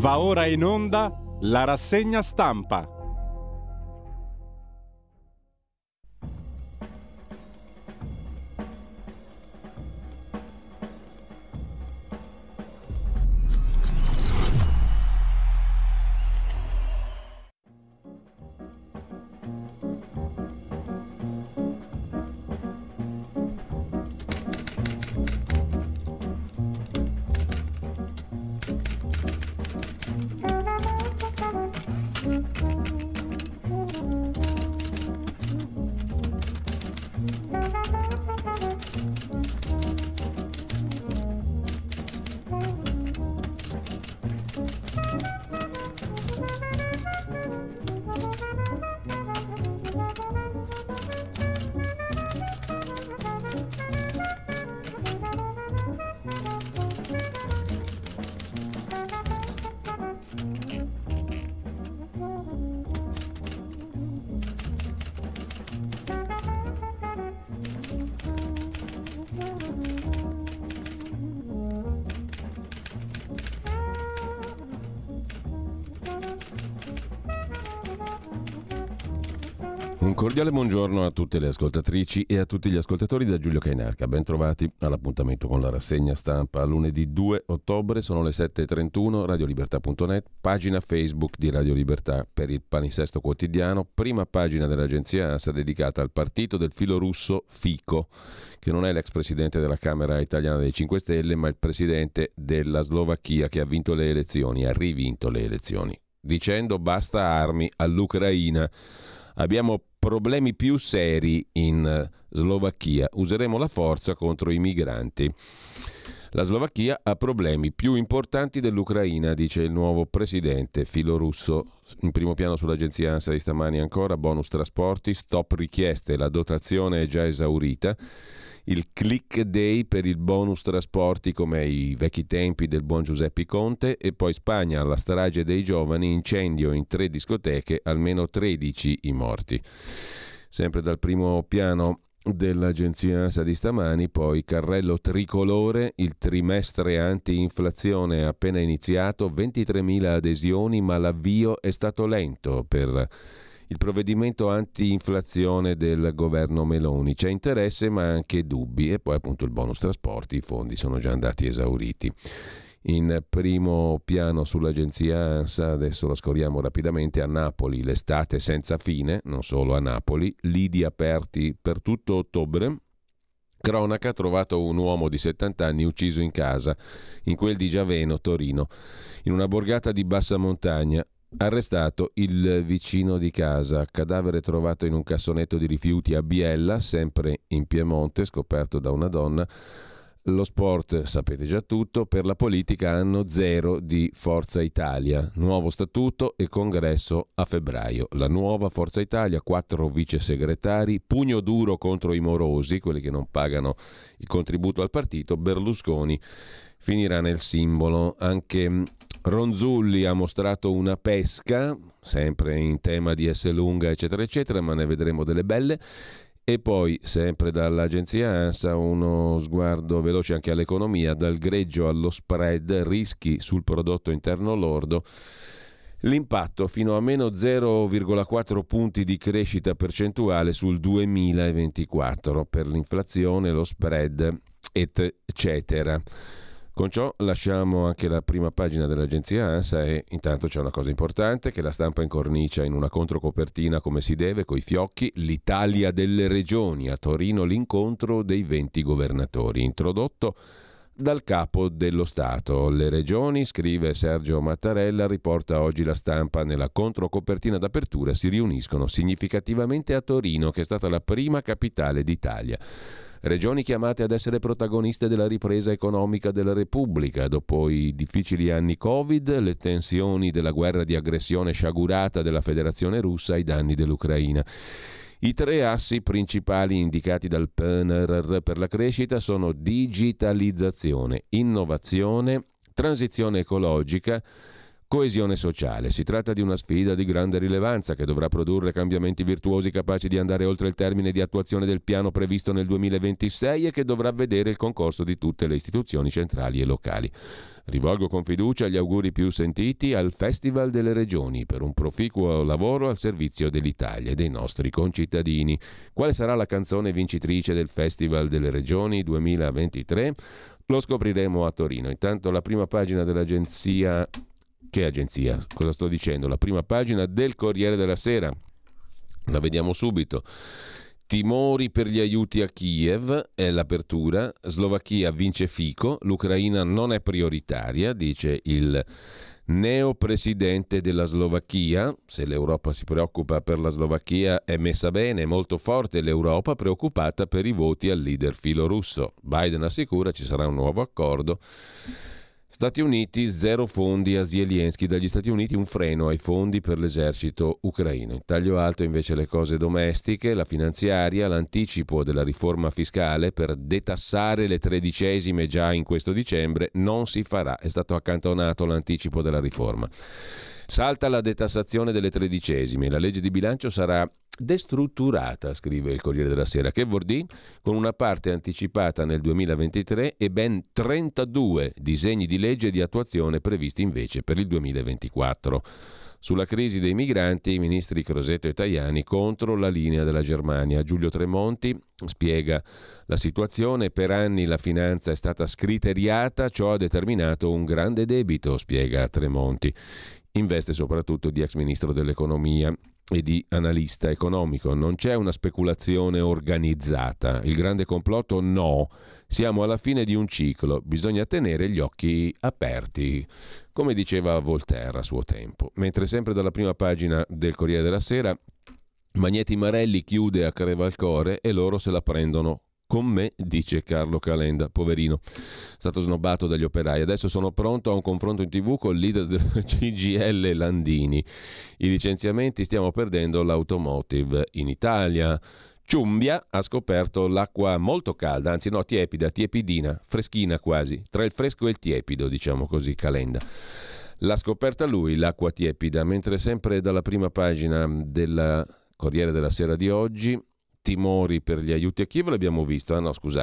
Va ora in onda la rassegna stampa. Un cordiale buongiorno a tutte le ascoltatrici e a tutti gli ascoltatori da Giulio Cainarca. Ben trovati all'appuntamento con la rassegna stampa. Lunedì 2 ottobre sono le 7.31, radiolibertà.net, pagina Facebook di Radio Libertà per il palinsesto quotidiano, prima pagina dell'agenzia ANSA dedicata al partito del filo russo Fico, che non è l'ex presidente della Camera italiana dei 5 Stelle, ma il presidente della Slovacchia che ha vinto le elezioni, ha rivinto le elezioni, dicendo basta armi all'Ucraina. Abbiamo problemi più seri in Slovacchia, useremo la forza contro i migranti. La Slovacchia ha problemi più importanti dell'Ucraina, dice il nuovo presidente filorusso. In primo piano sull'agenzia ANSA di stamani ancora, bonus trasporti, stop richieste, la dotazione è già esaurita. Il click day per il bonus trasporti come ai vecchi tempi del buon Giuseppe Conte, e poi Spagna alla strage dei giovani, incendio in 3 discoteche, almeno 13 i morti. Sempre dal primo piano dell'agenzia ANSA di stamani, poi carrello tricolore, il trimestre anti-inflazione è appena iniziato, 23.000 adesioni, ma l'avvio è stato lento per il provvedimento anti-inflazione del governo Meloni. C'è interesse ma anche dubbi, e poi appunto il bonus trasporti, i fondi sono già andati esauriti. In primo piano sull'agenzia ANSA, adesso lo scorriamo rapidamente, a Napoli l'estate senza fine, non solo a Napoli, lidi aperti per tutto ottobre. Cronaca, trovato un uomo di 70 anni ucciso in casa, in quel di Giaveno, Torino, in una borgata di bassa montagna. Arrestato il vicino di casa, cadavere trovato in un cassonetto di rifiuti a Biella, sempre in Piemonte, scoperto da una donna. Lo sport, sapete già tutto, per la politica anno zero di Forza Italia, nuovo statuto e congresso a febbraio. La nuova Forza Italia, 4 vice segretari, pugno duro contro i morosi, quelli che non pagano il contributo al partito. Berlusconi finirà nel simbolo. Anche Ronzulli ha mostrato una pesca, sempre in tema di Esselunga eccetera eccetera, ma ne vedremo delle belle. E poi, sempre dall'agenzia ANSA, uno sguardo veloce anche all'economia, dal greggio allo spread, rischi sul prodotto interno lordo, l'impatto fino a meno 0,4 punti di crescita percentuale sul 2024 per l'inflazione, lo spread, eccetera. Con ciò lasciamo anche la prima pagina dell'agenzia ANSA e intanto c'è una cosa importante che la stampa incornicia in una controcopertina come si deve, coi fiocchi: l'Italia delle regioni, a Torino l'incontro dei 20 governatori, introdotto dal capo dello Stato. Le regioni, scrive Sergio Mattarella, riporta oggi la stampa nella controcopertina d'apertura, si riuniscono significativamente a Torino, che è stata la prima capitale d'Italia. Regioni chiamate ad essere protagoniste della ripresa economica della Repubblica dopo i difficili anni Covid, le tensioni della guerra di aggressione sciagurata della Federazione Russa ai danni dell'Ucraina. I 3 assi principali indicati dal PNRR per la crescita sono digitalizzazione, innovazione, transizione ecologica, Coesione sociale. Si tratta di una sfida di grande rilevanza che dovrà produrre cambiamenti virtuosi capaci di andare oltre il termine di attuazione del piano previsto nel 2026 e che dovrà vedere il concorso di tutte le istituzioni centrali e locali. Rivolgo con fiducia gli auguri più sentiti al Festival delle Regioni per un proficuo lavoro al servizio dell'Italia e dei nostri concittadini. Quale sarà la canzone vincitrice del Festival delle Regioni 2023? Lo scopriremo a Torino. Intanto la prima pagina dell'agenzia... Che agenzia? Cosa sto dicendo? La prima pagina del Corriere della Sera. La vediamo subito. Timori per gli aiuti a Kiev è l'apertura. Slovacchia vince Fico. L'Ucraina non è prioritaria, dice il neopresidente della Slovacchia. Se l'Europa si preoccupa per la Slovacchia è messa bene, è molto forte l'Europa preoccupata per i voti al leader filorusso. Biden assicura ci sarà un nuovo accordo. Stati Uniti, zero fondi a Zelensky. Dagli Stati Uniti un freno ai fondi per l'esercito ucraino. In taglio alto invece le cose domestiche, la finanziaria, l'anticipo della riforma fiscale per detassare le tredicesime già in questo dicembre non si farà. È stato accantonato l'anticipo della riforma. Salta la detassazione delle tredicesime. La legge di bilancio sarà destrutturata, scrive il Corriere della Sera. Che vuol dire? Con una parte anticipata nel 2023 e ben 32 disegni di legge di attuazione previsti invece per il 2024. Sulla crisi dei migranti, i ministri Crosetto e Tajani contro la linea della Germania. Giulio Tremonti spiega la situazione: per anni la finanza è stata scriteriata, ciò ha determinato un grande debito, spiega Tremonti. Investe soprattutto di ex ministro dell'economia e di analista economico. Non c'è una speculazione organizzata. Il grande complotto no. Siamo alla fine di un ciclo. Bisogna tenere gli occhi aperti, come diceva Voltaire a suo tempo. Mentre sempre dalla prima pagina del Corriere della Sera, Magneti Marelli chiude a Crevalcore e loro se la prendono con me, dice Carlo Calenda, poverino, stato snobbato dagli operai. Adesso sono pronto a un confronto in TV col leader del CGIL Landini. I licenziamenti, stiamo perdendo l'automotive in Italia. Ciumbia ha scoperto l'acqua molto calda, anzi no, tiepida, tiepidina, freschina quasi, tra il fresco e il tiepido, diciamo così, Calenda. L'ha scoperta lui, l'acqua tiepida, mentre sempre dalla prima pagina del Corriere della Sera di oggi, timori per gli aiuti a Kiev, l'abbiamo visto.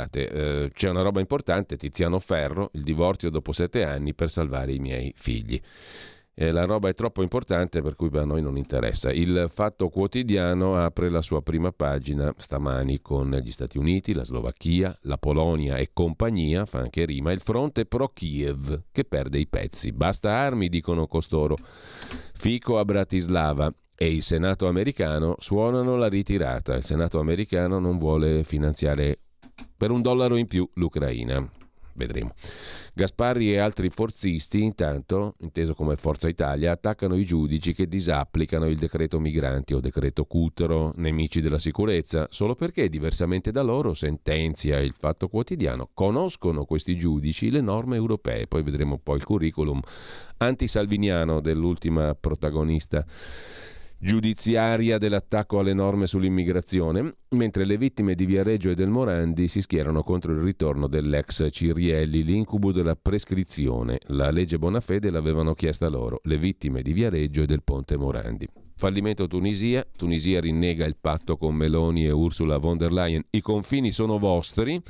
C'è una roba importante, Tiziano Ferro, il divorzio dopo 7 anni per salvare i miei figli. La roba è troppo importante per cui a noi non interessa. Il Fatto Quotidiano apre la sua prima pagina stamani con gli Stati Uniti, la Slovacchia, la Polonia e compagnia, fa anche rima, il fronte pro Kiev che perde i pezzi. Basta armi, dicono costoro. Fico a Bratislava e il Senato americano suonano la ritirata. Il Senato americano non vuole finanziare per $1 in più l'Ucraina. Vedremo. Gasparri e altri forzisti, intanto, inteso come Forza Italia, attaccano i giudici che disapplicano il decreto migranti o decreto Cutro, nemici della sicurezza, solo perché, diversamente da loro, sentenzia il Fatto Quotidiano, conoscono questi giudici le norme europee. Poi vedremo poi il curriculum antisalviniano dell'ultima protagonista giudiziaria dell'attacco alle norme sull'immigrazione, mentre le vittime di Viareggio e del Morandi si schierano contro il ritorno dell'ex Cirielli, l'incubo della prescrizione. La legge Bonafede l'avevano chiesta loro, le vittime di Viareggio e del Ponte Morandi. Fallimento Tunisia rinnega il patto con Meloni e Ursula von der Leyen, i confini sono vostri.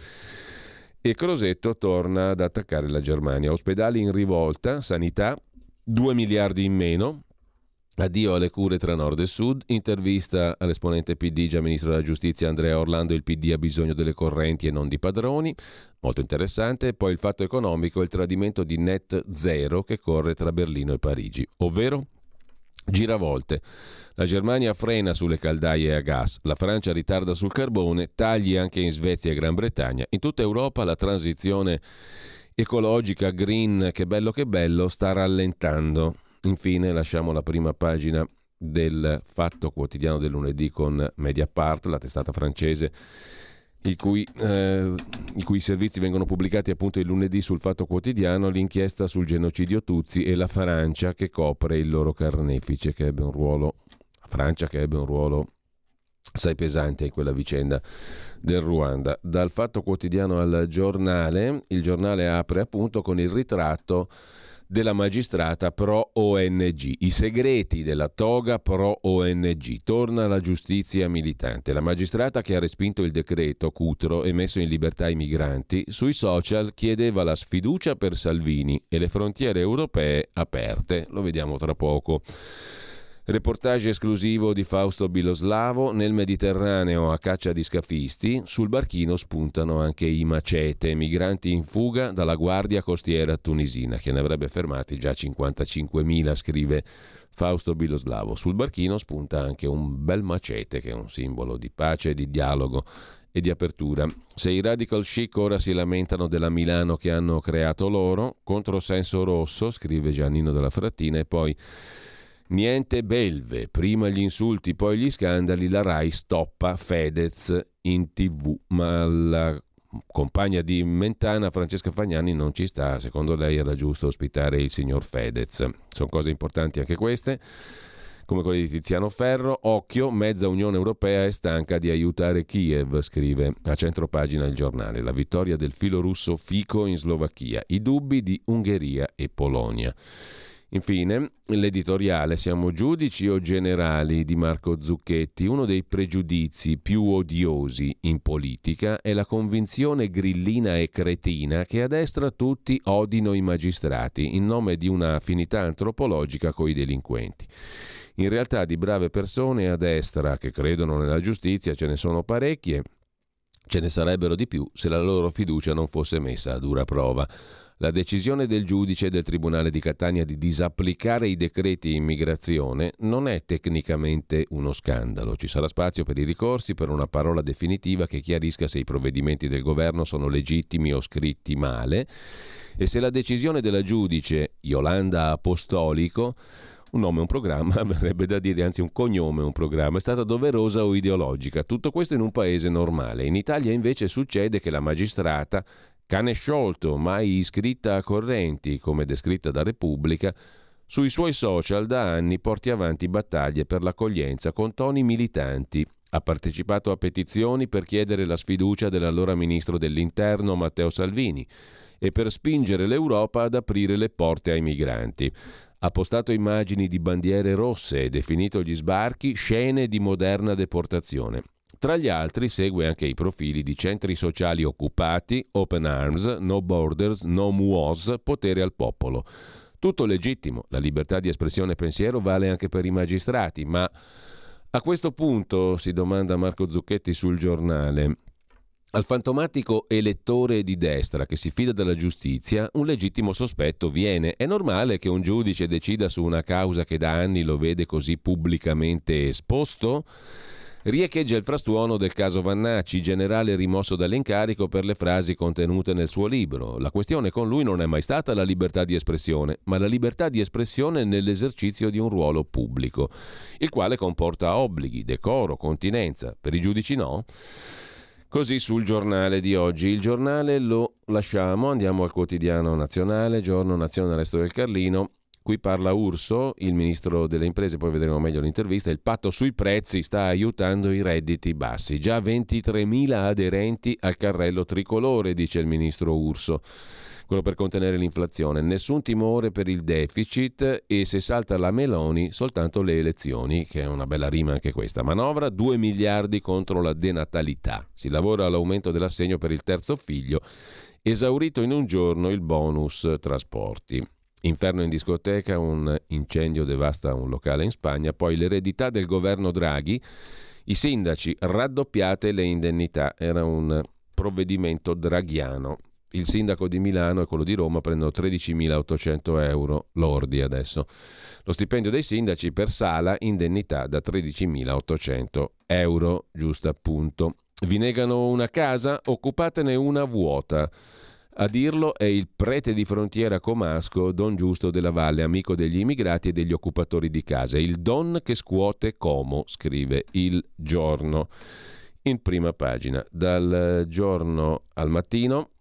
E Crosetto torna ad attaccare la Germania. Ospedali in rivolta, sanità, 2 miliardi in meno. Addio alle cure tra nord e sud. Intervista all'esponente PD, già ministro della giustizia Andrea Orlando. Il PD ha bisogno delle correnti e non di padroni. Molto interessante. Poi il fatto economico, il tradimento di Net Zero che corre tra Berlino e Parigi, ovvero giravolte. La Germania frena sulle caldaie a gas, la Francia ritarda sul carbone, tagli anche in Svezia e Gran Bretagna. In tutta Europa la transizione ecologica green, che bello, sta rallentando. Infine lasciamo la prima pagina del Fatto Quotidiano del lunedì con Mediapart, la testata francese i cui servizi vengono pubblicati appunto il lunedì sul Fatto Quotidiano, l'inchiesta sul genocidio Tutsi e la Francia che copre il loro carnefice, che ebbe un ruolo assai pesante in quella vicenda del Ruanda. Dal Fatto Quotidiano al Giornale, il Giornale apre appunto con il ritratto della magistrata pro ONG. I segreti della toga pro ONG. Torna la giustizia militante. La magistrata che ha respinto il decreto Cutro e messo in libertà i migranti, sui social chiedeva la sfiducia per Salvini e le frontiere europee aperte. Lo vediamo tra poco. Reportage esclusivo di Fausto Biloslavo. Nel Mediterraneo a caccia di scafisti, sul barchino spuntano anche i macete, migranti in fuga dalla guardia costiera tunisina, che ne avrebbe fermati già 55.000, scrive Fausto Biloslavo. Sul barchino spunta anche un bel macete, che è un simbolo di pace, di dialogo e di apertura. Se i radical chic ora si lamentano della Milano che hanno creato loro, controsenso rosso, scrive Giannino della Frattina, e poi niente belve, prima gli insulti, poi gli scandali, la Rai stoppa Fedez in TV, ma la compagna di Mentana, Francesca Fagnani, non ci sta. Secondo lei era giusto ospitare il signor Fedez. Sono cose importanti anche queste, come quelle di Tiziano Ferro. Occhio, mezza Unione Europea è stanca di aiutare Kiev, scrive a centropagina il giornale. La vittoria del filo russo Fico in Slovacchia, i dubbi di Ungheria e Polonia. Infine, l'editoriale Siamo giudici o generali di Marco Zucchetti. Uno dei pregiudizi più odiosi in politica è la convinzione grillina e cretina che a destra tutti odino i magistrati in nome di una affinità antropologica coi delinquenti. In realtà di brave persone a destra che credono nella giustizia ce ne sono parecchie, ce ne sarebbero di più se la loro fiducia non fosse messa a dura prova. La decisione del giudice del Tribunale di Catania di disapplicare i decreti immigrazione non è tecnicamente uno scandalo. Ci sarà spazio per i ricorsi, per una parola definitiva che chiarisca se i provvedimenti del governo sono legittimi o scritti male, e se la decisione della giudice Iolanda Apostolico, un nome, un programma, verrebbe da dire, anzi un cognome, un programma, è stata doverosa o ideologica. Tutto questo in un paese normale. In Italia invece succede che la magistrata, cane sciolto, mai iscritta a correnti, come descritta da Repubblica, sui suoi social da anni porti avanti battaglie per l'accoglienza con toni militanti. Ha partecipato a petizioni per chiedere la sfiducia dell'allora ministro dell'Interno Matteo Salvini e per spingere l'Europa ad aprire le porte ai migranti. Ha postato immagini di bandiere rosse e definito gli sbarchi scene di moderna deportazione. Tra gli altri segue anche i profili di centri sociali occupati, Open Arms, No Borders, No MUOS, potere al popolo. Tutto legittimo, la libertà di espressione e pensiero vale anche per i magistrati, ma a questo punto, si domanda Marco Zucchetti sul giornale, al fantomatico elettore di destra che si fida della giustizia un legittimo sospetto viene. È normale che un giudice decida su una causa che da anni lo vede così pubblicamente esposto? Riecheggia il frastuono del caso Vannacci, generale rimosso dall'incarico per le frasi contenute nel suo libro. La questione con lui non è mai stata la libertà di espressione, ma la libertà di espressione nell'esercizio di un ruolo pubblico, il quale comporta obblighi, decoro, continenza. Per i giudici no? Così sul giornale di oggi. Il giornale lo lasciamo, andiamo al quotidiano nazionale, Giorno, Nazione, Resto del Carlino. Qui parla Urso, il ministro delle imprese, poi vedremo meglio l'intervista. Il patto sui prezzi sta aiutando i redditi bassi. Già 23.000 aderenti al carrello tricolore, dice il ministro Urso. Quello per contenere l'inflazione. Nessun timore per il deficit e se salta la Meloni soltanto le elezioni, che è una bella rima anche questa. Manovra 2 miliardi contro la denatalità. Si lavora all'aumento dell'assegno per il terzo figlio. Esaurito in un giorno il bonus trasporti. Inferno in discoteca, un incendio devasta un locale in Spagna, poi l'eredità del governo Draghi, i sindaci raddoppiate le indennità, era un provvedimento draghiano. Il sindaco di Milano e quello di Roma prendono 13.800 euro lordi adesso. Lo stipendio dei sindaci per Sala, indennità da 13.800 euro, giusto appunto. Vi negano una casa? Occupatene una vuota. A dirlo è il prete di frontiera comasco, Don Giusto della Valle, amico degli immigrati e degli occupatori di casa. Il don che scuote Como, scrive il Giorno in prima pagina. Dal Giorno al Mattino,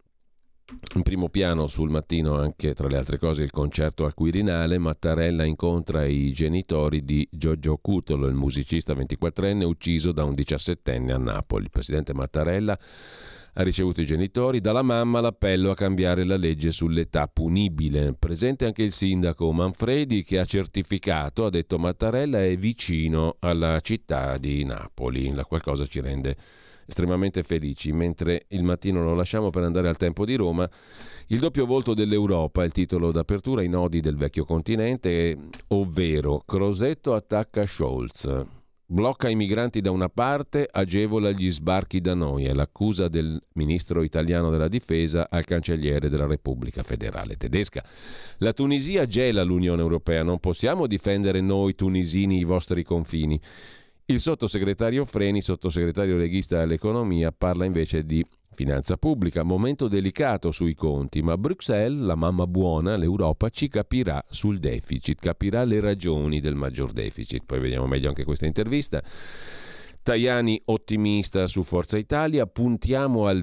in primo piano sul Mattino anche, tra le altre cose, il concerto al Quirinale. Mattarella incontra i genitori di Giorgio Cutolo, il musicista 24enne ucciso da un 17enne a Napoli. Il presidente Mattarella ha ricevuto i genitori, dalla mamma l'appello a cambiare la legge sull'età punibile. Presente anche il sindaco Manfredi che ha certificato, ha detto Mattarella è vicino alla città di Napoli, la qualcosa ci rende estremamente felici. Mentre il mattino lo lasciamo per andare al Tempo di Roma, il doppio volto dell'Europa, il titolo d'apertura, i nodi del vecchio continente, ovvero Crosetto attacca Scholz. Blocca i migranti da una parte, agevola gli sbarchi da noi, è l'accusa del ministro italiano della difesa al cancelliere della Repubblica Federale Tedesca. La Tunisia gela l'Unione Europea, non possiamo difendere noi tunisini i vostri confini. Il sottosegretario Freni, sottosegretario leghista all'economia, parla invece di finanza pubblica, momento delicato sui conti, ma Bruxelles, la mamma buona, l'Europa, ci capirà sul deficit, capirà le ragioni del maggior deficit. Poi vediamo meglio anche questa intervista. Tajani ottimista su Forza Italia, puntiamo al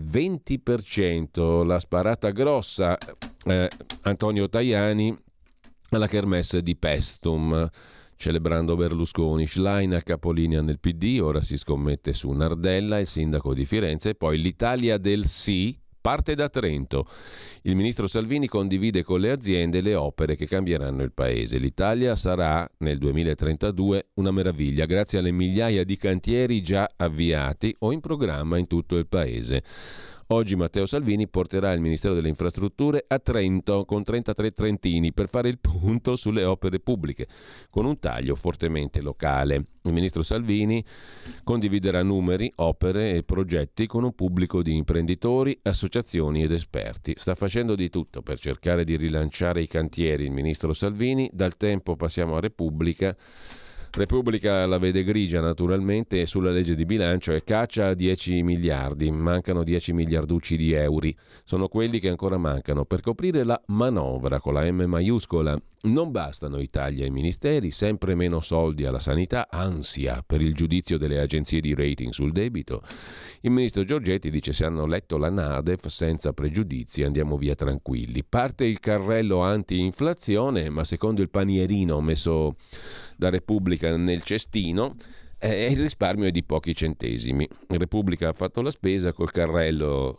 20%, la sparata grossa, Antonio Tajani alla kermesse di Pestum, celebrando Berlusconi. Schlein a capolinea nel PD, ora si scommette su Nardella, il sindaco di Firenze, e poi l'Italia del sì parte da Trento. Il ministro Salvini condivide con le aziende le opere che cambieranno il paese. L'Italia sarà nel 2032 una meraviglia grazie alle migliaia di cantieri già avviati o in programma in tutto il paese. Oggi Matteo Salvini porterà il Ministero delle Infrastrutture a Trento con 33 trentini per fare il punto sulle opere pubbliche, con un taglio fortemente locale. Il ministro Salvini condividerà numeri, opere e progetti con un pubblico di imprenditori, associazioni ed esperti. Sta facendo di tutto per cercare di rilanciare i cantieri il ministro Salvini. Dal Tempo passiamo a Repubblica. Repubblica la vede grigia naturalmente e sulla legge di bilancio è caccia a 10 miliardi, mancano 10 miliarducci di euro, sono quelli che ancora mancano per coprire la manovra con la M maiuscola. Non bastano i tagli ai ministeri, sempre meno soldi alla sanità, ansia per il giudizio delle agenzie di rating sul debito. Il ministro Giorgetti dice se hanno letto la NADEF senza pregiudizi andiamo via tranquilli. Parte il carrello anti-inflazione, ma secondo il panierino messo da Repubblica nel cestino il risparmio è di pochi centesimi. Repubblica ha fatto la spesa col carrello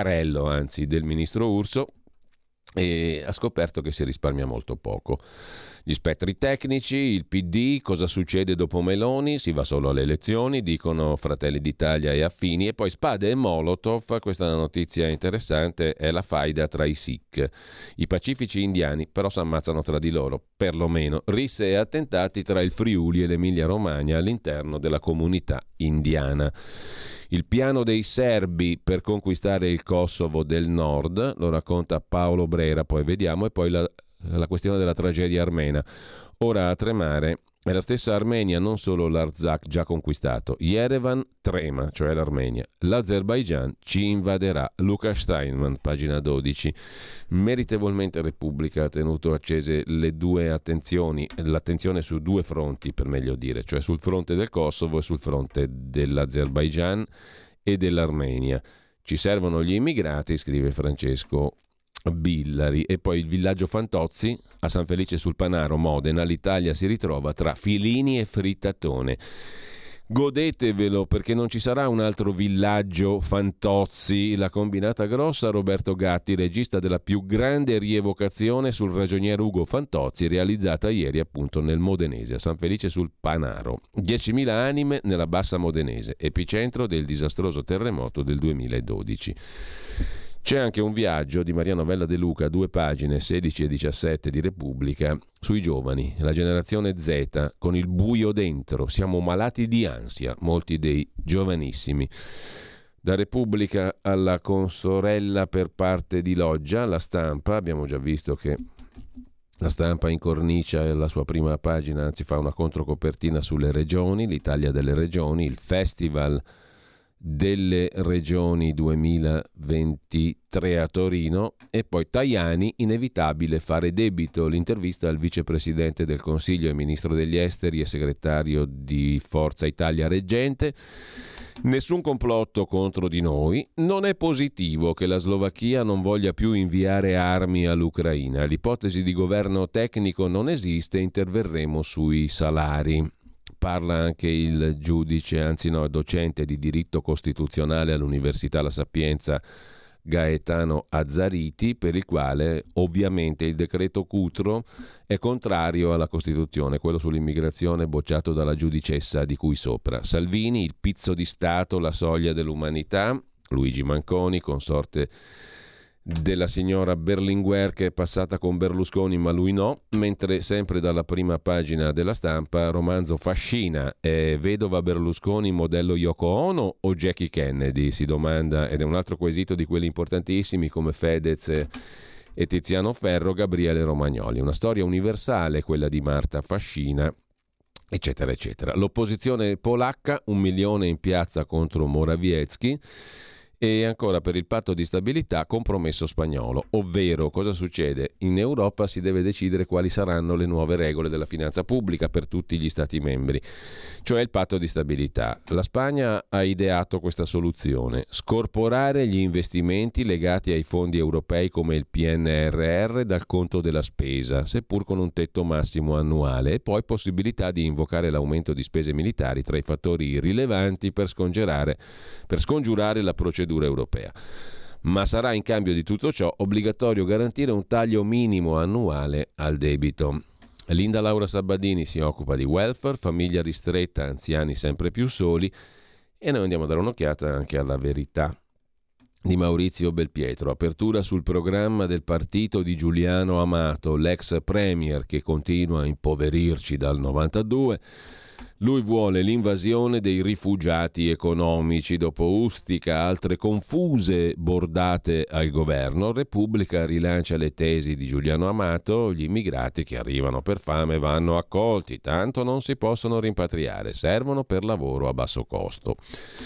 del ministro Urso e ha scoperto che si risparmia molto poco. Gli spettri tecnici, il PD, cosa succede dopo Meloni? Si va solo alle elezioni, dicono Fratelli d'Italia e affini, e poi spade e Molotov. Questa è una notizia interessante, è la faida tra i Sikh. I pacifici indiani però si ammazzano tra di loro, perlomeno. Risse e attentati tra il Friuli e l'Emilia Romagna all'interno della comunità indiana. Il piano dei serbi per conquistare il Kosovo del Nord, lo racconta Paolo Brera, poi vediamo, e poi la questione della tragedia armena. Ora a tremare è la stessa Armenia, non solo l'Artsakh già conquistato. Yerevan trema, cioè l'Armenia. L'Azerbaigian ci invaderà. Luca Steinman, pagina 12. Meritevolmente Repubblica ha tenuto accese le due attenzioni, l'attenzione su due fronti, per meglio dire, cioè sul fronte del Kosovo e sul fronte dell'Azerbaigian e dell'Armenia. Ci servono gli immigrati, scrive Francesco Billari. E poi il villaggio Fantozzi a San Felice sul Panaro, Modena. L'Italia si ritrova tra filini e frittatone. Godetevelo perché non ci sarà un altro villaggio Fantozzi. La combinata grossa, Roberto Gatti, regista della più grande rievocazione sul ragioniere Ugo Fantozzi, realizzata ieri appunto nel Modenese, a San Felice sul Panaro. 10.000 anime nella bassa modenese, epicentro del disastroso terremoto del 2012. C'è anche un viaggio di Maria Novella De Luca, 2 pagine, 16 e 17 di Repubblica, sui giovani, la generazione Z, con il buio dentro. Siamo malati di ansia, molti dei giovanissimi. Da Repubblica alla consorella per parte di Loggia, La Stampa. Abbiamo già visto che La Stampa incornicia la sua prima pagina, anzi fa una controcopertina sulle regioni, l'Italia delle regioni, il Festival delle Regioni 2023 a Torino, e poi Tajani, inevitabile fare debito, l'intervista al vicepresidente del Consiglio e ministro degli esteri e segretario di Forza Italia reggente. Nessun complotto contro di noi, non è positivo che la Slovacchia non voglia più inviare armi all'Ucraina, l'ipotesi di governo tecnico non esiste, interverremo sui salari. parla anche il giudice, anzi no, docente di diritto costituzionale all'Università La Sapienza Gaetano Azzariti, per il quale ovviamente il decreto Cutro è contrario alla Costituzione, quello sull'immigrazione bocciato dalla giudicessa di cui sopra. Salvini, il pizzo di Stato, la soglia dell'umanità. Luigi Manconi, consorte della signora Berlinguer, che è passata con Berlusconi ma lui no, mentre sempre dalla prima pagina della Stampa, romanzo Fascina, è vedova Berlusconi modello Yoko Ono o Jackie Kennedy? Si domanda, ed è un altro quesito di quelli importantissimi come Fedez e Tiziano Ferro. Gabriele Romagnoli, una storia universale quella di Marta Fascina, eccetera eccetera. L'opposizione polacca, 1 milione in piazza contro Morawiecki. E ancora, per il patto di stabilità, compromesso spagnolo, ovvero cosa succede? In Europa si deve decidere quali saranno le nuove regole della finanza pubblica per tutti gli Stati membri, cioè il patto di stabilità. La Spagna ha ideato questa soluzione: scorporare gli investimenti legati ai fondi europei come il PNRR dal conto della spesa, seppur con un tetto massimo annuale, e poi possibilità di invocare l'aumento di spese militari tra i fattori rilevanti per scongiurare la procedura europea. Ma sarà in cambio di tutto ciò obbligatorio garantire un taglio minimo annuale al debito. Linda Laura Sabbadini si occupa di welfare, famiglia ristretta, anziani sempre più soli, e noi andiamo a dare un'occhiata anche alla Verità di Maurizio Belpietro. Apertura sul programma del partito di Giuliano Amato, l'ex premier che continua a impoverirci dal 92. Lui vuole l'invasione dei rifugiati economici. Dopo Ustica, altre confuse bordate al governo, Repubblica rilancia le tesi di Giuliano Amato: gli immigrati che arrivano per fame vanno accolti, tanto non si possono rimpatriare, servono per lavoro a basso costo.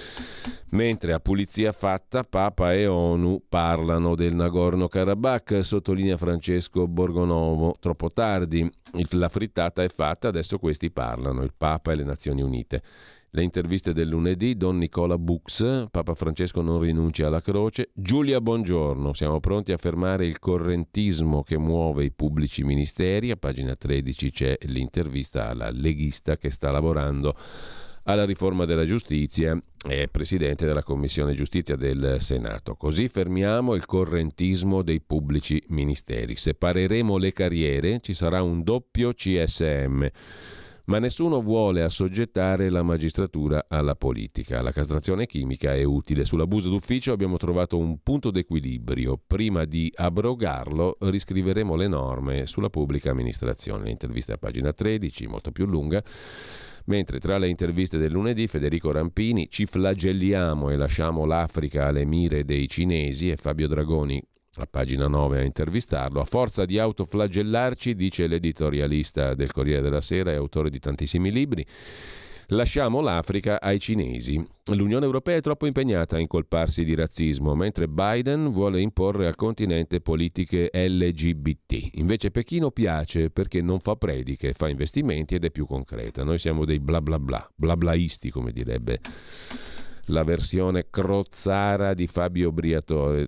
Mentre a pulizia fatta, Papa e ONU parlano del Nagorno-Karabakh, sottolinea Francesco Borgonovo. Troppo tardi, la frittata è fatta, adesso questi parlano, il Papa e le Nazioni Unite. Le interviste del lunedì, Don Nicola Bux, Papa Francesco non rinuncia alla croce. Giulia Bongiorno, siamo pronti a fermare il correntismo che muove i pubblici ministeri. A pagina 13 c'è l'intervista alla leghista che sta lavorando alla riforma della giustizia, è presidente della Commissione Giustizia del Senato. Così fermiamo il correntismo dei pubblici ministeri, separeremo le carriere, ci sarà un doppio CSM, ma nessuno vuole assoggettare la magistratura alla politica. La castrazione chimica è utile. Sull'abuso d'ufficio abbiamo trovato un punto d'equilibrio. Prima di abrogarlo riscriveremo le norme sulla pubblica amministrazione. L'intervista a pagina 13, molto più lunga. Mentre tra le interviste del lunedì, Federico Rampini, ci flagelliamo e lasciamo l'Africa alle mire dei cinesi, e Fabio Dragoni a pagina 9 a intervistarlo. A forza di autoflagellarci, dice l'editorialista del Corriere della Sera e autore di tantissimi libri, lasciamo l'Africa ai cinesi. L'Unione Europea è troppo impegnata a incolparsi di razzismo, mentre Biden vuole imporre al continente politiche LGBT. Invece Pechino piace perché non fa prediche, fa investimenti ed è più concreta. Noi siamo dei bla bla bla, blablaisti, come direbbe la versione crozzara di Flavio Briatore.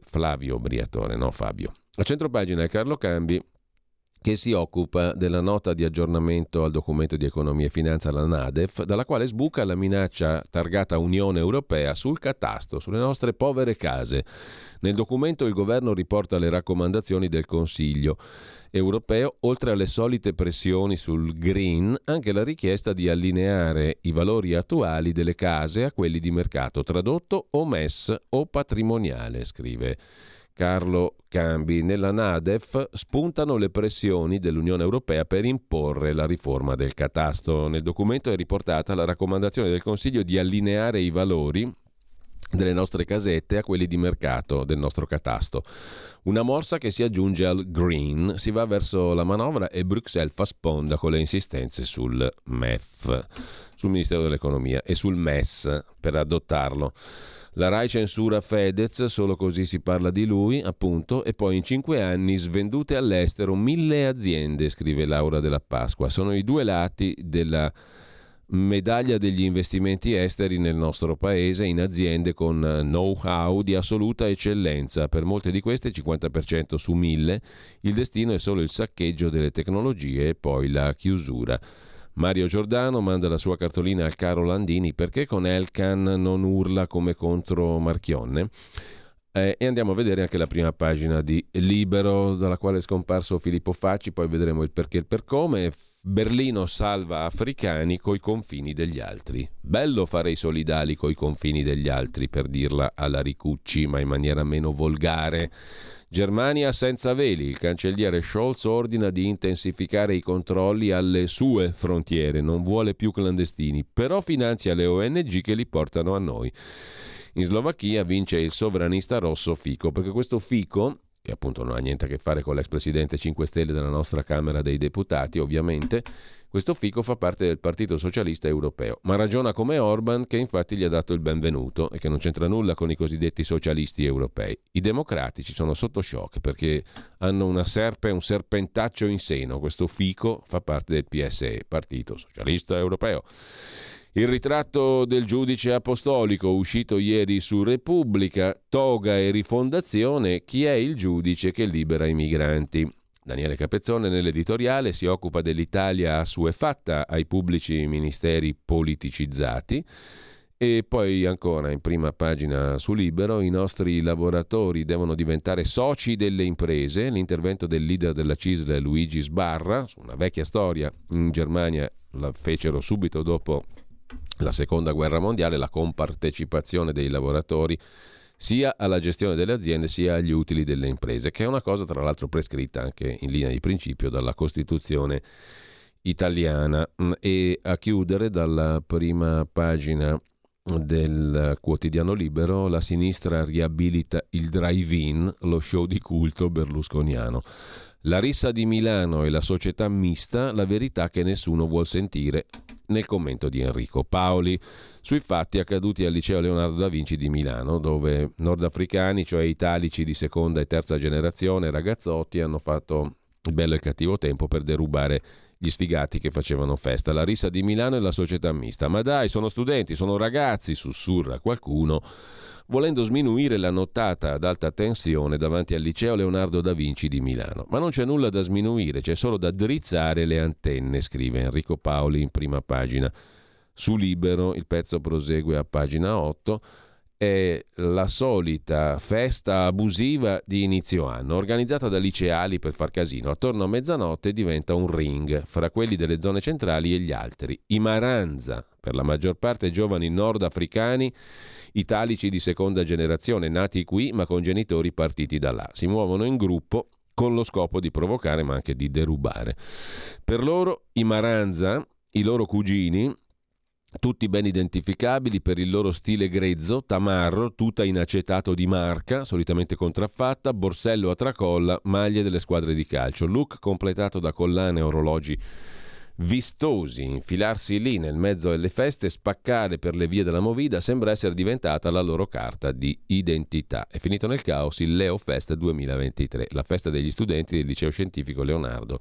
A centropagina è Carlo Cambi, che si occupa della nota di aggiornamento al documento di economia e finanza, la NADEF, dalla quale sbuca la minaccia targata Unione Europea sul catasto, sulle nostre povere case. Nel documento il governo riporta le raccomandazioni del Consiglio europeo, oltre alle solite pressioni sul green, anche la richiesta di allineare i valori attuali delle case a quelli di mercato, tradotto o MES o patrimoniale, scrive Carlo Cambi. Nella NADEF spuntano le pressioni dell'Unione Europea per imporre la riforma del catasto. Nel documento è riportata la raccomandazione del Consiglio di allineare i valori delle nostre casette a quelli di mercato del nostro catasto. Una morsa che si aggiunge al green. Si va verso la manovra e Bruxelles fa sponda con le insistenze sul MEF, sul Ministero dell'Economia, e sul MES per adottarlo. La Rai censura Fedez, solo così si parla di lui, appunto, e poi in 5 anni svendute all'estero 1000 aziende, scrive Laura Della Pasqua. Sono i due lati della medaglia degli investimenti esteri nel nostro paese in aziende con know-how di assoluta eccellenza. Per molte di queste, 50% su 1000, il destino è solo il saccheggio delle tecnologie e poi la chiusura. Mario Giordano manda la sua cartolina al caro Landini: perché con Elkann non urla come contro Marchionne? E andiamo a vedere anche la prima pagina di Libero, dalla quale è scomparso Filippo Facci, poi vedremo il perché e il per come. Berlino salva africani coi confini degli altri. Bello fare i solidali coi confini degli altri, per dirla alla Ricucci, ma in maniera meno volgare. Germania senza veli. Il cancelliere Scholz ordina di intensificare i controlli alle sue frontiere, non vuole più clandestini, però finanzia le ONG che li portano a noi. In Slovacchia vince il sovranista rosso Fico, perché questo Fico, che appunto non ha niente a che fare con l'ex presidente 5 Stelle della nostra Camera dei Deputati, ovviamente, questo Fico fa parte del Partito Socialista Europeo, ma ragiona come Orban, che infatti gli ha dato il benvenuto e che non c'entra nulla con i cosiddetti socialisti europei. I democratici sono sotto shock perché hanno una serpe, un serpentaccio in seno. Questo Fico fa parte del PSE, Partito Socialista Europeo. Il ritratto del giudice apostolico uscito ieri su Repubblica, toga e rifondazione, chi è il giudice che libera i migranti? Daniele Capezzone nell'editoriale si occupa dell'Italia assuefatta ai pubblici ministeri politicizzati. E poi ancora in prima pagina su Libero: i nostri lavoratori devono diventare soci delle imprese. L'intervento del leader della CISL Luigi Sbarra, su una vecchia storia, in Germania la fecero subito dopo la seconda guerra mondiale, la compartecipazione dei lavoratori sia alla gestione delle aziende sia agli utili delle imprese, che è una cosa tra l'altro prescritta anche in linea di principio dalla Costituzione italiana. E a chiudere dalla prima pagina del quotidiano Libero: la sinistra riabilita il drive-in, lo show di culto berlusconiano. La rissa di Milano e la società mista, la verità che nessuno vuol sentire, nel commento di Enrico Paoli sui fatti accaduti al liceo Leonardo da Vinci di Milano, dove nordafricani, cioè italici di seconda e terza generazione, ragazzotti, hanno fatto il bello e il cattivo tempo per derubare gli sfigati che facevano festa. La rissa di Milano e la società mista. Ma dai, sono studenti, sono ragazzi, sussurra qualcuno, volendo sminuire la nottata ad alta tensione davanti al liceo Leonardo da Vinci di Milano. Ma non c'è nulla da sminuire, c'è solo da drizzare le antenne, scrive Enrico Paoli in prima pagina. Su Libero il pezzo prosegue a pagina 8. È la solita festa abusiva di inizio anno, organizzata da liceali per far casino. Attorno a mezzanotte diventa un ring fra quelli delle zone centrali e gli altri. I Maranza, per la maggior parte giovani nordafricani, italici di seconda generazione, nati qui ma con genitori partiti da là. Si muovono in gruppo con lo scopo di provocare ma anche di derubare. Per loro i Maranza, i loro cugini, tutti ben identificabili per il loro stile grezzo, tamarro, tuta in acetato di marca, solitamente contraffatta, borsello a tracolla, maglie delle squadre di calcio, look completato da collane e orologi vistosi. Infilarsi lì nel mezzo delle feste, spaccare per le vie della movida, sembra essere diventata la loro carta di identità. È finito nel caos il Leo Fest 2023, la festa degli studenti del liceo scientifico Leonardo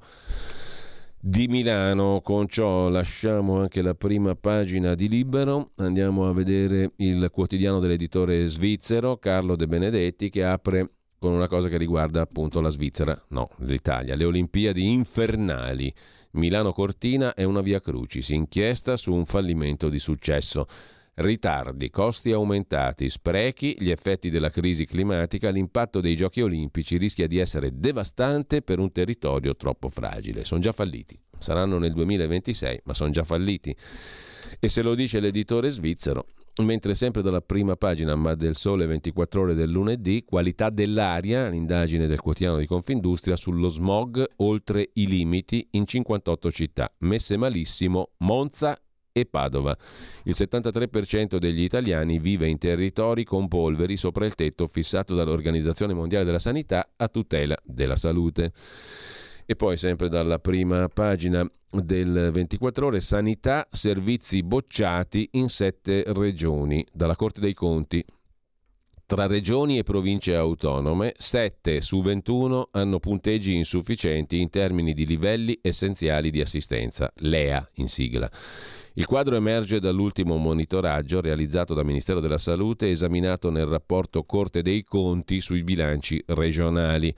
di Milano. Con ciò lasciamo anche la prima pagina di Libero, andiamo a vedere il quotidiano dell'editore svizzero Carlo De Benedetti, che apre con una cosa che riguarda appunto la Svizzera, no, l'Italia, le Olimpiadi infernali. Milano Cortina è una via crucis, inchiesta su un fallimento di successo. Ritardi, costi aumentati, sprechi, gli effetti della crisi climatica, l'impatto dei giochi olimpici rischia di essere devastante per un territorio troppo fragile. Sono già falliti, saranno nel 2026, ma sono già falliti. E se lo dice l'editore svizzero, mentre sempre dalla prima pagina, ma del Sole 24 Ore del lunedì, qualità dell'aria, l'indagine del quotidiano di Confindustria sullo smog oltre i limiti in 58 città, messe malissimo Monza e Padova. Il 73% degli italiani vive in territori con polveri sopra il tetto fissato dall'Organizzazione Mondiale della Sanità a tutela della salute. E poi sempre dalla prima pagina del 24 Ore, sanità, servizi bocciati in 7 regioni dalla Corte dei Conti. Tra regioni e province autonome, 7 su 21 hanno punteggi insufficienti in termini di livelli essenziali di assistenza, LEA in sigla. Il quadro emerge dall'ultimo monitoraggio realizzato dal Ministero della Salute, esaminato nel rapporto Corte dei Conti sui bilanci regionali.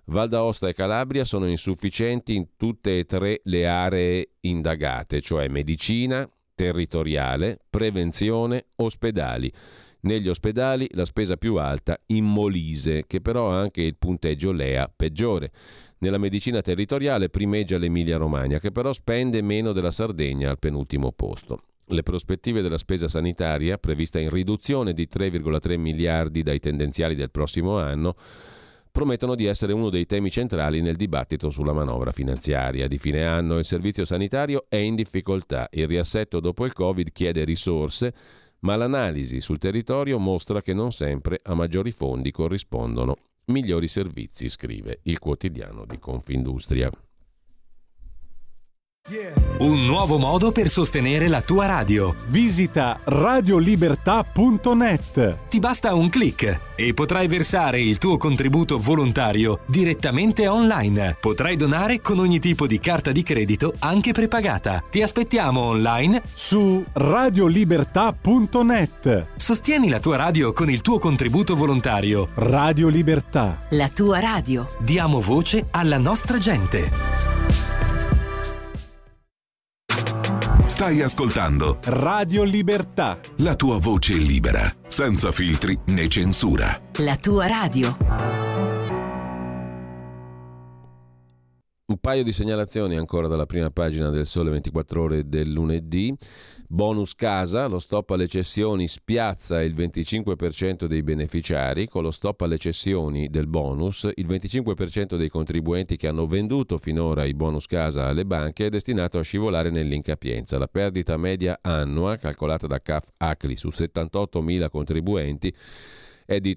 Val d'Aosta e Calabria sono insufficienti in tutte e tre le aree indagate, cioè medicina, territoriale, prevenzione, ospedali. Negli ospedali la spesa più alta in Molise, che però ha anche il punteggio LEA peggiore. Nella medicina territoriale primeggia l'Emilia-Romagna, che però spende meno della Sardegna al penultimo posto. Le prospettive della spesa sanitaria, prevista in riduzione di 3,3 miliardi dai tendenziali del prossimo anno, promettono di essere uno dei temi centrali nel dibattito sulla manovra finanziaria di fine anno. Il servizio sanitario è in difficoltà. Il riassetto dopo il Covid chiede risorse, ma l'analisi sul territorio mostra che non sempre a maggiori fondi corrispondono migliori servizi, scrive il quotidiano di Confindustria. Un nuovo modo per sostenere la tua radio. Visita radiolibertà.net. Ti basta un click e potrai versare il tuo contributo volontario direttamente online. Potrai donare con ogni tipo di carta di credito, anche prepagata. Ti aspettiamo online su radiolibertà.net. Sostieni la tua radio con il tuo contributo volontario. Radio Libertà. La tua radio. Diamo voce alla nostra gente. Stai ascoltando Radio Libertà. La tua voce libera, senza filtri né censura. La tua radio. Un paio di segnalazioni ancora dalla prima pagina del Sole 24 Ore del lunedì. Bonus casa, lo stop alle cessioni spiazza il 25% dei beneficiari. Con lo stop alle cessioni del bonus, il 25% dei contribuenti che hanno venduto finora i bonus casa alle banche è destinato a scivolare nell'incapienza. La perdita media annua, calcolata da CAF Acli su 78.000 contribuenti, è di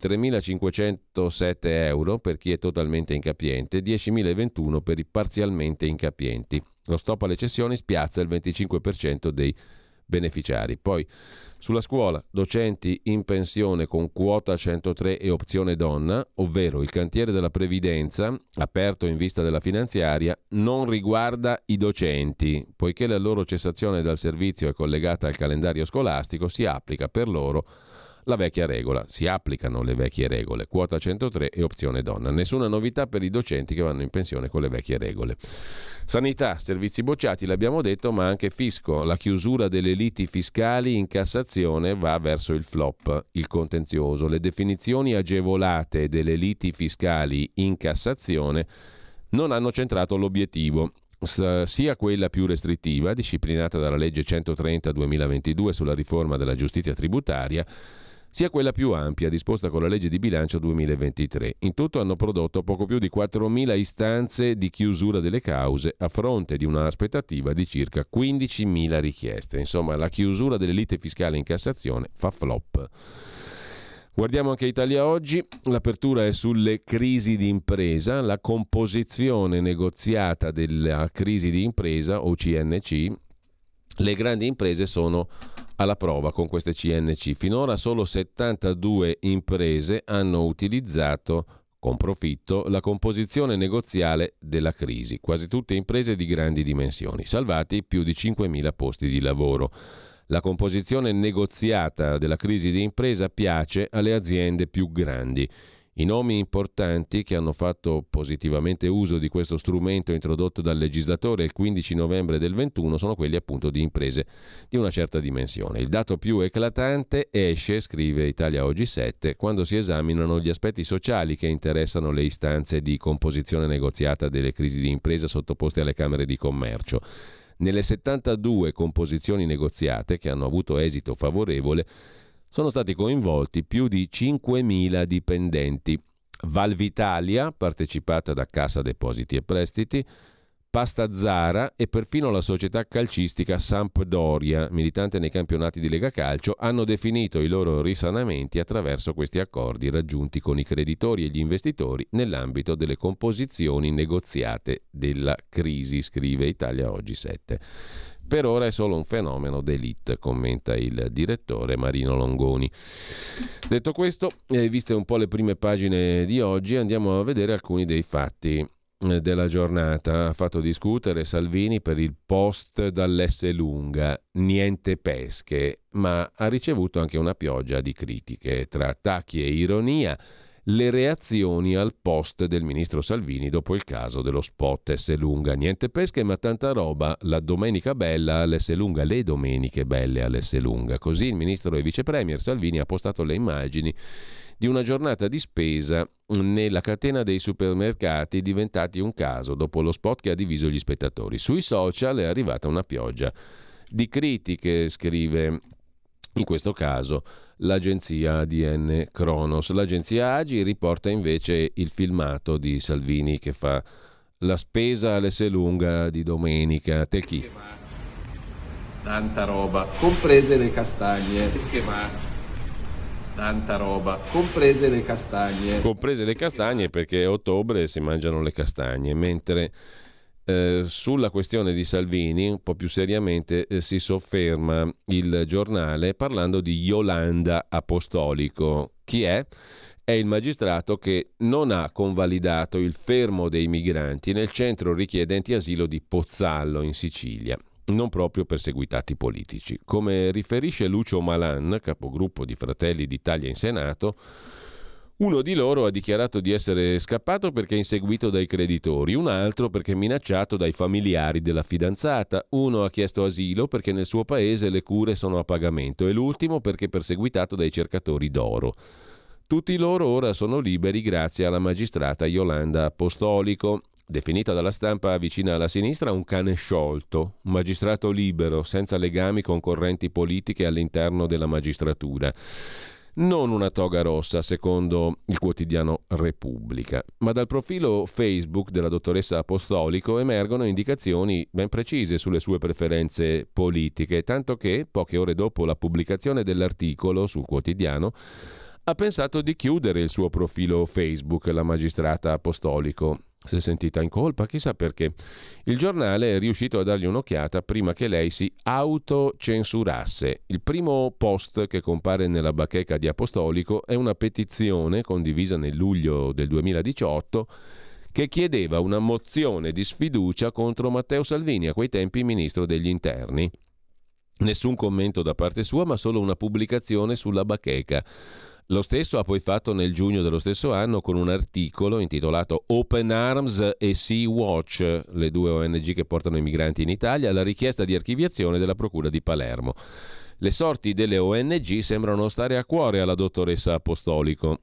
3.507 euro per chi è totalmente incapiente, 10.021 per i parzialmente incapienti. Lo stop alle cessioni spiazza il 25% dei beneficiari. Poi sulla scuola, docenti in pensione con quota 103 e opzione donna, ovvero il cantiere della previdenza, aperto in vista della finanziaria, non riguarda i docenti, poiché la loro cessazione dal servizio è collegata al calendario scolastico, si applica per loro la vecchia regola. Si applicano le vecchie regole, quota 103 e opzione donna. Nessuna novità per i docenti che vanno in pensione con le vecchie regole. Sanità, servizi bocciati, l'abbiamo detto, ma anche fisco. La chiusura delle liti fiscali in Cassazione va verso il flop, il contenzioso. Le definizioni agevolate delle liti fiscali in Cassazione non hanno centrato l'obiettivo. Sia quella più restrittiva, disciplinata dalla legge 130/2022 sulla riforma della giustizia tributaria, sia quella più ampia, disposta con la legge di bilancio 2023. In tutto hanno prodotto poco più di 4.000 istanze di chiusura delle cause, a fronte di una aspettativa di circa 15.000 richieste. Insomma, la chiusura delle liti fiscali in Cassazione fa flop. Guardiamo anche Italia Oggi. L'apertura è sulle crisi di impresa. La composizione negoziata della crisi di impresa, o CNC. Le grandi imprese sono alla prova con queste CNC. Finora solo 72 imprese hanno utilizzato con profitto la composizione negoziale della crisi, quasi tutte imprese di grandi dimensioni, salvati più di 5.000 posti di lavoro. La composizione negoziata della crisi di impresa piace alle aziende più grandi. I nomi importanti che hanno fatto positivamente uso di questo strumento introdotto dal legislatore il 15 novembre del 21 sono quelli appunto di imprese di una certa dimensione. Il dato più eclatante esce, scrive Italia Oggi 7, quando si esaminano gli aspetti sociali che interessano le istanze di composizione negoziata delle crisi di impresa sottoposte alle Camere di Commercio. Nelle 72 composizioni negoziate che hanno avuto esito favorevole sono stati coinvolti più di 5.000 dipendenti. Valvitalia, partecipata da Cassa Depositi e Prestiti, Pasta Zara e perfino la società calcistica Sampdoria, militante nei campionati di Lega Calcio, hanno definito i loro risanamenti attraverso questi accordi raggiunti con i creditori e gli investitori nell'ambito delle composizioni negoziate della crisi, scrive Italia Oggi 7. Per ora è solo un fenomeno d'élite, commenta il direttore Marino Longoni. Detto questo, viste un po' le prime pagine di oggi, andiamo a vedere alcuni dei fatti della giornata. Ha fatto discutere Salvini per il post dall'Esselunga, niente pesche, ma ha ricevuto anche una pioggia di critiche tra attacchi e ironia. le reazioni al post del ministro Salvini dopo il caso dello spot Esselunga. Niente pesche ma tanta roba, la domenica bella all'Esselunga, le domeniche belle all'Esselunga. Così il ministro e vice premier Salvini ha postato le immagini di una giornata di spesa nella catena dei supermercati diventati un caso dopo lo spot che ha diviso gli spettatori. Sui social è arrivata una pioggia di critiche, scrive in questo caso l'agenzia ADN Kronos. L'agenzia AGI riporta invece il filmato di Salvini che fa la spesa all'Esselunga di domenica. Te chi? Tanta roba, comprese le castagne. Tanta roba, comprese le castagne. Comprese le castagne perché a ottobre si mangiano le castagne, mentre sulla questione di Salvini, un po' più seriamente, si sofferma il giornale parlando di Iolanda Apostolico. Chi è? È il magistrato che non ha convalidato il fermo dei migranti nel centro richiedenti asilo di Pozzallo in Sicilia, non proprio perseguitati politici. Come riferisce Lucio Malan, capogruppo di Fratelli d'Italia in Senato, uno di loro ha dichiarato di essere scappato perché inseguito dai creditori, un altro perché minacciato dai familiari della fidanzata, uno ha chiesto asilo perché nel suo paese le cure sono a pagamento e l'ultimo perché perseguitato dai cercatori d'oro. Tutti loro ora sono liberi grazie alla magistrata Iolanda Apostolico, definita dalla stampa vicina alla sinistra un cane sciolto, un magistrato libero, senza legami con correnti politiche all'interno della magistratura. Non una toga rossa, secondo il quotidiano Repubblica, ma dal profilo Facebook della dottoressa Apostolico emergono indicazioni ben precise sulle sue preferenze politiche, tanto che, poche ore dopo la pubblicazione dell'articolo sul quotidiano, ha pensato di chiudere il suo profilo Facebook, la magistrata Apostolico. Si è sentita in colpa, chissà perché. Il giornale è riuscito a dargli un'occhiata prima che lei si autocensurasse. Il primo post che compare nella bacheca di Apostolico è una petizione condivisa nel luglio del 2018 che chiedeva una mozione di sfiducia contro Matteo Salvini, a quei tempi ministro degli interni. Nessun commento da parte sua, ma solo una pubblicazione sulla bacheca. Lo stesso ha poi fatto nel giugno dello stesso anno con un articolo intitolato Open Arms e Sea Watch, le due ONG che portano i migranti in Italia, la richiesta di archiviazione della Procura di Palermo. Le sorti delle ONG sembrano stare a cuore alla dottoressa Apostolico,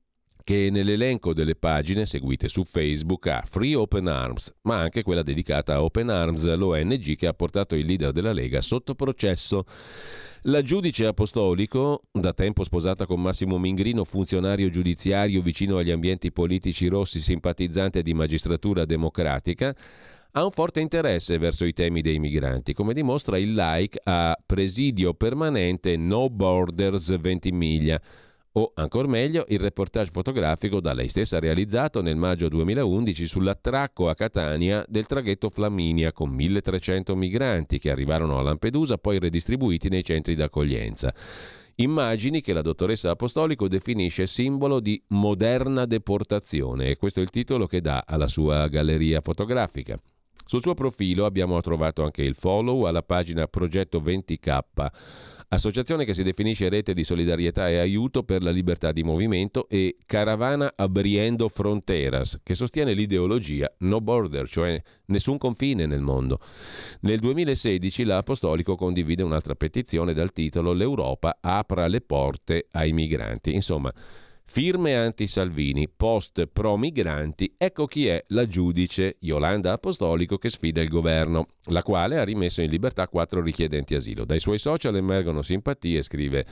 che nell'elenco delle pagine seguite su Facebook ha Free Open Arms, ma anche quella dedicata a Open Arms, l'ONG che ha portato il leader della Lega sotto processo. La giudice Apostolico, da tempo sposata con Massimo Mingrino, funzionario giudiziario vicino agli ambienti politici rossi, simpatizzante di Magistratura Democratica, ha un forte interesse verso i temi dei migranti, come dimostra il like a Presidio Permanente No Borders Ventimiglia, o ancor meglio il reportage fotografico da lei stessa realizzato nel maggio 2011 sull'attracco a Catania del traghetto Flaminia con 1.300 migranti che arrivarono a Lampedusa, poi redistribuiti nei centri d'accoglienza. Immagini che la dottoressa Apostolico definisce simbolo di moderna deportazione, e questo è il titolo che dà alla sua galleria fotografica. Sul suo profilo abbiamo trovato anche il follow alla pagina Progetto 20K, associazione che si definisce rete di solidarietà e aiuto per la libertà di movimento, e Caravana Abriendo Fronteras, che sostiene l'ideologia No Border, cioè nessun confine nel mondo. Nel 2016 l'Apostolico condivide un'altra petizione dal titolo L'Europa apra le porte ai migranti. Insomma, firme anti-Salvini, post pro-migranti, ecco chi è la giudice Iolanda Apostolico che sfida il governo, la quale ha rimesso in libertà 4 richiedenti asilo. Dai suoi social emergono simpatie, scrive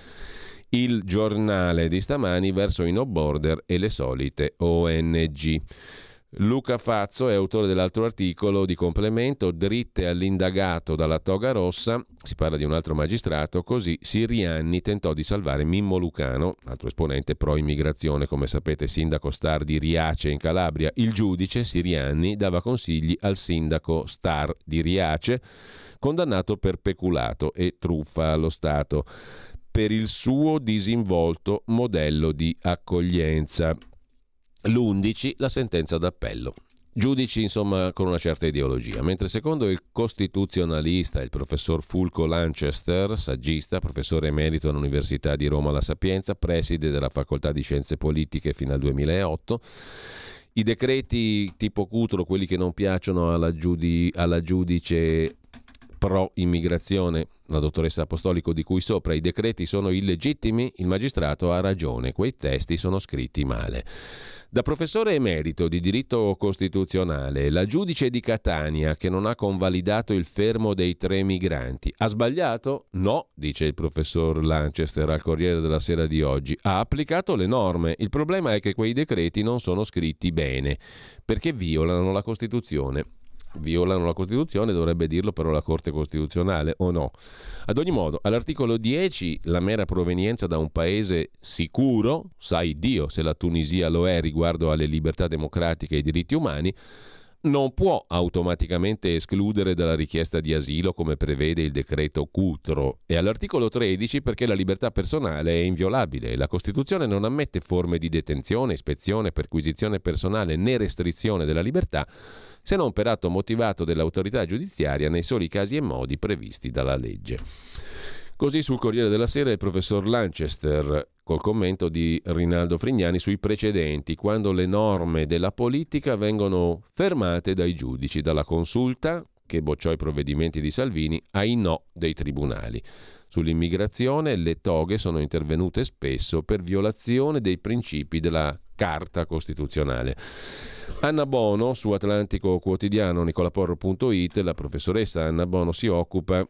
il giornale di stamani, verso i no border e le solite ONG. Luca Fazzo è autore dell'altro articolo di complemento, dritte all'indagato dalla toga rossa, si parla di un altro magistrato, così Sirianni tentò di salvare Mimmo Lucano, altro esponente pro-immigrazione, come sapete sindaco star di Riace in Calabria. Il giudice Sirianni dava consigli al sindaco star di Riace, condannato per peculato e truffa allo Stato, per il suo disinvolto modello di accoglienza. L'11 la sentenza d'appello. Giudici, insomma, con una certa ideologia. Mentre secondo il costituzionalista, il professor Fulco Lanchester, saggista, professore emerito all'Università di Roma La Sapienza, preside della Facoltà di Scienze Politiche fino al 2008, i decreti tipo Cutro, quelli che non piacciono alla giudice pro immigrazione, la dottoressa Apostolico di cui sopra, i decreti sono illegittimi, il magistrato ha ragione, quei testi sono scritti male. Da professore emerito di diritto costituzionale, la giudice di Catania che non ha convalidato il fermo dei 3 migranti, ha sbagliato? No, dice il professor Lanchester al Corriere della Sera di oggi, ha applicato le norme. Il problema è che quei decreti non sono scritti bene, perché violano la Costituzione. Violano la Costituzione, dovrebbe dirlo però la Corte Costituzionale, o no? Ad ogni modo, all'articolo 10 la mera provenienza da un paese sicuro, sai Dio se la Tunisia lo è riguardo alle libertà democratiche e ai diritti umani, non può automaticamente escludere dalla richiesta di asilo come prevede il decreto Cutro, e all'articolo 13 perché la libertà personale è inviolabile e la Costituzione non ammette forme di detenzione, ispezione, perquisizione personale né restrizione della libertà se non per atto motivato dell'autorità giudiziaria nei soli casi e modi previsti dalla legge. Così sul Corriere della Sera il professor Lanchester, col commento di Rinaldo Frignani sui precedenti, quando le norme della politica vengono fermate dai giudici, dalla Consulta, che bocciò i provvedimenti di Salvini, ai no dei tribunali. Sull'immigrazione le toghe sono intervenute spesso per violazione dei principi della Carta Costituzionale. Anna Bono, su Atlantico Quotidiano, nicolaporro.it, la professoressa Anna Bono si occupa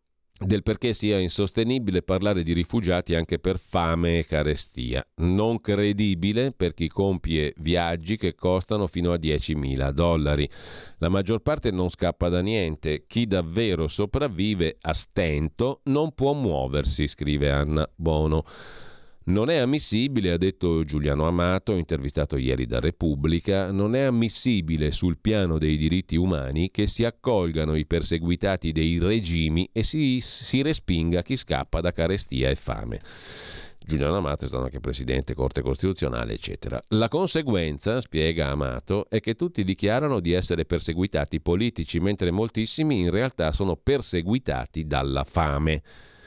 del perché sia insostenibile parlare di rifugiati anche per fame e carestia. Non credibile per chi compie viaggi che costano fino a $10.000. La maggior parte non scappa da niente. Chi davvero sopravvive a stento non può muoversi, scrive Anna Bono. Non è ammissibile, ha detto Giuliano Amato, intervistato ieri da Repubblica, non è ammissibile sul piano dei diritti umani che si accolgano i perseguitati dei regimi e si respinga chi scappa da carestia e fame. Giuliano Amato è stato anche presidente Corte Costituzionale, eccetera. La conseguenza, spiega Amato, è che tutti dichiarano di essere perseguitati politici, mentre moltissimi in realtà sono perseguitati dalla fame.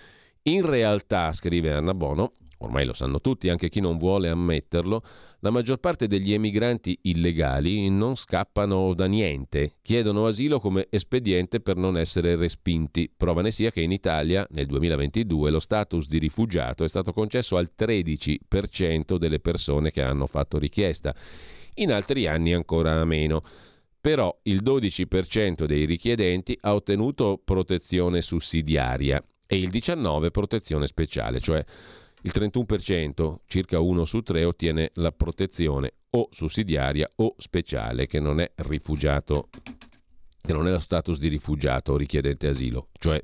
In realtà, scrive Anna Bono, ormai lo sanno tutti, anche chi non vuole ammetterlo, la maggior parte degli emigranti illegali non scappano da niente, chiedono asilo come espediente per non essere respinti. Prova ne sia che in Italia, nel 2022, lo status di rifugiato è stato concesso al 13% delle persone che hanno fatto richiesta, in altri anni ancora meno. Però il 12% dei richiedenti ha ottenuto protezione sussidiaria e il 19% protezione speciale, cioè il 31%, circa 1 su 3, ottiene la protezione o sussidiaria o speciale, che non è rifugiato, che non è lo status di rifugiato o richiedente asilo, cioè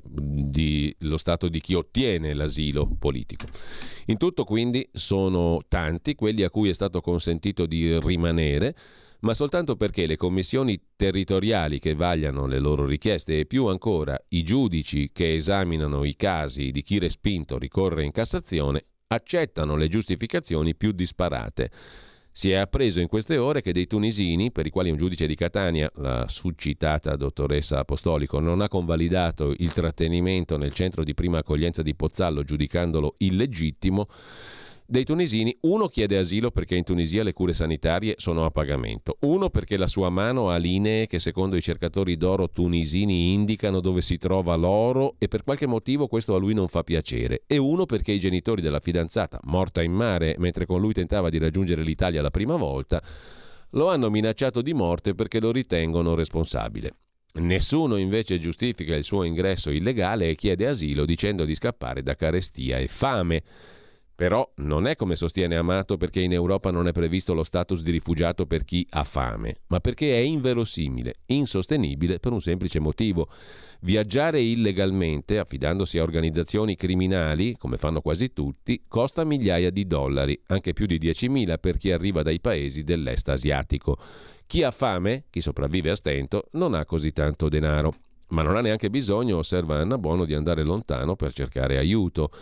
lo stato di chi ottiene l'asilo politico. In tutto, quindi, sono tanti quelli a cui è stato consentito di rimanere, ma soltanto perché le commissioni territoriali che vagliano le loro richieste e più ancora i giudici che esaminano i casi di chi respinto ricorre in Cassazione accettano le giustificazioni più disparate. Si è appreso in queste ore che dei tunisini, per i quali un giudice di Catania, la succitata dottoressa Apostolico, non ha convalidato il trattenimento nel centro di prima accoglienza di Pozzallo giudicandolo illegittimo, dei tunisini, uno chiede asilo perché in Tunisia le cure sanitarie sono a pagamento, uno perché la sua mano ha linee che secondo i cercatori d'oro tunisini indicano dove si trova l'oro e per qualche motivo questo a lui non fa piacere, e uno perché i genitori della fidanzata, morta in mare mentre con lui tentava di raggiungere l'Italia la prima volta, lo hanno minacciato di morte perché lo ritengono responsabile. Nessuno invece giustifica il suo ingresso illegale e chiede asilo dicendo di scappare da carestia e fame. Però non è come sostiene Amato perché in Europa non è previsto lo status di rifugiato per chi ha fame, ma perché è inverosimile, insostenibile per un semplice motivo. Viaggiare illegalmente, affidandosi a organizzazioni criminali, come fanno quasi tutti, costa migliaia di dollari, anche più di 10.000 per chi arriva dai paesi dell'est asiatico. Chi ha fame, chi sopravvive a stento, non ha così tanto denaro. Ma non ha neanche bisogno, osserva Anna Bono, di andare lontano per cercare aiuto.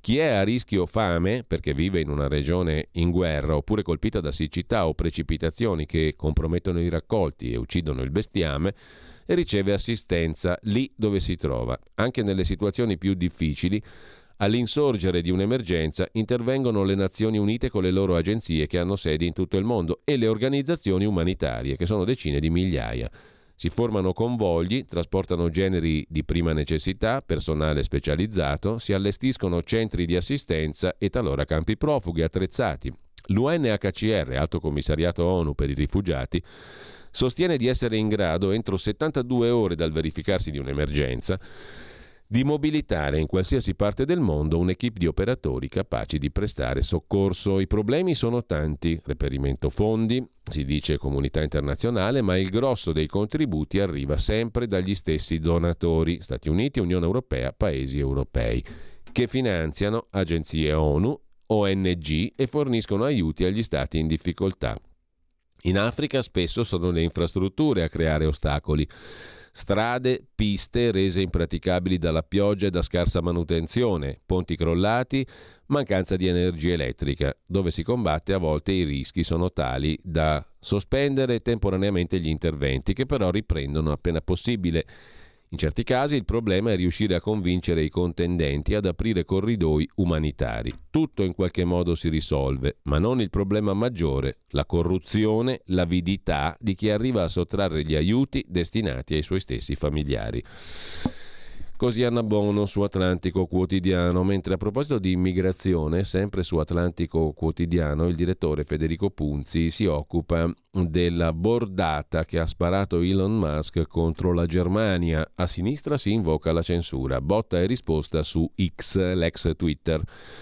Chi è a rischio fame perché vive in una regione in guerra oppure colpita da siccità o precipitazioni che compromettono i raccolti e uccidono il bestiame riceve assistenza lì dove si trova. Anche nelle situazioni più difficili, all'insorgere di un'emergenza intervengono le Nazioni Unite con le loro agenzie che hanno sedi in tutto il mondo e le organizzazioni umanitarie, che sono decine di migliaia. Si formano convogli, trasportano generi di prima necessità, personale specializzato, si allestiscono centri di assistenza e talora campi profughi attrezzati. L'UNHCR, Alto Commissariato ONU per i rifugiati, sostiene di essere in grado, entro 72 ore dal verificarsi di un'emergenza, di mobilitare in qualsiasi parte del mondo un'equipe di operatori capaci di prestare soccorso. I problemi sono tanti: reperimento fondi, si dice comunità internazionale, ma il grosso dei contributi arriva sempre dagli stessi donatori, Stati Uniti, Unione Europea, paesi europei, che finanziano agenzie ONU, ONG e forniscono aiuti agli stati in difficoltà. In Africa spesso sono le infrastrutture a creare ostacoli. Strade, piste rese impraticabili dalla pioggia e da scarsa manutenzione, ponti crollati, mancanza di energia elettrica. Dove si combatte a volte i rischi sono tali da sospendere temporaneamente gli interventi, che però riprendono appena possibile. In certi casi il problema è riuscire a convincere i contendenti ad aprire corridoi umanitari. Tutto in qualche modo si risolve, ma non il problema maggiore, la corruzione, l'avidità di chi arriva a sottrarre gli aiuti destinati ai suoi stessi familiari. Così Anna Bono su Atlantico Quotidiano. Mentre a proposito di immigrazione, sempre su Atlantico Quotidiano, il direttore Federico Punzi si occupa della bordata che ha sparato Elon Musk contro la Germania. A sinistra si invoca la censura. Botta e risposta su X, l'ex Twitter.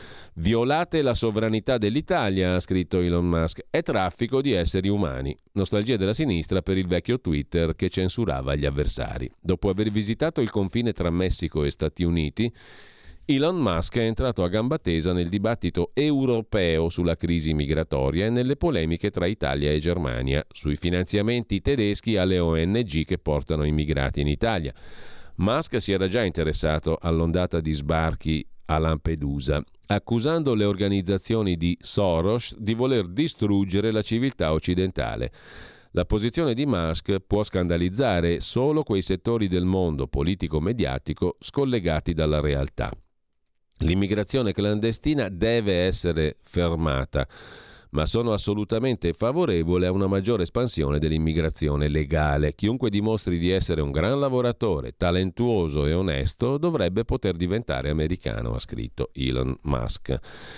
Violate la sovranità dell'Italia, ha scritto Elon Musk, è traffico di esseri umani. Nostalgia della sinistra per il vecchio Twitter che censurava gli avversari. Dopo aver visitato il confine tra Messico e Stati Uniti, Elon Musk è entrato a gamba tesa nel dibattito europeo sulla crisi migratoria e nelle polemiche tra Italia e Germania, sui finanziamenti tedeschi alle ONG che portano immigrati in Italia. Musk si era già interessato all'ondata di sbarchi a Lampedusa, accusando le organizzazioni di Soros di voler distruggere la civiltà occidentale. La posizione di Musk può scandalizzare solo quei settori del mondo politico-mediatico scollegati dalla realtà. L'immigrazione clandestina deve essere fermata, ma sono assolutamente favorevole a una maggiore espansione dell'immigrazione legale. Chiunque dimostri di essere un gran lavoratore, talentuoso e onesto dovrebbe poter diventare americano, ha scritto Elon Musk,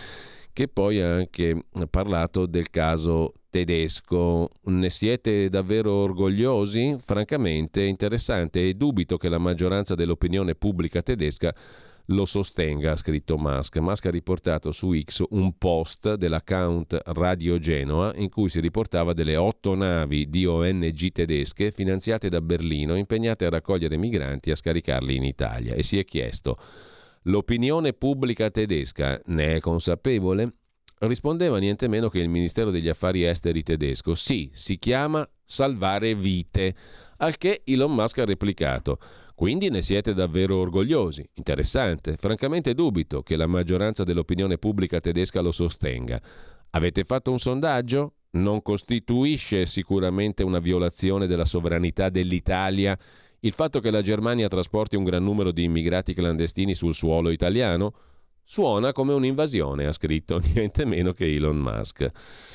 che poi ha anche parlato del caso tedesco. Ne siete davvero orgogliosi? Francamente è interessante e dubito che la maggioranza dell'opinione pubblica tedesca lo sostenga, ha scritto Musk. Musk ha riportato su X un post dell'account Radio Genoa in cui si riportava delle 8 navi di ONG tedesche finanziate da Berlino impegnate a raccogliere migranti e a scaricarli in Italia, e si è chiesto: l'opinione pubblica tedesca ne è consapevole? Rispondeva niente meno che il Ministero degli Affari Esteri tedesco: sì, si chiama salvare vite, al che Elon Musk ha replicato: quindi ne siete davvero orgogliosi? Interessante. Francamente dubito che la maggioranza dell'opinione pubblica tedesca lo sostenga. Avete fatto un sondaggio? Non costituisce sicuramente una violazione della sovranità dell'Italia il fatto che la Germania trasporti un gran numero di immigrati clandestini sul suolo italiano? Suona come un'invasione, ha scritto niente meno che Elon Musk.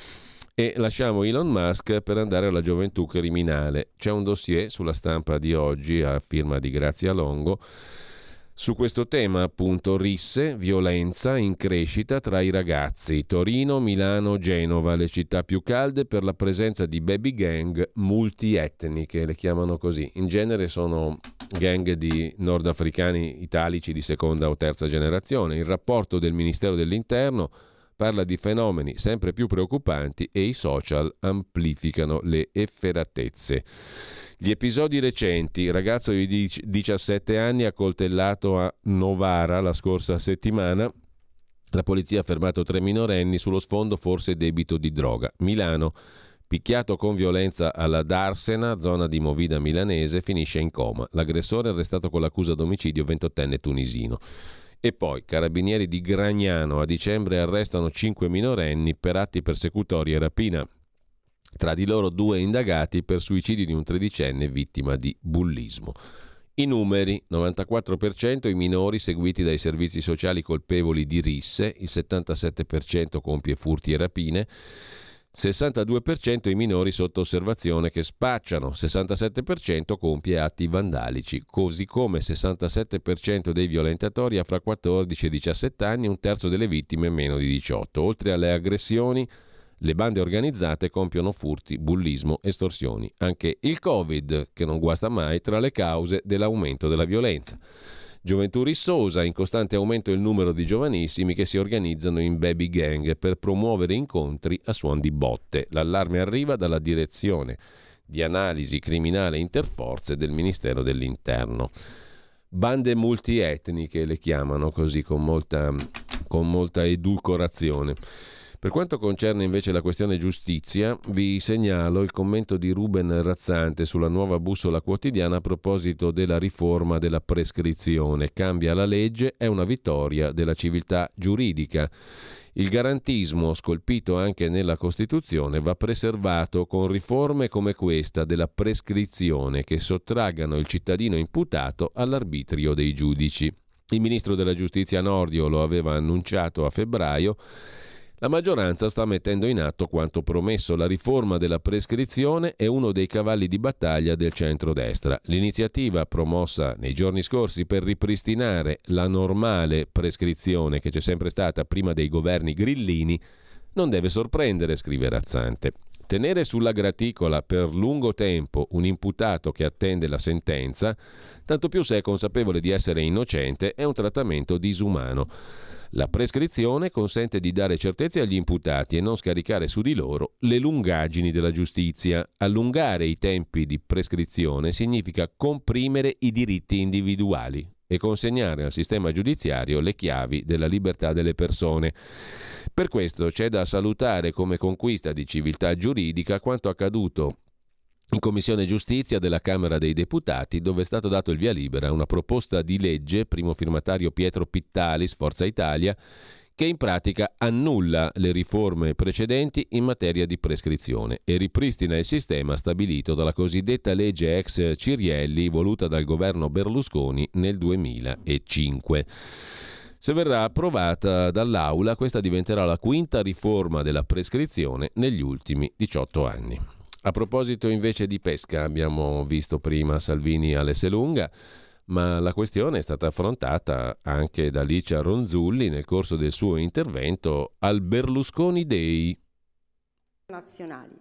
E lasciamo Elon Musk per andare alla gioventù criminale. C'è un dossier sulla Stampa di oggi a firma di Grazia Longo su questo tema, appunto, risse, violenza in crescita tra i ragazzi. Torino, Milano, Genova, le città più calde per la presenza di baby gang multietniche, le chiamano così. In genere sono gang di nordafricani italici di seconda o terza generazione. Il rapporto del Ministero dell'Interno parla di fenomeni sempre più preoccupanti e i social amplificano le efferatezze. Gli episodi recenti: ragazzo di 17 anni accoltellato a Novara la scorsa settimana, la polizia ha fermato 3 minorenni sullo sfondo forse debito di droga. Milano, picchiato con violenza alla Darsena, zona di Movida milanese, finisce in coma. L'aggressore è arrestato con l'accusa d'omicidio, 28enne tunisino. E poi, carabinieri di Gragnano a dicembre arrestano 5 minorenni per atti persecutori e rapina. Tra di loro 2 indagati per suicidio di un 13enne vittima di bullismo. I numeri: 94% i minori seguiti dai servizi sociali colpevoli di risse, il 77% compie furti e rapine, 62% i minori sotto osservazione che spacciano, 67% compie atti vandalici, così come 67% dei violentatori ha fra 14 e 17 anni, un terzo delle vittime meno di 18. Oltre alle aggressioni, le bande organizzate compiono furti, bullismo, estorsioni. Anche il Covid, che non guasta mai, tra le cause dell'aumento della violenza. Gioventù rissosa, in costante aumento il numero di giovanissimi che si organizzano in baby gang per promuovere incontri a suon di botte. L'allarme arriva dalla direzione di analisi criminale interforze del Ministero dell'Interno. Bande multietniche le chiamano così, con molta edulcorazione. Per quanto concerne invece la questione giustizia, vi segnalo il commento di Ruben Razzante sulla Nuova Bussola Quotidiana a proposito della riforma della prescrizione. Cambia la legge, è una vittoria della civiltà giuridica. Il garantismo, scolpito anche nella Costituzione, va preservato con riforme come questa della prescrizione che sottraggano il cittadino imputato all'arbitrio dei giudici. Il ministro della Giustizia Nordio lo aveva annunciato a febbraio. La maggioranza sta mettendo in atto quanto promesso. La riforma della prescrizione è uno dei cavalli di battaglia del centrodestra. L'iniziativa promossa nei giorni scorsi per ripristinare la normale prescrizione che c'è sempre stata prima dei governi grillini non deve sorprendere, scrive Razzante. Tenere sulla graticola per lungo tempo un imputato che attende la sentenza, tanto più se è consapevole di essere innocente, è un trattamento disumano. La prescrizione consente di dare certezze agli imputati e non scaricare su di loro le lungaggini della giustizia. Allungare i tempi di prescrizione significa comprimere i diritti individuali e consegnare al sistema giudiziario le chiavi della libertà delle persone. Per questo c'è da salutare come conquista di civiltà giuridica quanto accaduto in Commissione Giustizia della Camera dei Deputati, dove è stato dato il via libera a una proposta di legge, primo firmatario Pietro Pittalis, Forza Italia, che in pratica annulla le riforme precedenti in materia di prescrizione e ripristina il sistema stabilito dalla cosiddetta legge ex Cirielli, voluta dal governo Berlusconi nel 2005. Se verrà approvata dall'Aula, questa diventerà la quinta riforma della prescrizione negli ultimi 18 anni. A proposito invece di pesca, abbiamo visto prima Salvini all'Esselunga, ma la questione è stata affrontata anche da Licia Ronzulli nel corso del suo intervento al Berlusconi Day. Nazionali.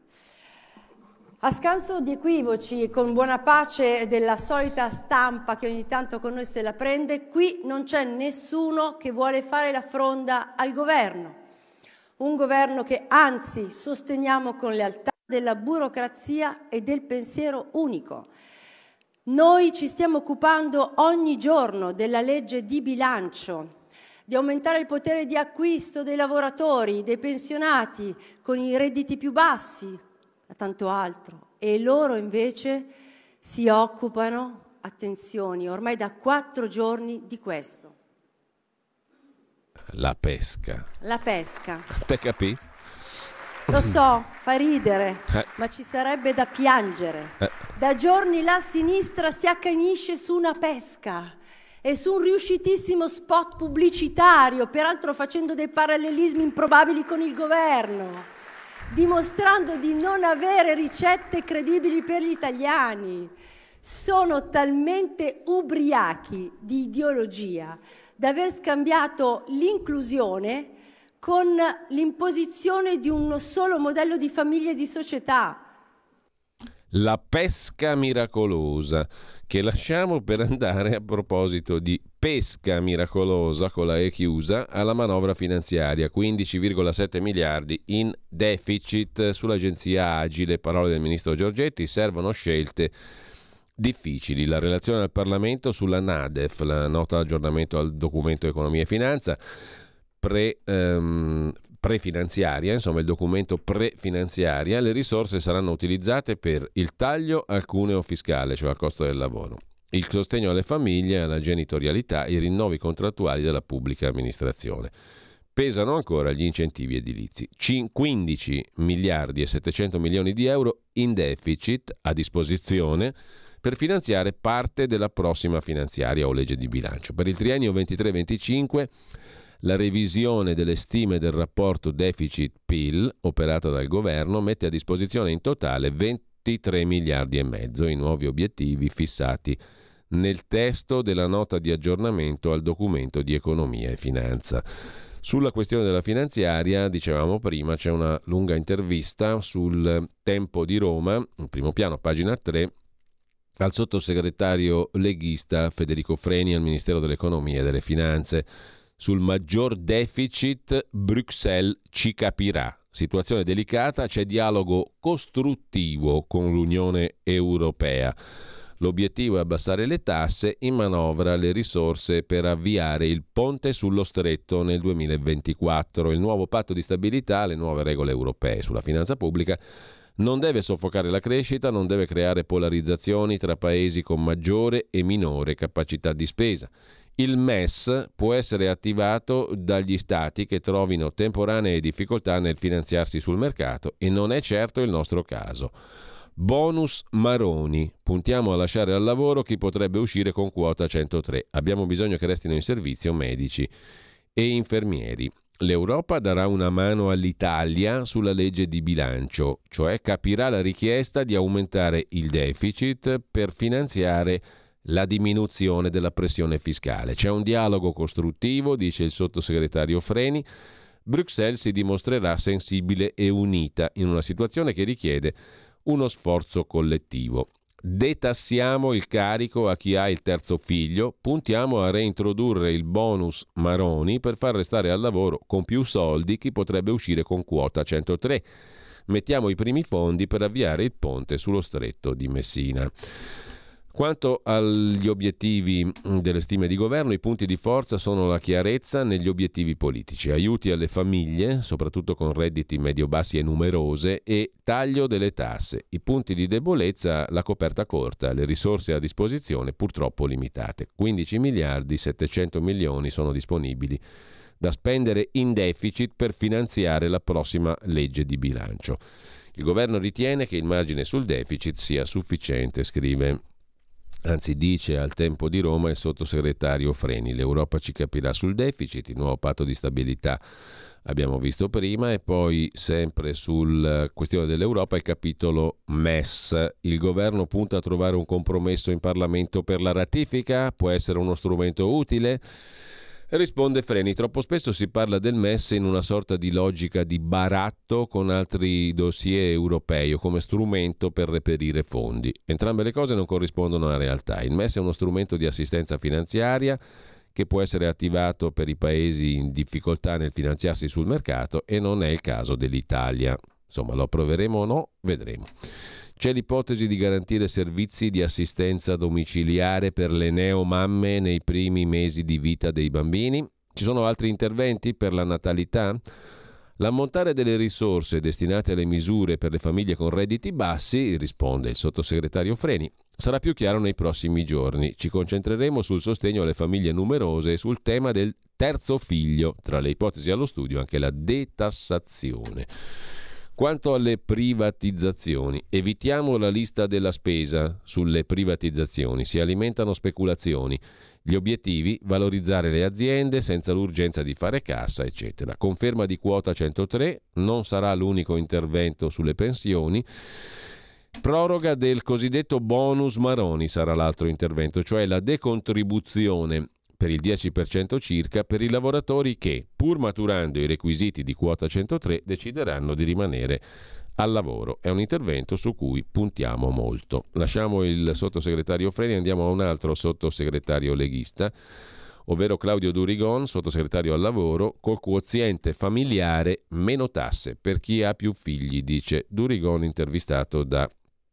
A scanso di equivoci e con buona pace della solita stampa che ogni tanto con noi se la prende, qui non c'è nessuno che vuole fare la fronda al governo. Un governo che anzi sosteniamo con lealtà della burocrazia e del pensiero unico. Noi ci stiamo occupando ogni giorno della legge di bilancio, di aumentare il potere di acquisto dei lavoratori, dei pensionati con i redditi più bassi, a tanto altro. E loro invece si occupano, attenzione, ormai da 4 giorni di questo. La pesca. La pesca. Te capì? Lo so, fa ridere, ma ci sarebbe da piangere. Da giorni la sinistra si accanisce su una pesca e su un riuscitissimo spot pubblicitario, peraltro facendo dei parallelismi improbabili con il governo, dimostrando di non avere ricette credibili per gli italiani. Sono talmente ubriachi di ideologia da aver scambiato l'inclusione con l'imposizione di un solo modello di famiglia e di società. La pesca miracolosa, che lasciamo per andare a proposito di pesca miracolosa con la E chiusa alla manovra finanziaria, 15,7 miliardi in deficit sull'agenzia Agile, parole del ministro Giorgetti, servono scelte difficili. La relazione al Parlamento sulla NADEF, la nota aggiornamento al documento Economia e Finanza, prefinanziaria, insomma il documento prefinanziaria, le risorse saranno utilizzate per il taglio al cuneo fiscale, cioè al costo del lavoro, il sostegno alle famiglie, alla genitorialità, i rinnovi contrattuali della pubblica amministrazione. Pesano ancora gli incentivi edilizi. 15 miliardi e 700 milioni di euro in deficit a disposizione per finanziare parte della prossima finanziaria o legge di bilancio. Per il triennio 23-25 la revisione delle stime del rapporto deficit-PIL operata dal governo mette a disposizione in totale 23 miliardi e mezzo, i nuovi obiettivi fissati nel testo della nota di aggiornamento al documento di economia e finanza. Sulla questione della finanziaria, dicevamo prima, c'è una lunga intervista sul Tempo di Roma, in primo piano, pagina 3, al sottosegretario leghista Federico Freni al Ministero dell'Economia e delle Finanze. Sul maggior deficit Bruxelles ci capirà. Situazione delicata, c'è dialogo costruttivo con l'Unione Europea. L'obiettivo è abbassare le tasse, in manovra le risorse per avviare il ponte sullo stretto nel 2024. Il nuovo patto di stabilità, le nuove regole europee sulla finanza pubblica, non deve soffocare la crescita, non deve creare polarizzazioni tra paesi con maggiore e minore capacità di spesa. Il MES può essere attivato dagli stati che trovino temporanee difficoltà nel finanziarsi sul mercato e non è certo il nostro caso. Bonus Maroni. Puntiamo a lasciare al lavoro chi potrebbe uscire con quota 103. Abbiamo bisogno che restino in servizio medici e infermieri. L'Europa darà una mano all'Italia sulla legge di bilancio, cioè capirà la richiesta di aumentare il deficit per finanziare la diminuzione della pressione fiscale. C'è un dialogo costruttivo, dice il sottosegretario Freni. Bruxelles si dimostrerà sensibile e unita in una situazione che richiede uno sforzo collettivo. Detassiamo il carico a chi ha il terzo figlio, puntiamo a reintrodurre il bonus Maroni per far restare al lavoro con più soldi chi potrebbe uscire con quota 103. Mettiamo i primi fondi per avviare il ponte sullo stretto di Messina. Quanto agli obiettivi delle stime di governo, i punti di forza sono la chiarezza negli obiettivi politici, aiuti alle famiglie, soprattutto con redditi medio-bassi e numerose, e taglio delle tasse. I punti di debolezza, la coperta corta, le risorse a disposizione purtroppo limitate. 15 miliardi 700 milioni sono disponibili da spendere in deficit per finanziare la prossima legge di bilancio. Il governo ritiene che il margine sul deficit sia sufficiente, scrive. Anzi, dice al Tempo di Roma il sottosegretario Freni, l'Europa ci capirà sul deficit, il nuovo patto di stabilità abbiamo visto prima, e poi sempre sulla questione dell'Europa il capitolo MES. Il governo punta a trovare un compromesso in Parlamento per la ratifica, può essere uno strumento utile? Risponde Freni, troppo spesso si parla del MES in una sorta di logica di baratto con altri dossier europei o come strumento per reperire fondi. Entrambe le cose non corrispondono alla realtà. Il MES è uno strumento di assistenza finanziaria che può essere attivato per i paesi in difficoltà nel finanziarsi sul mercato e non è il caso dell'Italia. Insomma, lo approveremo o no? Vedremo. C'è l'ipotesi di garantire servizi di assistenza domiciliare per le neomamme nei primi mesi di vita dei bambini? Ci sono altri interventi per la natalità? L'ammontare delle risorse destinate alle misure per le famiglie con redditi bassi, risponde il sottosegretario Freni, sarà più chiaro nei prossimi giorni. Ci concentreremo sul sostegno alle famiglie numerose e sul tema del terzo figlio, tra le ipotesi allo studio anche la detassazione. Quanto alle privatizzazioni, evitiamo la lista della spesa sulle privatizzazioni, si alimentano speculazioni. Gli obiettivi, valorizzare le aziende senza l'urgenza di fare cassa, eccetera. Conferma di quota 103, non sarà l'unico intervento sulle pensioni. Proroga del cosiddetto bonus Maroni sarà l'altro intervento, cioè la decontribuzione per il 10% circa per i lavoratori che, pur maturando i requisiti di quota 103, decideranno di rimanere al lavoro. È un intervento su cui puntiamo molto. Lasciamo il sottosegretario Freni e andiamo a un altro sottosegretario leghista, ovvero Claudio Durigon, sottosegretario al lavoro, col quoziente familiare meno tasse per chi ha più figli, dice Durigon, intervistato da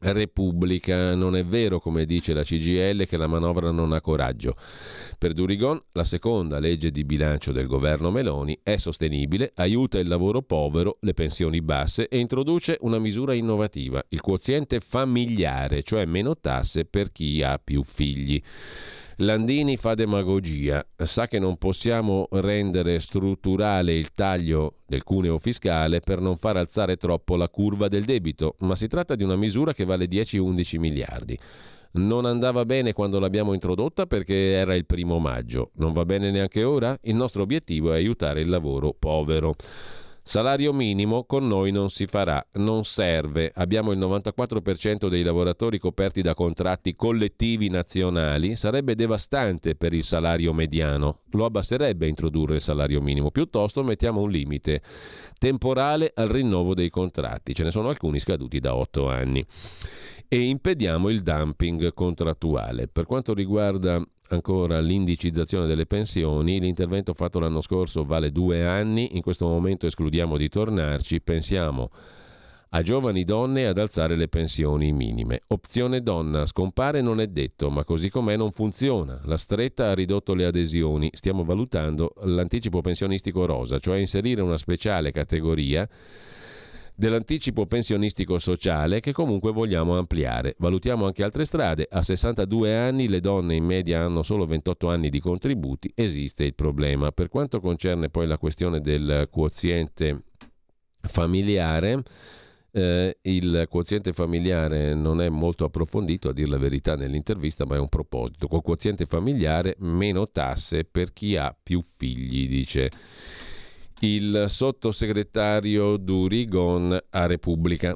Repubblica. Non è vero, come dice la CGIL, che la manovra non ha coraggio. Per Durigon, la seconda legge di bilancio del governo Meloni è sostenibile, aiuta il lavoro povero, le pensioni basse e introduce una misura innovativa, il quoziente familiare, cioè meno tasse per chi ha più figli. Landini fa demagogia, sa che non possiamo rendere strutturale il taglio del cuneo fiscale per non far alzare troppo la curva del debito, ma si tratta di una misura che vale 10-11 miliardi. Non andava bene quando l'abbiamo introdotta perché era il 1° maggio. Non va bene neanche ora? Il nostro obiettivo è aiutare il lavoro povero. Salario minimo con noi non si farà, non serve. Abbiamo il 94% dei lavoratori coperti da contratti collettivi nazionali. Sarebbe devastante per il salario mediano. Lo abbasserebbe introdurre il salario minimo. Piuttosto mettiamo un limite temporale al rinnovo dei contratti. Ce ne sono alcuni scaduti da 8 anni. E impediamo il dumping contrattuale. Per quanto riguarda ancora l'indicizzazione delle pensioni, l'intervento fatto l'anno scorso vale 2 anni, in questo momento escludiamo di tornarci, pensiamo a giovani donne ad alzare le pensioni minime. Opzione donna scompare, non è detto, ma così com'è non funziona. La stretta ha ridotto le adesioni, stiamo valutando l'anticipo pensionistico rosa, cioè inserire una speciale categoria dell'anticipo pensionistico sociale che comunque vogliamo ampliare. Valutiamo anche altre strade. A 62 anni le donne in media hanno solo 28 anni di contributi, esiste il problema. Per quanto concerne poi la questione del quoziente familiare, il quoziente familiare non è molto approfondito, a dir la verità, nell'intervista, ma è un proposito. Col quoziente familiare meno tasse per chi ha più figli, dice il sottosegretario Durigon a Repubblica.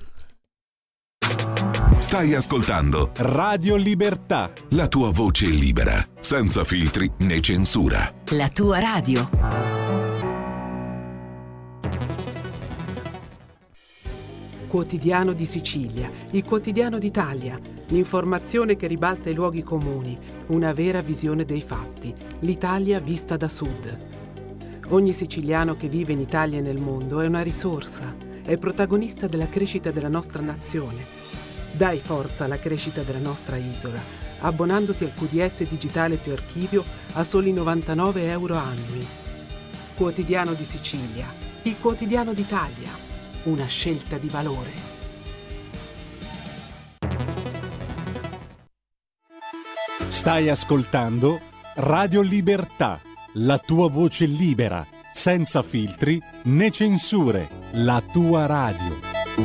Stai ascoltando Radio Libertà. la tua voce libera, senza filtri né censura. La tua radio. Quotidiano di Sicilia, il quotidiano d'Italia, l'informazione che ribalta i luoghi comuni, una vera visione dei fatti, l'Italia vista da sud. Ogni siciliano che vive in Italia e nel mondo è una risorsa, è protagonista della crescita della nostra nazione. Dai forza alla crescita della nostra isola, abbonandoti al QDS digitale più archivio a soli 99 euro annui. Quotidiano di Sicilia, il quotidiano d'Italia, una scelta di valore. Stai ascoltando Radio Libertà, la tua voce libera, senza filtri né censure, la tua radio.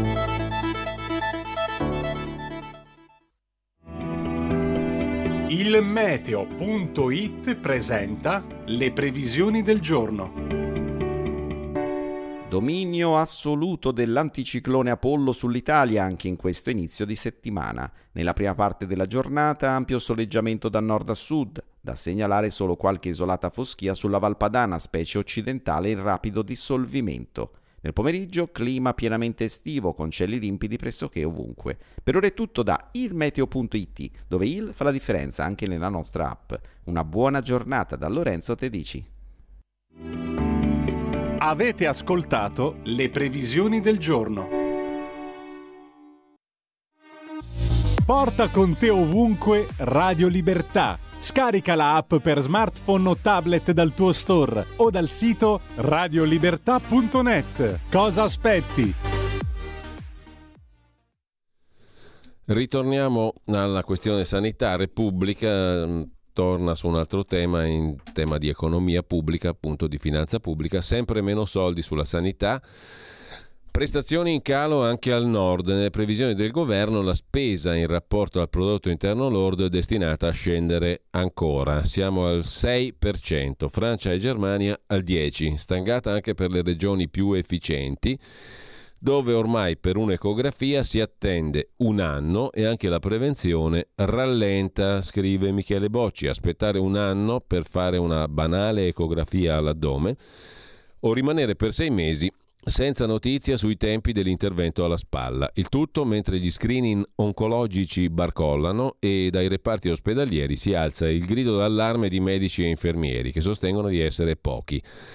Il meteo.it presenta le previsioni del giorno. Dominio assoluto dell'anticiclone Apollo sull'Italia anche in questo inizio di settimana. Nella prima parte della giornata ampio soleggiamento da nord a sud, da segnalare solo qualche isolata foschia sulla Valpadana, specie occidentale, in rapido dissolvimento. Nel pomeriggio clima pienamente estivo con cieli limpidi pressoché ovunque. Per ora è tutto da ilmeteo.it, dove il fa la differenza anche nella nostra app. Una buona giornata da Lorenzo Tedici. Avete ascoltato Le previsioni del giorno. Porta con te ovunque Radio Libertà. Scarica la app per smartphone o tablet dal tuo store o dal sito radiolibertà.net. Cosa aspetti? Ritorniamo alla questione sanità. Repubblica torna su un altro tema, in tema di economia pubblica, appunto di finanza pubblica, sempre meno soldi sulla sanità, prestazioni in calo anche al nord. Nelle previsioni del governo la spesa in rapporto al prodotto interno lordo è destinata a scendere ancora, siamo al 6%, Francia e Germania al 10%, stangata anche per le regioni più efficienti, dove ormai per un'ecografia si attende un anno e anche la prevenzione rallenta, scrive Michele Bocci. Aspettare un anno per fare una banale ecografia all'addome o rimanere per 6 mesi senza notizia sui tempi dell'intervento alla spalla. Il tutto mentre gli screening oncologici barcollano e dai reparti ospedalieri si alza il grido d'allarme di medici e infermieri che sostengono di essere pochi.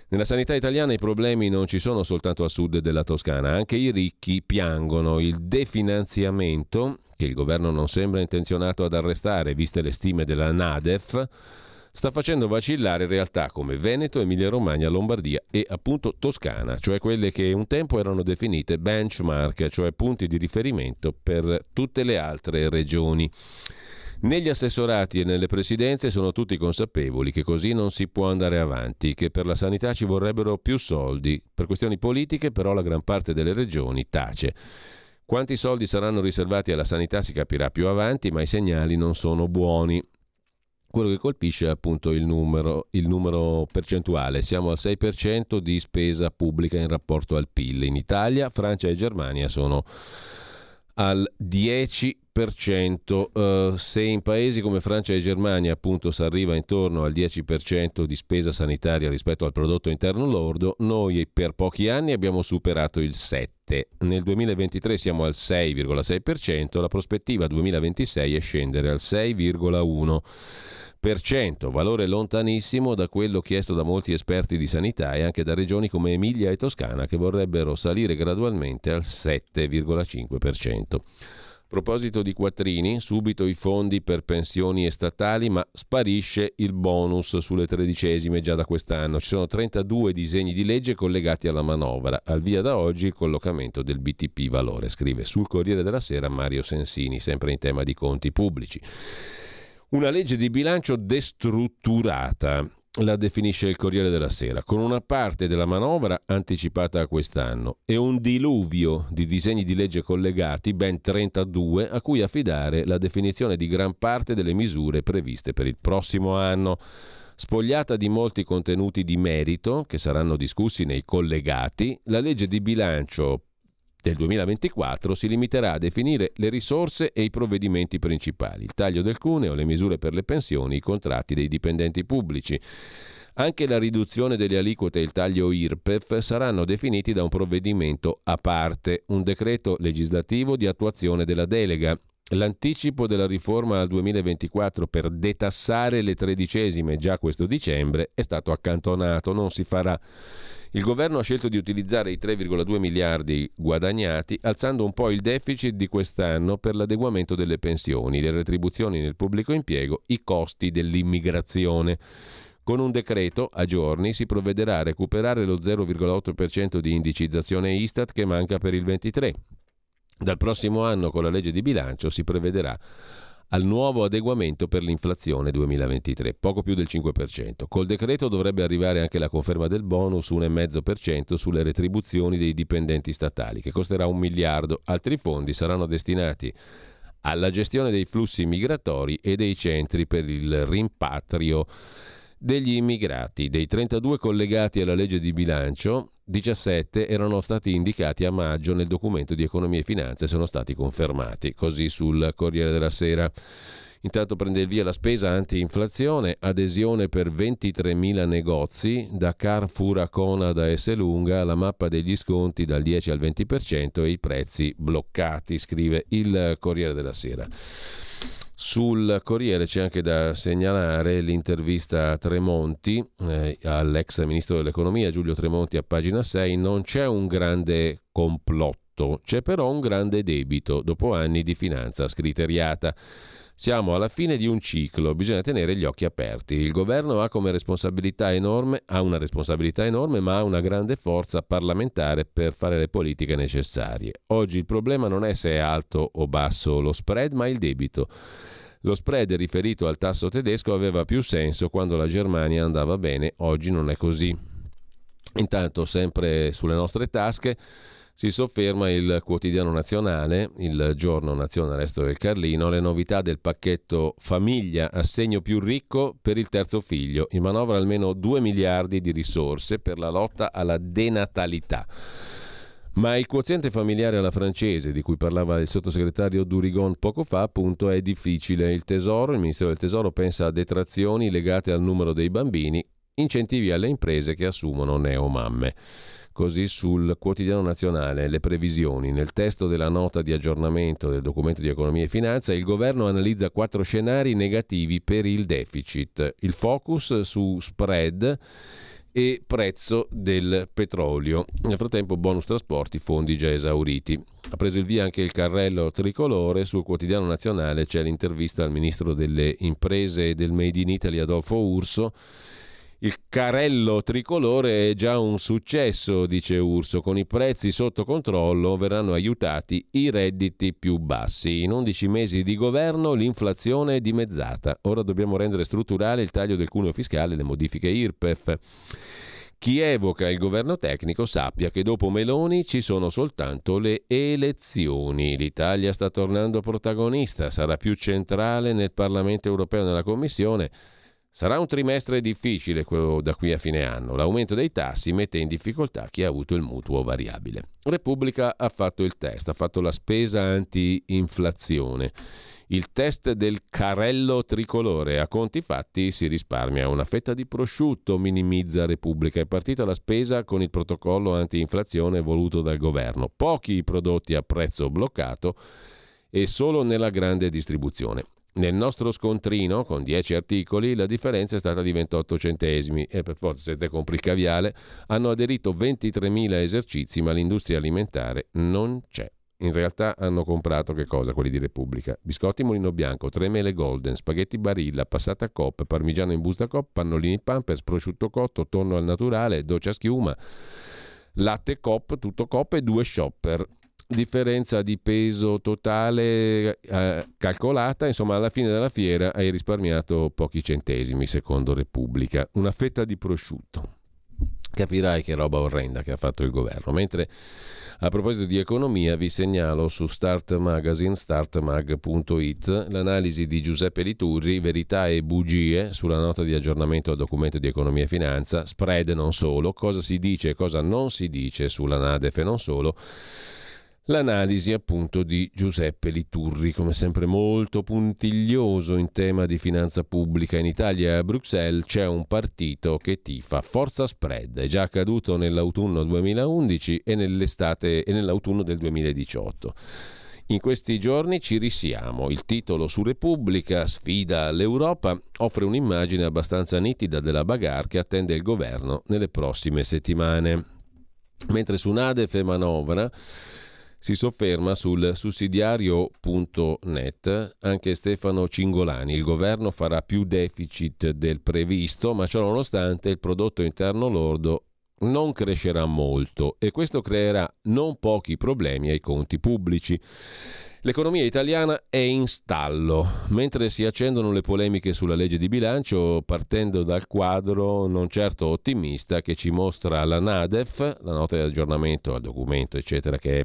Nella sanità italiana i problemi non ci sono soltanto a sud della Toscana, anche i ricchi piangono. Il definanziamento, che il governo non sembra intenzionato ad arrestare, viste le stime della NADEF, sta facendo vacillare realtà come Veneto, Emilia-Romagna, Lombardia e appunto Toscana, cioè quelle che un tempo erano definite benchmark, cioè punti di riferimento per tutte le altre regioni. Negli assessorati e nelle presidenze sono tutti consapevoli che così non si può andare avanti, che per la sanità ci vorrebbero più soldi. Per questioni politiche però la gran parte delle regioni tace. Quanti soldi saranno riservati alla sanità si capirà più avanti, ma i segnali non sono buoni. Quello che colpisce è appunto il numero percentuale. Siamo al 6% di spesa pubblica in rapporto al PIL. In Italia, Francia e Germania sono al 10%. Se in paesi come Francia e Germania appunto si arriva intorno al 10% di spesa sanitaria rispetto al prodotto interno lordo, noi per pochi anni abbiamo superato il 7%. Nel 2023 siamo al 6,6%, la prospettiva 2026 è scendere al 6,1%, valore lontanissimo da quello chiesto da molti esperti di sanità e anche da regioni come Emilia e Toscana che vorrebbero salire gradualmente al 7,5%. A proposito di quattrini, subito i fondi per pensioni statali, ma sparisce il bonus sulle tredicesime già da quest'anno. Ci sono 32 disegni di legge collegati alla manovra. Al via da oggi il collocamento del BTP Valore, scrive sul Corriere della Sera Mario Sensini, sempre in tema di conti pubblici. Una legge di bilancio destrutturata, la definisce il Corriere della Sera, con una parte della manovra anticipata a quest'anno e un diluvio di disegni di legge collegati, ben 32, a cui affidare la definizione di gran parte delle misure previste per il prossimo anno. Spogliata di molti contenuti di merito, che saranno discussi nei collegati, la legge di bilancio del 2024 si limiterà a definire le risorse e i provvedimenti principali, il taglio del cuneo, le misure per le pensioni, i contratti dei dipendenti pubblici. Anche la riduzione delle aliquote e il taglio IRPEF saranno definiti da un provvedimento a parte, un decreto legislativo di attuazione della delega. L'anticipo della riforma al 2024 per detassare le tredicesime già questo dicembre è stato accantonato, non si farà. Il governo ha scelto di utilizzare i 3,2 miliardi guadagnati alzando un po' il deficit di quest'anno per l'adeguamento delle pensioni, le retribuzioni nel pubblico impiego, i costi dell'immigrazione. Con un decreto a giorni si provvederà a recuperare lo 0,8% di indicizzazione Istat che manca per il 23. Dal prossimo anno con la legge di bilancio si prevederà al nuovo adeguamento per l'inflazione 2023, poco più del 5%. Col decreto dovrebbe arrivare anche la conferma del bonus 1,5% sulle retribuzioni dei dipendenti statali, che costerà 1 miliardo. Altri fondi saranno destinati alla gestione dei flussi migratori e dei centri per il rimpatrio degli immigrati. Dei 32 collegati alla legge di bilancio, 17 erano stati indicati a maggio nel documento di economia e finanza e sono stati confermati, così sul Corriere della Sera. Intanto prende il via la spesa anti-inflazione, adesione per 23.000 negozi, da Carrefour a Conad a Esselunga, la mappa degli sconti dal 10 al 20% e i prezzi bloccati, scrive il Corriere della Sera. Sul Corriere c'è anche da segnalare l'intervista a Tremonti, all'ex ministro dell'economia Giulio Tremonti a pagina 6. Non c'è un grande complotto, c'è però un grande debito dopo anni di finanza scriteriata. Siamo alla fine di un ciclo, bisogna tenere gli occhi aperti. Il governo ha una responsabilità enorme, ma ha una grande forza parlamentare per fare le politiche necessarie. Oggi il problema non è se è alto o basso lo spread, ma il debito. Lo spread riferito al tasso tedesco aveva più senso quando la Germania andava bene, oggi non è così. Intanto, sempre sulle nostre tasche, si sofferma il Quotidiano Nazionale, il Giorno Nazione Resto del Carlino, le novità del pacchetto famiglia, assegno più ricco per il terzo figlio, in manovra almeno 2 miliardi di risorse per la lotta alla denatalità. Ma il quoziente familiare alla francese, di cui parlava il sottosegretario Durigon poco fa, appunto, è difficile. Il Ministero del Tesoro pensa a detrazioni legate al numero dei bambini, incentivi alle imprese che assumono neomamme. Così sul Quotidiano Nazionale le previsioni. Nel testo della nota di aggiornamento del documento di economia e finanza il governo analizza 4 scenari negativi per il deficit. Il focus su spread e prezzo del petrolio. Nel frattempo bonus trasporti, fondi già esauriti. Ha preso il via anche il carrello tricolore. Sul quotidiano nazionale c'è l'intervista al ministro delle imprese e del Made in Italy Adolfo Urso. Il carrello tricolore è già un successo, dice Urso. Con i prezzi sotto controllo verranno aiutati i redditi più bassi. In 11 mesi di governo l'inflazione è dimezzata. Ora dobbiamo rendere strutturale il taglio del cuneo fiscale e le modifiche IRPEF. Chi evoca il governo tecnico sappia che dopo Meloni ci sono soltanto le elezioni. L'Italia sta tornando protagonista, sarà più centrale nel Parlamento europeo e nella Commissione. Sarà un trimestre difficile quello da qui a fine anno. L'aumento dei tassi mette in difficoltà chi ha avuto il mutuo variabile. Repubblica ha fatto il test, ha fatto la spesa anti-inflazione. Il test del carrello tricolore. A conti fatti si risparmia una fetta di prosciutto, minimizza Repubblica. È partita la spesa con il protocollo anti-inflazione voluto dal governo. Pochi i prodotti a prezzo bloccato e solo nella grande distribuzione. Nel nostro scontrino, con 10 articoli, la differenza è stata di 28 centesimi e per forza, se te compri il caviale, hanno aderito 23.000 esercizi, ma l'industria alimentare non c'è. In realtà hanno comprato che cosa quelli di Repubblica? Biscotti Mulino Bianco, 3 mele Golden, spaghetti Barilla, passata Coop, parmigiano in busta Coop, pannolini Pampers, prosciutto cotto, tonno al naturale, dolce a schiuma, latte Coop, tutto Coop e 2 shopper. Differenza di peso totale calcolata, insomma alla fine della fiera hai risparmiato pochi centesimi secondo Repubblica, una fetta di prosciutto. Capirai che roba orrenda che ha fatto il governo. Mentre a proposito di economia vi segnalo su Start Magazine, startmag.it, l'analisi di Giuseppe Liturri, verità e bugie sulla nota di aggiornamento al documento di economia e finanza, spread non solo, cosa si dice e cosa non si dice sulla NADEF e non solo. L'analisi appunto di Giuseppe Liturri, come sempre molto puntiglioso in tema di finanza pubblica. In Italia e a Bruxelles c'è un partito che tifa Forza Spread, è già accaduto nell'autunno 2011 e nell'estate e nell'autunno del 2018. In questi giorni ci risiamo. Il titolo su Repubblica, sfida all'Europa, offre un'immagine abbastanza nitida della bagarre che attende il governo nelle prossime settimane. Mentre su NADEF e manovra si sofferma sul sussidiario.net anche Stefano Cingolani. Il governo farà più deficit del previsto, ma ciò nonostante il prodotto interno lordo non crescerà molto e questo creerà non pochi problemi ai conti pubblici. L'economia italiana è in stallo, mentre si accendono le polemiche sulla legge di bilancio, partendo dal quadro non certo ottimista che ci mostra la NADEF, la nota di aggiornamento al documento, eccetera, che è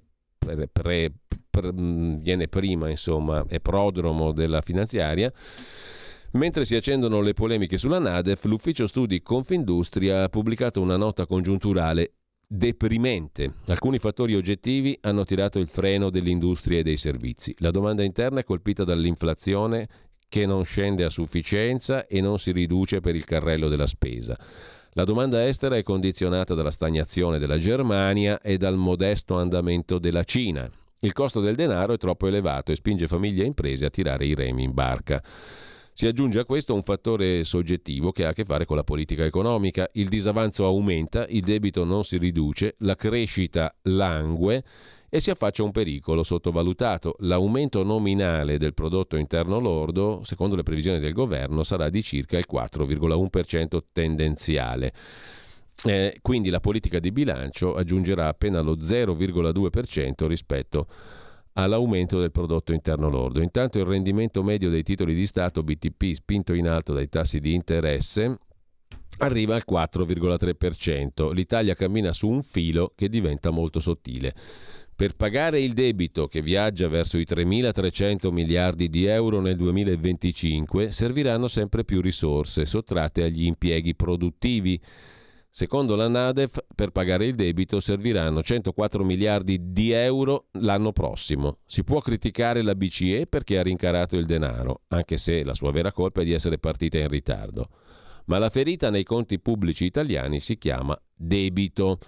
viene prima, insomma, è prodromo della finanziaria. Mentre si accendono le polemiche sulla NADEF, l'ufficio studi Confindustria ha pubblicato una nota congiunturale deprimente. Alcuni fattori oggettivi hanno tirato il freno dell'industria e dei servizi. La domanda interna è colpita dall'inflazione che non scende a sufficienza e non si riduce per il carrello della spesa. La domanda estera è condizionata dalla stagnazione della Germania e dal modesto andamento della Cina. Il costo del denaro è troppo elevato e spinge famiglie e imprese a tirare i remi in barca. Si aggiunge a questo un fattore soggettivo che ha a che fare con la politica economica. Il disavanzo aumenta, il debito non si riduce, la crescita langue e si affaccia un pericolo sottovalutato. L'aumento nominale del prodotto interno lordo, secondo le previsioni del governo, sarà di circa il 4,1% tendenziale. Quindi la politica di bilancio aggiungerà appena lo 0,2% rispetto all'aumento del prodotto interno lordo. Intanto il rendimento medio dei titoli di Stato BTP, spinto in alto dai tassi di interesse, arriva al 4,3%. L'Italia cammina su un filo che diventa molto sottile. Per pagare il debito che viaggia verso i 3.300 miliardi di euro nel 2025 serviranno sempre più risorse sottratte agli impieghi produttivi. Secondo la NADEF, per pagare il debito serviranno 104 miliardi di euro l'anno prossimo. Si può criticare la BCE perché ha rincarato il denaro, anche se la sua vera colpa è di essere partita in ritardo. Ma la ferita nei conti pubblici italiani si chiama debito.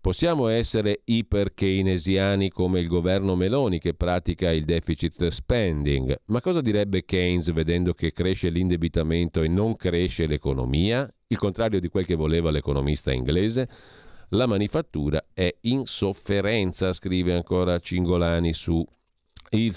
Possiamo essere iper-keynesiani come il governo Meloni che pratica il deficit spending, ma cosa direbbe Keynes vedendo che cresce l'indebitamento e non cresce l'economia? Il contrario di quel che voleva l'economista inglese? La manifattura è in sofferenza, scrive ancora Cingolani su Il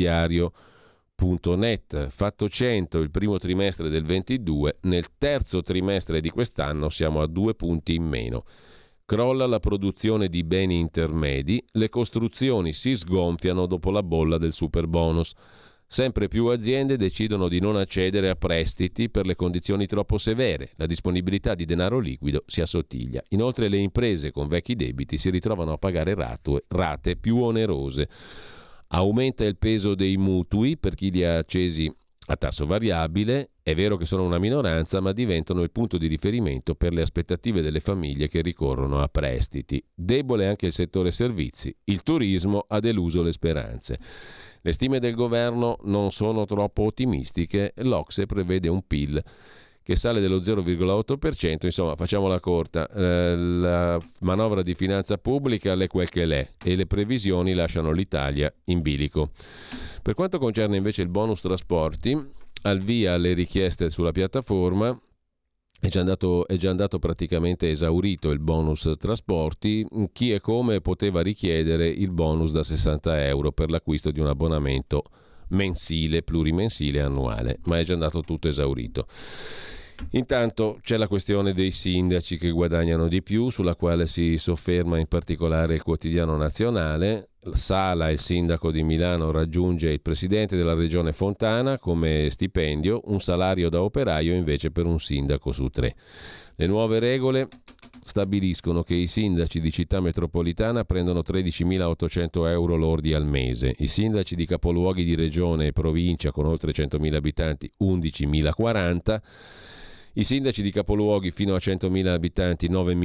Sussidiario.net. Fatto 100 il primo trimestre del 22, nel terzo trimestre di quest'anno siamo a 2 punti in meno. Crolla la produzione di beni intermedi, le costruzioni si sgonfiano dopo la bolla del superbonus. Sempre più aziende decidono di non accedere a prestiti per le condizioni troppo severe. La disponibilità di denaro liquido si assottiglia. Inoltre le imprese con vecchi debiti si ritrovano a pagare rate più onerose. Aumenta il peso dei mutui per chi li ha accesi a tasso variabile. È vero che sono una minoranza, ma diventano il punto di riferimento per le aspettative delle famiglie che ricorrono a prestiti. Debole anche il settore servizi. Il turismo ha deluso le speranze. Le stime del governo non sono troppo ottimistiche. L'Ocse prevede un PIL che sale dello 0,8%. Insomma, facciamola corta. La manovra di finanza pubblica l'è quel che l'è e le previsioni lasciano l'Italia in bilico. Per quanto concerne invece il bonus trasporti, al via le richieste sulla piattaforma. È già andato praticamente esaurito il bonus trasporti. Chi e come poteva richiedere il bonus da 60 euro per l'acquisto di un abbonamento mensile, plurimensile, annuale, ma è già andato tutto esaurito. Intanto c'è la questione dei sindaci che guadagnano di più, sulla quale si sofferma in particolare il Quotidiano Nazionale. Sala, il sindaco di Milano, raggiunge il presidente della regione Fontana come stipendio, un salario da operaio invece per un sindaco su 3. Le nuove regole stabiliscono che i sindaci di città metropolitana prendono 13.800 euro lordi al mese, i sindaci di capoluoghi di regione e provincia con oltre 100.000 abitanti 11.040, i sindaci di capoluoghi fino a 100.000 abitanti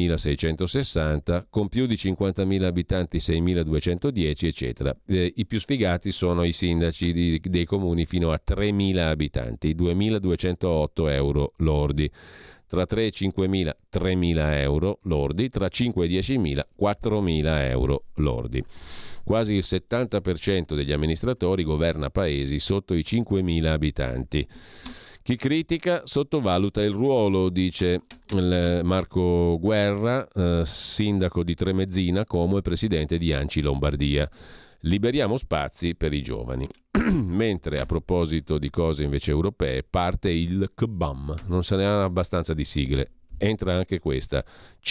9.660, con più di 50.000 abitanti 6.210, eccetera. I più sfigati sono i sindaci dei comuni fino a 3.000 abitanti, 2.208 euro lordi. Tra 3 e 5.000, 3.000 euro lordi, tra 5 e 10.000, 4.000 euro lordi. Quasi il 70% degli amministratori governa paesi sotto i 5.000 abitanti. Chi sottovaluta il ruolo, dice Marco Guerra, sindaco di Tremezzina, Como e presidente di ANCI Lombardia. Liberiamo spazi per i giovani. Mentre a proposito di cose invece europee parte il CBAM, non se ne ha abbastanza di sigle. Entra anche questa,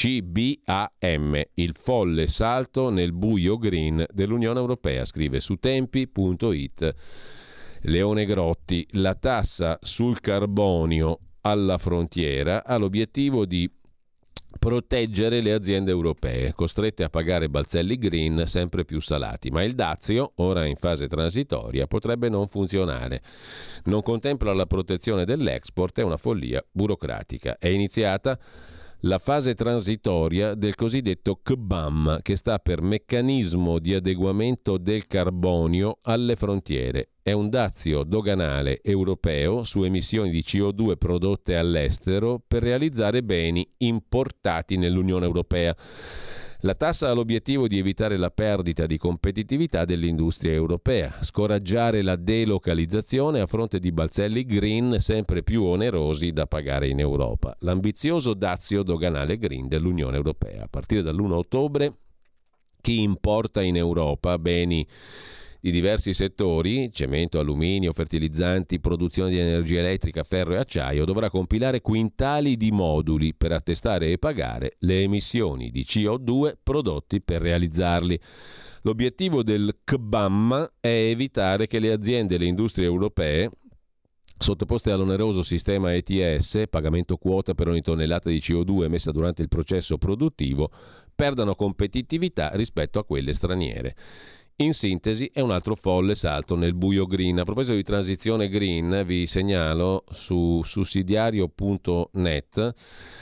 CBAM, il folle salto nel buio green dell'Unione Europea, scrive su tempi.it. Leone Grotti, la tassa sul carbonio alla frontiera ha l'obiettivo di proteggere le aziende europee, costrette a pagare balzelli green sempre più salati, ma il dazio, ora in fase transitoria, potrebbe non funzionare. Non contempla la protezione dell'export, è una follia burocratica. È iniziata la fase transitoria del cosiddetto CBAM, che sta per Meccanismo di adeguamento del carbonio alle frontiere. È un dazio doganale europeo su emissioni di CO2 prodotte all'estero per realizzare beni importati nell'Unione Europea. La tassa ha l'obiettivo di evitare la perdita di competitività dell'industria europea, scoraggiare la delocalizzazione a fronte di balzelli green sempre più onerosi da pagare in Europa. L'ambizioso dazio doganale green dell'Unione Europea. A partire dall'1 ottobre chi importa in Europa beni di diversi settori, cemento, alluminio, fertilizzanti, produzione di energia elettrica, ferro e acciaio, dovrà compilare quintali di moduli per attestare e pagare le emissioni di CO2 prodotti per realizzarli. L'obiettivo del CBAM è evitare che le aziende e le industrie europee, sottoposte all'oneroso sistema ETS, pagamento quota per ogni tonnellata di CO2 emessa durante il processo produttivo, perdano competitività rispetto a quelle straniere. In sintesi è un altro folle salto nel buio green. A proposito di transizione green, vi segnalo su sussidiario.net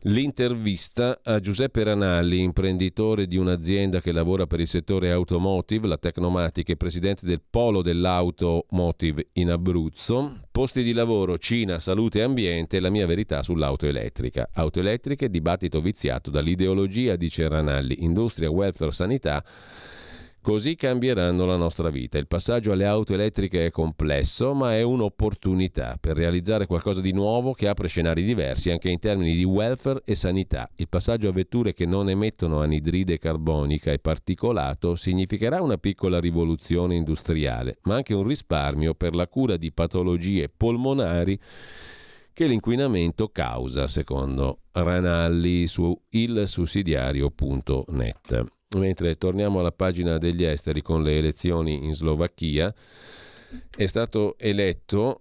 L'intervista a Giuseppe Ranalli, imprenditore di un'azienda che lavora per il settore automotive, la Tecnomatic, e presidente del polo dell'automotive in Abruzzo. Posti di lavoro, Cina, salute e ambiente, la mia verità sull'auto elettrica. Auto elettriche, dibattito viziato dall'ideologia, dice Ranalli. Industria, welfare, sanità. Così cambieranno la nostra vita. Il passaggio alle auto elettriche è complesso, ma è un'opportunità per realizzare qualcosa di nuovo che apre scenari diversi anche in termini di welfare e sanità. Il passaggio a vetture che non emettono anidride carbonica e particolato significherà una piccola rivoluzione industriale, ma anche un risparmio per la cura di patologie polmonari che l'inquinamento causa, secondo Ranalli su ilsussidiario.net. Mentre torniamo alla pagina degli esteri con le elezioni in Slovacchia, è stato eletto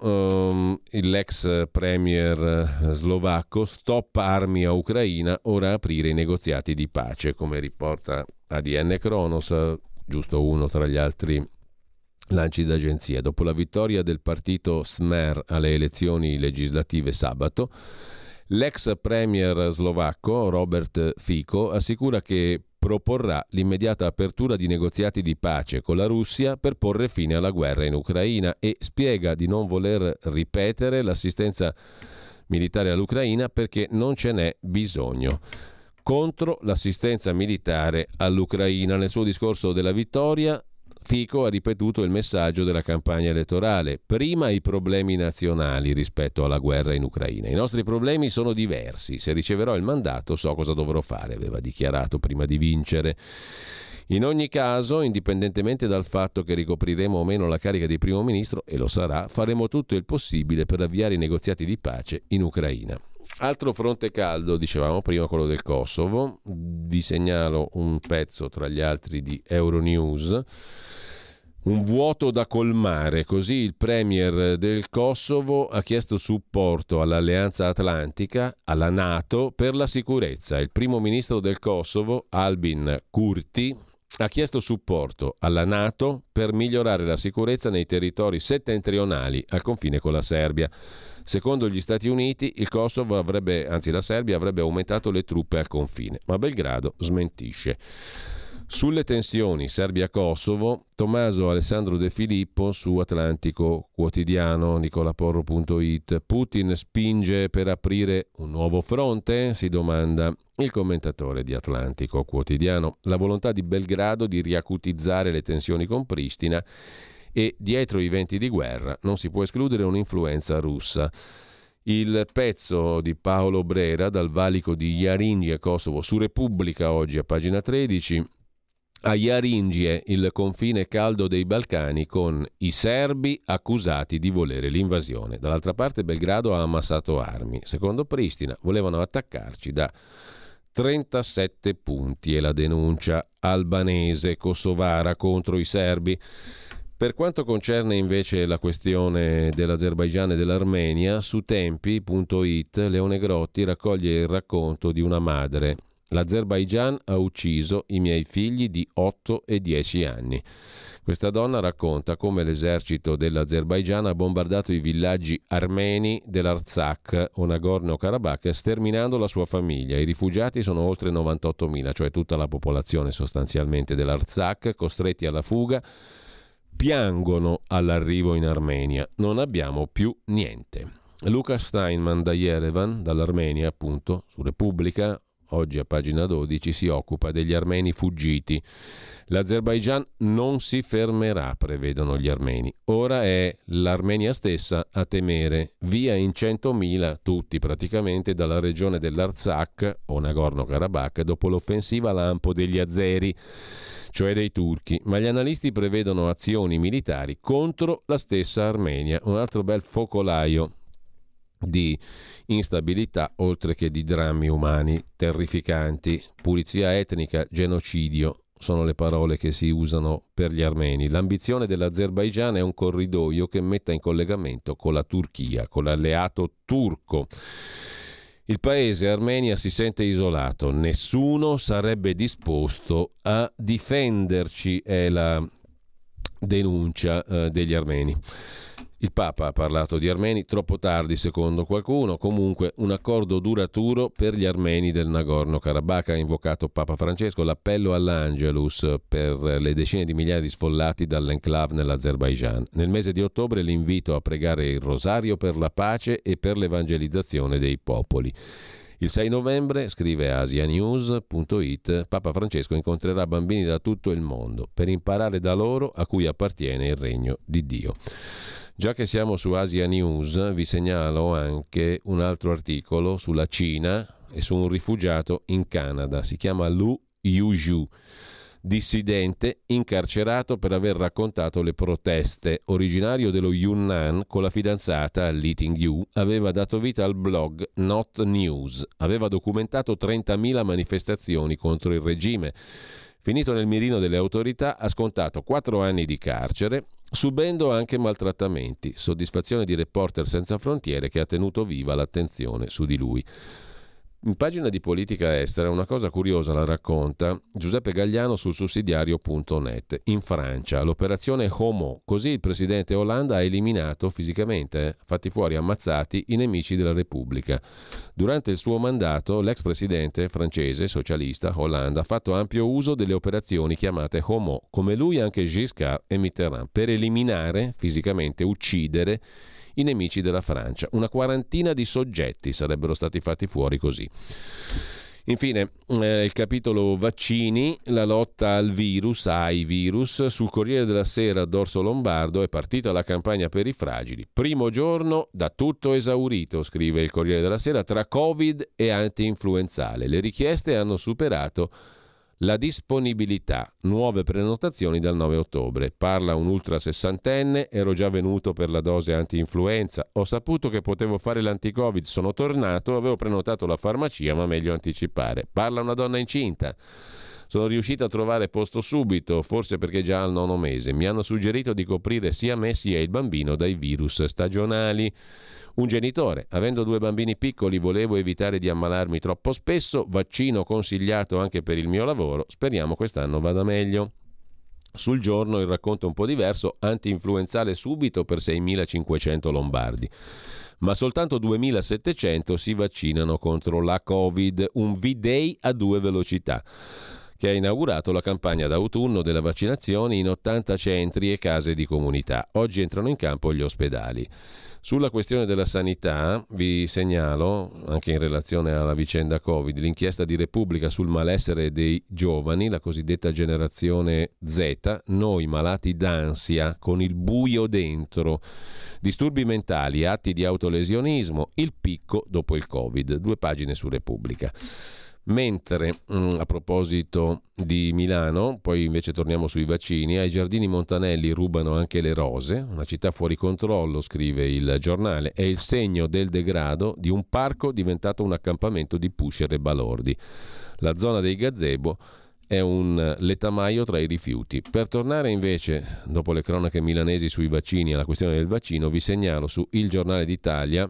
l'ex premier slovacco. Stop armi a Ucraina, ora aprire i negoziati di pace, come riporta ADN Kronos, giusto uno tra gli altri lanci d'agenzia. Dopo la vittoria del partito Smer alle elezioni legislative sabato, l'ex premier slovacco Robert Fico assicura che proporrà l'immediata apertura di negoziati di pace con la Russia per porre fine alla guerra in Ucraina e spiega di non voler ripetere l'assistenza militare all'Ucraina perché non ce n'è bisogno. Contro l'assistenza militare all'Ucraina. Nel suo discorso della vittoria, Fico ha ripetuto il messaggio della campagna elettorale: prima i problemi nazionali rispetto alla guerra in Ucraina. I nostri problemi sono diversi. Se riceverò il mandato so cosa dovrò fare, aveva dichiarato prima di vincere. In ogni caso, indipendentemente dal fatto che ricopriremo o meno la carica di primo ministro, e lo sarà, faremo tutto il possibile per avviare i negoziati di pace in Ucraina. Altro fronte caldo, dicevamo prima, quello del Kosovo. Vi segnalo un pezzo tra gli altri di Euronews. Un vuoto da colmare, così il premier del Kosovo ha chiesto supporto all'Alleanza Atlantica, alla NATO, per la sicurezza. Il primo ministro del Kosovo, Albin Kurti, ha chiesto supporto alla NATO per migliorare la sicurezza nei territori settentrionali al confine con la Serbia. Secondo gli Stati Uniti, il Kosovo la Serbia avrebbe aumentato le truppe al confine, ma Belgrado smentisce. Sulle tensioni Serbia-Kosovo, Tommaso Alessandro De Filippo su Atlantico Quotidiano, nicolaporro.it. Putin spinge per aprire un nuovo fronte? Si domanda il commentatore di Atlantico Quotidiano. La volontà di Belgrado di riacutizzare le tensioni con Pristina, e dietro i venti di guerra non si può escludere un'influenza russa. Il pezzo di Paolo Brera dal valico di Jarinje, Kosovo, su Repubblica oggi a pagina 13. A Jarinje, il confine caldo dei Balcani, con i serbi accusati di volere l'invasione. Dall'altra parte Belgrado ha ammassato armi. Secondo Pristina volevano attaccarci da 37 punti, è la denuncia albanese kosovara contro i serbi. Per quanto concerne invece la questione dell'Azerbaigian e dell'Armenia, su Tempi.it Leone Grotti raccoglie il racconto di una madre. L'Azerbaigian ha ucciso i miei figli di 8 e 10 anni. Questa donna racconta come l'esercito dell'Azerbaigian ha bombardato i villaggi armeni dell'Artsakh o Nagorno-Karabakh, sterminando la sua famiglia. I rifugiati sono oltre 98.000, cioè tutta la popolazione sostanzialmente dell'Artsakh, costretti alla fuga. Piangono all'arrivo in Armenia. Non abbiamo più niente. Luca Steinman da Yerevan, dall'Armenia appunto, su Repubblica, oggi a pagina 12, si occupa degli armeni fuggiti. L'Azerbaigian non si fermerà, prevedono gli armeni. Ora è l'Armenia stessa a temere. Via in 100.000 tutti praticamente dalla regione dell'Artsakh o Nagorno-Karabakh dopo l'offensiva lampo degli azeri, cioè dei turchi, ma gli analisti prevedono azioni militari contro la stessa Armenia, un altro bel focolaio di instabilità oltre che di drammi umani terrificanti. Pulizia etnica, genocidio sono le parole che si usano per gli armeni. L'ambizione dell'Azerbaigian è un corridoio che metta in collegamento con la Turchia, con l'alleato turco. Il paese Armenia si sente isolato, nessuno sarebbe disposto a difenderci, è la denuncia degli armeni. Il Papa ha parlato di armeni troppo tardi, secondo qualcuno. Comunque un accordo duraturo per gli armeni del Nagorno-Karabakh. Ha invocato Papa Francesco l'appello all'Angelus per le decine di migliaia di sfollati dall'enclave nell'Azerbaigian. Nel mese di ottobre l'invito a pregare il rosario per la pace e per l'evangelizzazione dei popoli. Il 6 novembre, scrive asianews.it, Papa Francesco incontrerà bambini da tutto il mondo per imparare da loro a cui appartiene il regno di Dio. Già che siamo su Asia News, vi segnalo anche un altro articolo sulla Cina e su un rifugiato in Canada. Si chiama Lu Yuzhu, dissidente incarcerato per aver raccontato le proteste. Originario dello Yunnan, con la fidanzata Li Tingyu, aveva dato vita al blog Not News. Aveva documentato 30.000 manifestazioni contro il regime. Finito nel mirino delle autorità, ha scontato 4 anni di carcere, subendo anche maltrattamenti. Soddisfazione di Reporter Senza Frontiere, che ha tenuto viva l'attenzione su di lui. In pagina di politica estera una cosa curiosa la racconta Giuseppe Gagliano sul sussidiario.net. In Francia l'operazione Homo, così il presidente Hollande ha eliminato fisicamente, fatti fuori, ammazzati i nemici della Repubblica. Durante il suo mandato l'ex presidente francese socialista Hollande ha fatto ampio uso delle operazioni chiamate Homo, come lui anche Giscard e Mitterrand, per eliminare, fisicamente uccidere i nemici della Francia. Una quarantina di soggetti sarebbero stati fatti fuori così. Infine, il capitolo vaccini, la lotta al virus, ai virus. Sul Corriere della Sera, dorso lombardo, è partita la campagna per i fragili. Primo giorno da tutto esaurito, scrive il Corriere della Sera, tra Covid e anti-influenzale. Le richieste hanno superato la disponibilità, nuove prenotazioni dal 9 ottobre. Parla un ultra sessantenne, ero già venuto per la dose anti-influenza, ho saputo che potevo fare l'anti-covid, sono tornato, avevo prenotato la farmacia, ma meglio anticipare. Parla una donna incinta. Sono riuscita a trovare posto subito, forse perché già al 9° mese. Mi hanno suggerito di coprire sia me sia il bambino dai virus stagionali. Un genitore, avendo 2 bambini piccoli, volevo evitare di ammalarmi troppo spesso, vaccino consigliato anche per il mio lavoro, speriamo quest'anno vada meglio. Sul Giorno il racconto è un po' diverso, anti-influenzale subito per 6.500 lombardi. Ma soltanto 2.700 si vaccinano contro la Covid, un V-Day a 2 velocità, che ha inaugurato la campagna d'autunno della vaccinazione in 80 centri e case di comunità. Oggi entrano in campo gli ospedali. Sulla questione della sanità vi segnalo, anche in relazione alla vicenda Covid, l'inchiesta di Repubblica sul malessere dei giovani, la cosiddetta generazione Z, noi malati d'ansia con il buio dentro, disturbi mentali, atti di autolesionismo, il picco dopo il Covid. 2 pagine su Repubblica. Mentre, a proposito di Milano, poi invece torniamo sui vaccini, ai Giardini Montanelli rubano anche le rose, una città fuori controllo, scrive il giornale, è il segno del degrado di un parco diventato un accampamento di pusher e balordi. La zona dei gazebo è un letamaio tra i rifiuti. Per tornare invece, dopo le cronache milanesi sui vaccini, alla questione del vaccino, vi segnalo su Il Giornale d'Italia,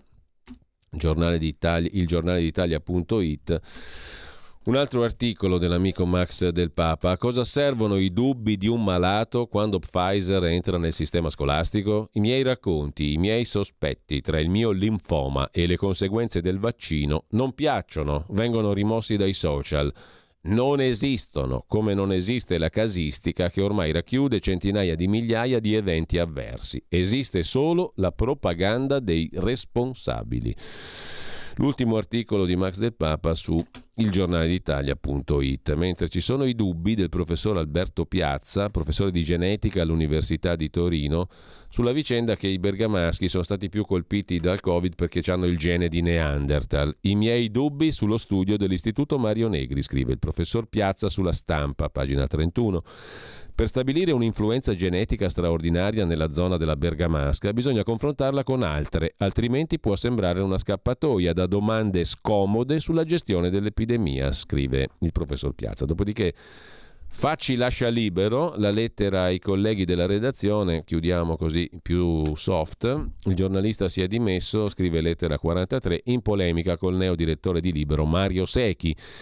ilgiornaleditalia.it, un altro articolo dell'amico Max Del Papa. A cosa servono i dubbi di un malato quando Pfizer entra nel sistema scolastico? I miei racconti, i miei sospetti tra il mio linfoma e le conseguenze del vaccino non piacciono, vengono rimossi dai social. Non esistono, come non esiste la casistica che ormai racchiude centinaia di migliaia di eventi avversi. Esiste solo la propaganda dei responsabili. L'ultimo articolo di Max Del Papa su ilgiornaleditalia.it. Mentre ci sono i dubbi del professor Alberto Piazza, professore di genetica all'Università di Torino, sulla vicenda che i bergamaschi sono stati più colpiti dal Covid perché hanno il gene di Neanderthal. I miei dubbi sullo studio dell'Istituto Mario Negri, scrive il professor Piazza sulla Stampa, pagina 31. Per stabilire un'influenza genetica straordinaria nella zona della Bergamasca bisogna confrontarla con altre, altrimenti può sembrare una scappatoia da domande scomode sulla gestione dell'epidemia, scrive il professor Piazza. Dopodiché Facci lascia libero, la lettera ai colleghi della redazione, chiudiamo così più soft. Il giornalista si è dimesso, scrive lettera 43, in polemica col neodirettore di Libero Mario Secchi,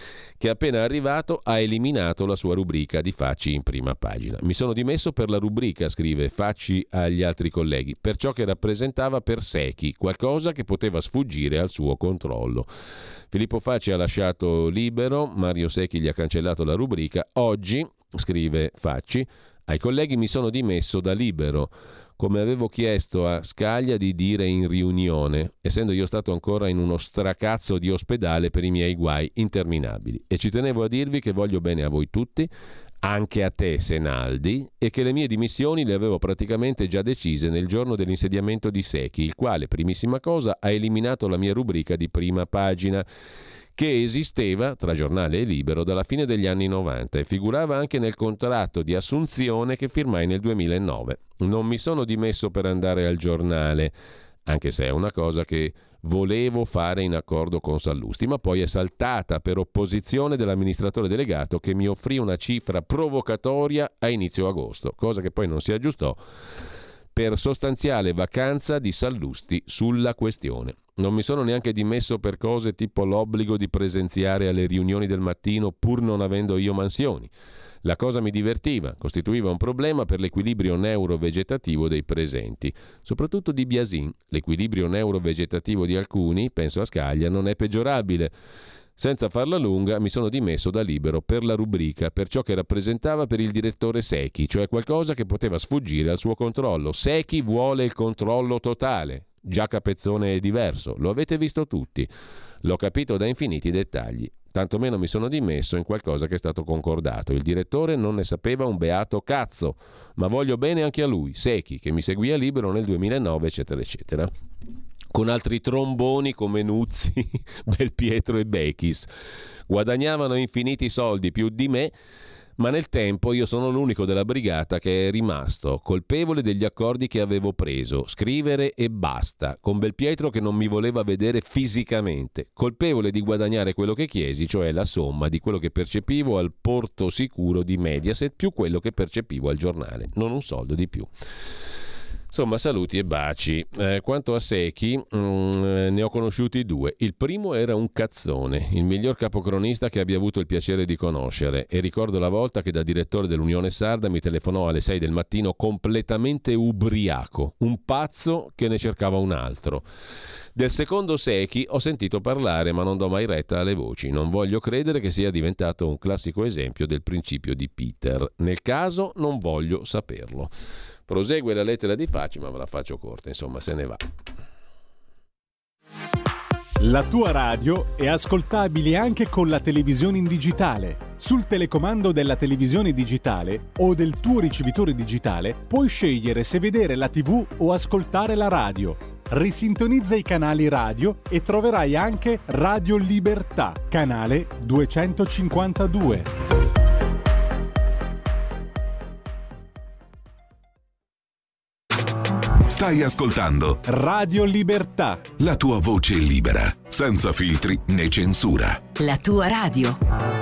che appena arrivato ha eliminato la sua rubrica di Facci in prima pagina. Mi sono dimesso per la rubrica, scrive Facci agli altri colleghi, per ciò che rappresentava per secchi, qualcosa che poteva sfuggire al suo controllo. Filippo Facci ha lasciato Libero, Mario Secchi gli ha cancellato la rubrica. Oggi, scrive Facci, ai colleghi mi sono dimesso da Libero, come avevo chiesto a Scaglia di dire in riunione, essendo io stato ancora in uno stracazzo di ospedale per i miei guai interminabili. E ci tenevo a dirvi che voglio bene a voi tutti, anche a te Senaldi, e che le mie dimissioni le avevo praticamente già decise nel giorno dell'insediamento di Secchi, il quale, primissima cosa, ha eliminato la mia rubrica di prima pagina, che esisteva tra Giornale e Libero dalla fine degli anni 90 e figurava anche nel contratto di assunzione che firmai nel 2009. Non mi sono dimesso per andare al Giornale, anche se è una cosa che volevo fare in accordo con Sallusti, ma poi è saltata per opposizione dell'amministratore delegato che mi offrì una cifra provocatoria a inizio agosto, cosa che poi non si aggiustò per sostanziale vacanza di Sallusti sulla questione. Non mi sono neanche dimesso per cose tipo l'obbligo di presenziare alle riunioni del mattino pur non avendo io mansioni. La cosa mi divertiva, costituiva un problema per l'equilibrio neurovegetativo dei presenti, soprattutto di Biasin. L'equilibrio neurovegetativo di alcuni, penso a Scaglia, non è peggiorabile. Senza farla lunga, mi sono dimesso da Libero per la rubrica, per ciò che rappresentava per il direttore Secchi, cioè qualcosa che poteva sfuggire al suo controllo. Secchi vuole il controllo totale. Già Capezzone è diverso, lo avete visto tutti. L'ho capito da infiniti dettagli. Tantomeno mi sono dimesso in qualcosa che è stato concordato. Il direttore non ne sapeva un beato cazzo, ma voglio bene anche a lui, Secchi, che mi seguì a Libero nel 2009, eccetera, eccetera. Con altri tromboni come Nuzzi, Belpietro e Bechis. Guadagnavano infiniti soldi più di me, ma nel tempo io sono l'unico della brigata che è rimasto colpevole degli accordi che avevo preso, scrivere e basta, con Belpietro che non mi voleva vedere fisicamente, colpevole di guadagnare quello che chiesi, cioè la somma di quello che percepivo al porto sicuro di Mediaset più quello che percepivo al giornale, non un soldo di più. Insomma, saluti e baci. Quanto a Secchi, ne ho conosciuti due. Il primo era un cazzone, il miglior capocronista che abbia avuto il piacere di conoscere. E ricordo la volta che da direttore dell'Unione Sarda mi telefonò alle 6 del mattino completamente ubriaco, un pazzo che ne cercava un altro. Del secondo Secchi ho sentito parlare, ma non do mai retta alle voci. Non voglio credere che sia diventato un classico esempio del principio di Peter. Nel caso non voglio saperlo. Prosegue la lettera di Facci, ma ve la faccio corta, insomma, se ne va. La tua radio è ascoltabile anche con la televisione in digitale. Sul telecomando della televisione digitale o del tuo ricevitore digitale puoi scegliere se vedere la TV o ascoltare la radio. Risintonizza i canali radio e troverai anche Radio Libertà, canale 252. Stai ascoltando Radio Libertà, la tua voce libera, senza filtri né censura. La tua radio.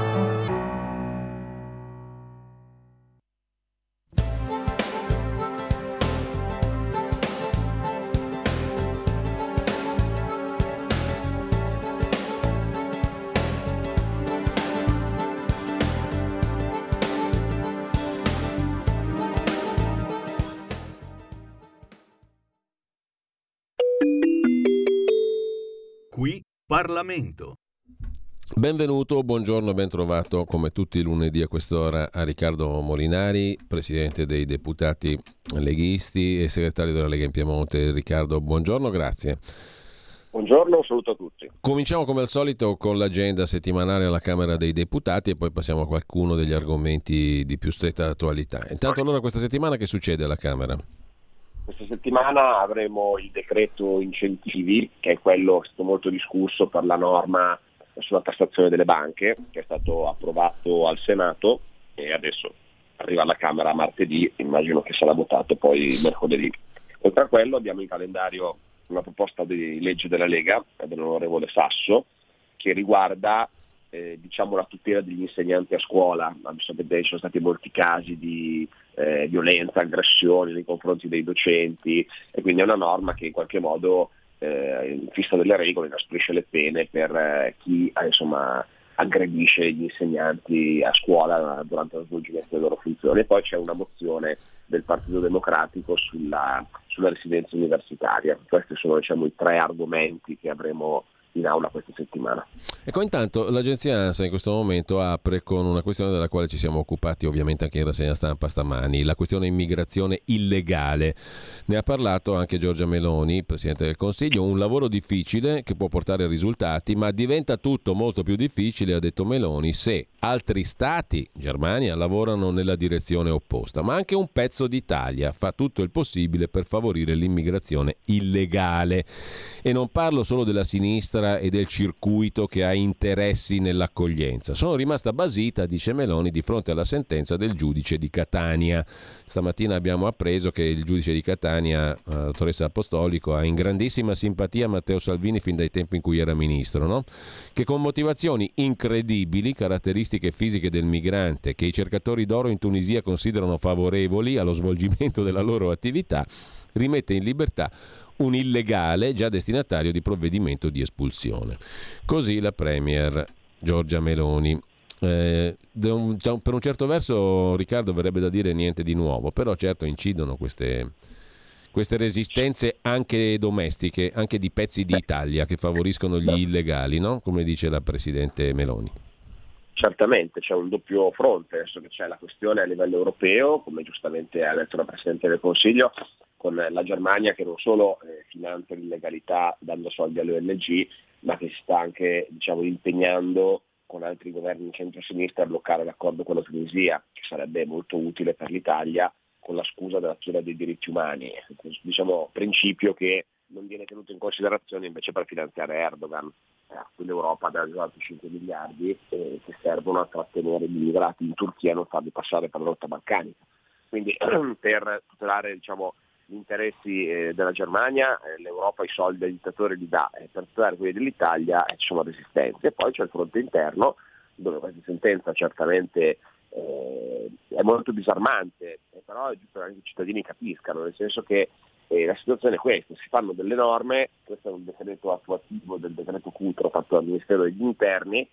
Qui Parlamento. Benvenuto, buongiorno, ben trovato come tutti i lunedì a quest'ora a Riccardo Molinari, presidente dei deputati leghisti e segretario della Lega in Piemonte. Riccardo, buongiorno, grazie. Buongiorno, un saluto a tutti. Cominciamo come al solito con l'agenda settimanale alla Camera dei Deputati e poi passiamo a qualcuno degli argomenti di più stretta attualità. Intanto allora questa settimana che succede alla Camera? Questa settimana avremo il decreto incentivi, che è quello che è stato molto discusso per la norma sulla tassazione delle banche, che è stato approvato al Senato e adesso arriva alla Camera martedì, immagino che sarà votato poi mercoledì. Oltre a quello abbiamo in calendario una proposta di legge della Lega, dell'onorevole Sasso, che riguarda la tutela degli insegnanti a scuola. Sapete, ci sono stati molti casi di violenza, aggressioni nei confronti dei docenti e quindi è una norma che in qualche modo fissa delle regole, inasprisce le pene per chi aggredisce gli insegnanti a scuola durante lo svolgimento delle loro funzioni. E poi c'è una mozione del Partito Democratico sulla residenza universitaria. Questi sono, diciamo, i 3 argomenti che avremo in aula questa settimana. Ecco, intanto l'agenzia ANSA in questo momento apre con una questione della quale ci siamo occupati ovviamente anche in rassegna stampa stamani, la questione immigrazione illegale. Ne ha parlato anche Giorgia Meloni, Presidente del Consiglio, un lavoro difficile che può portare risultati, ma diventa tutto molto più difficile, ha detto Meloni, se altri stati, Germania, lavorano nella direzione opposta, ma anche un pezzo d'Italia fa tutto il possibile per favorire l'immigrazione illegale. E non parlo solo della sinistra e del circuito che ha interessi nell'accoglienza. Sono rimasta basita, dice Meloni, di fronte alla sentenza del giudice di Catania. Stamattina abbiamo appreso che il giudice di Catania, la dottoressa Apostolico, ha in grandissima simpatia Matteo Salvini fin dai tempi in cui era ministro, no? Che con motivazioni incredibili, caratteristiche fisiche del migrante che i cercatori d'oro in Tunisia considerano favorevoli allo svolgimento della loro attività, rimette in libertà un illegale già destinatario di provvedimento di espulsione. Così la Premier Giorgia Meloni. Per un certo verso, Riccardo, verrebbe da dire niente di nuovo, però certo incidono queste resistenze anche domestiche, anche di pezzi di Italia che favoriscono gli illegali, no? Come dice la Presidente Meloni. Certamente c'è un doppio fronte, adesso che c'è la questione a livello europeo, come giustamente ha detto la Presidente del Consiglio, con la Germania che non solo finanzia l'illegalità dando soldi alle ONG, ma che si sta anche, diciamo, impegnando con altri governi in centro-sinistra a bloccare l'accordo con la Tunisia, che sarebbe molto utile per l'Italia con la scusa della tutela dei diritti umani, diciamo principio che non viene tenuto in considerazione invece per finanziare Erdogan. Qui l'Europa ha dato 5 miliardi che servono a trattenere gli immigrati in Turchia e non farli passare per la rotta balcanica. Quindi per tutelare, diciamo, gli interessi della Germania, l'Europa i soldi ai dittatori li dà, per tutelare quelli dell'Italia ci sono resistenze. E poi c'è il fronte interno, dove questa sentenza certamente è molto disarmante, però è giusto che anche i cittadini capiscano, nel senso che la situazione è questa: si fanno delle norme, questo è un decreto attuativo del decreto Cutro fatto dal Ministero degli Interni,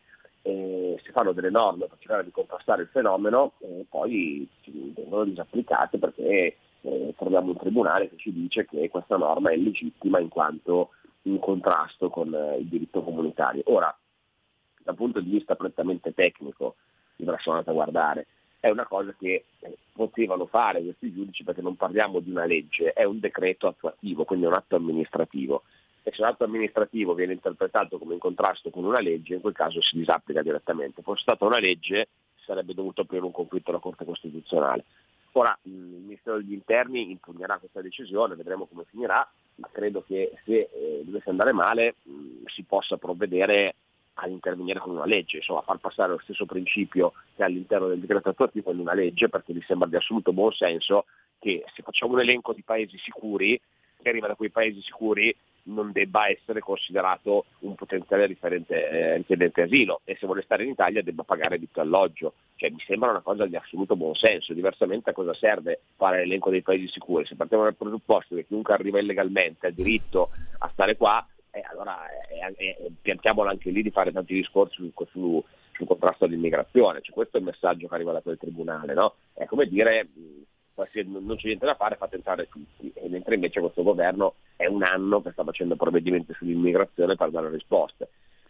si fanno delle norme per cercare di contrastare il fenomeno e poi vengono disapplicate perché troviamo un tribunale che ci dice che questa norma è illegittima in quanto in contrasto con il diritto comunitario. Ora, dal punto di vista prettamente tecnico, mi sono andato a guardare, è una cosa che potevano fare questi giudici, perché non parliamo di una legge, è un decreto attuativo, quindi è un atto amministrativo. E se un atto amministrativo viene interpretato come in contrasto con una legge, in quel caso si disapplica direttamente. Fosse stata una legge, sarebbe dovuto aprire un conflitto alla Corte Costituzionale. Ora il Ministero degli Interni impugnerà questa decisione, vedremo come finirà, ma credo che se dovesse andare male si possa provvedere ad intervenire con una legge, insomma, a far passare lo stesso principio che è all'interno del decreto attuativo in una legge, perché mi sembra di assoluto buon senso che se facciamo un elenco di paesi sicuri, che arriva da quei paesi sicuri non debba essere considerato un potenziale richiedente asilo, e se vuole stare in Italia debba pagare vitto e alloggio. Cioè, mi sembra una cosa di assoluto buon senso. Diversamente a cosa serve fare l'elenco dei paesi sicuri? Se partiamo dal presupposto che chiunque arriva illegalmente ha diritto a stare qua, allora piantiamolo anche lì di fare tanti discorsi sul contrasto all'immigrazione. Cioè, questo è il messaggio che arriva da quel tribunale, no? È come dire, se non c'è niente da fare, fate entrare tutti, e mentre invece questo governo è un anno che sta facendo provvedimenti sull'immigrazione per dare risposte.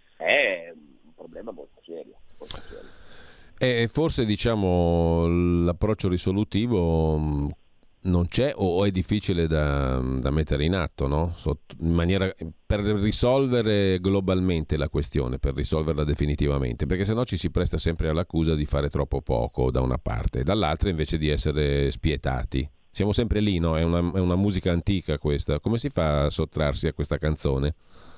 È un problema molto serio. Molto serio. E forse, diciamo, l'approccio risolutivo non c'è, o è difficile da mettere in atto, no? In maniera, per risolvere globalmente la questione, per risolverla definitivamente, perché sennò ci si presta sempre all'accusa di fare troppo poco da una parte e dall'altra invece di essere spietati. Siamo sempre lì, no? È una musica antica questa. Come si fa a sottrarsi a questa canzone?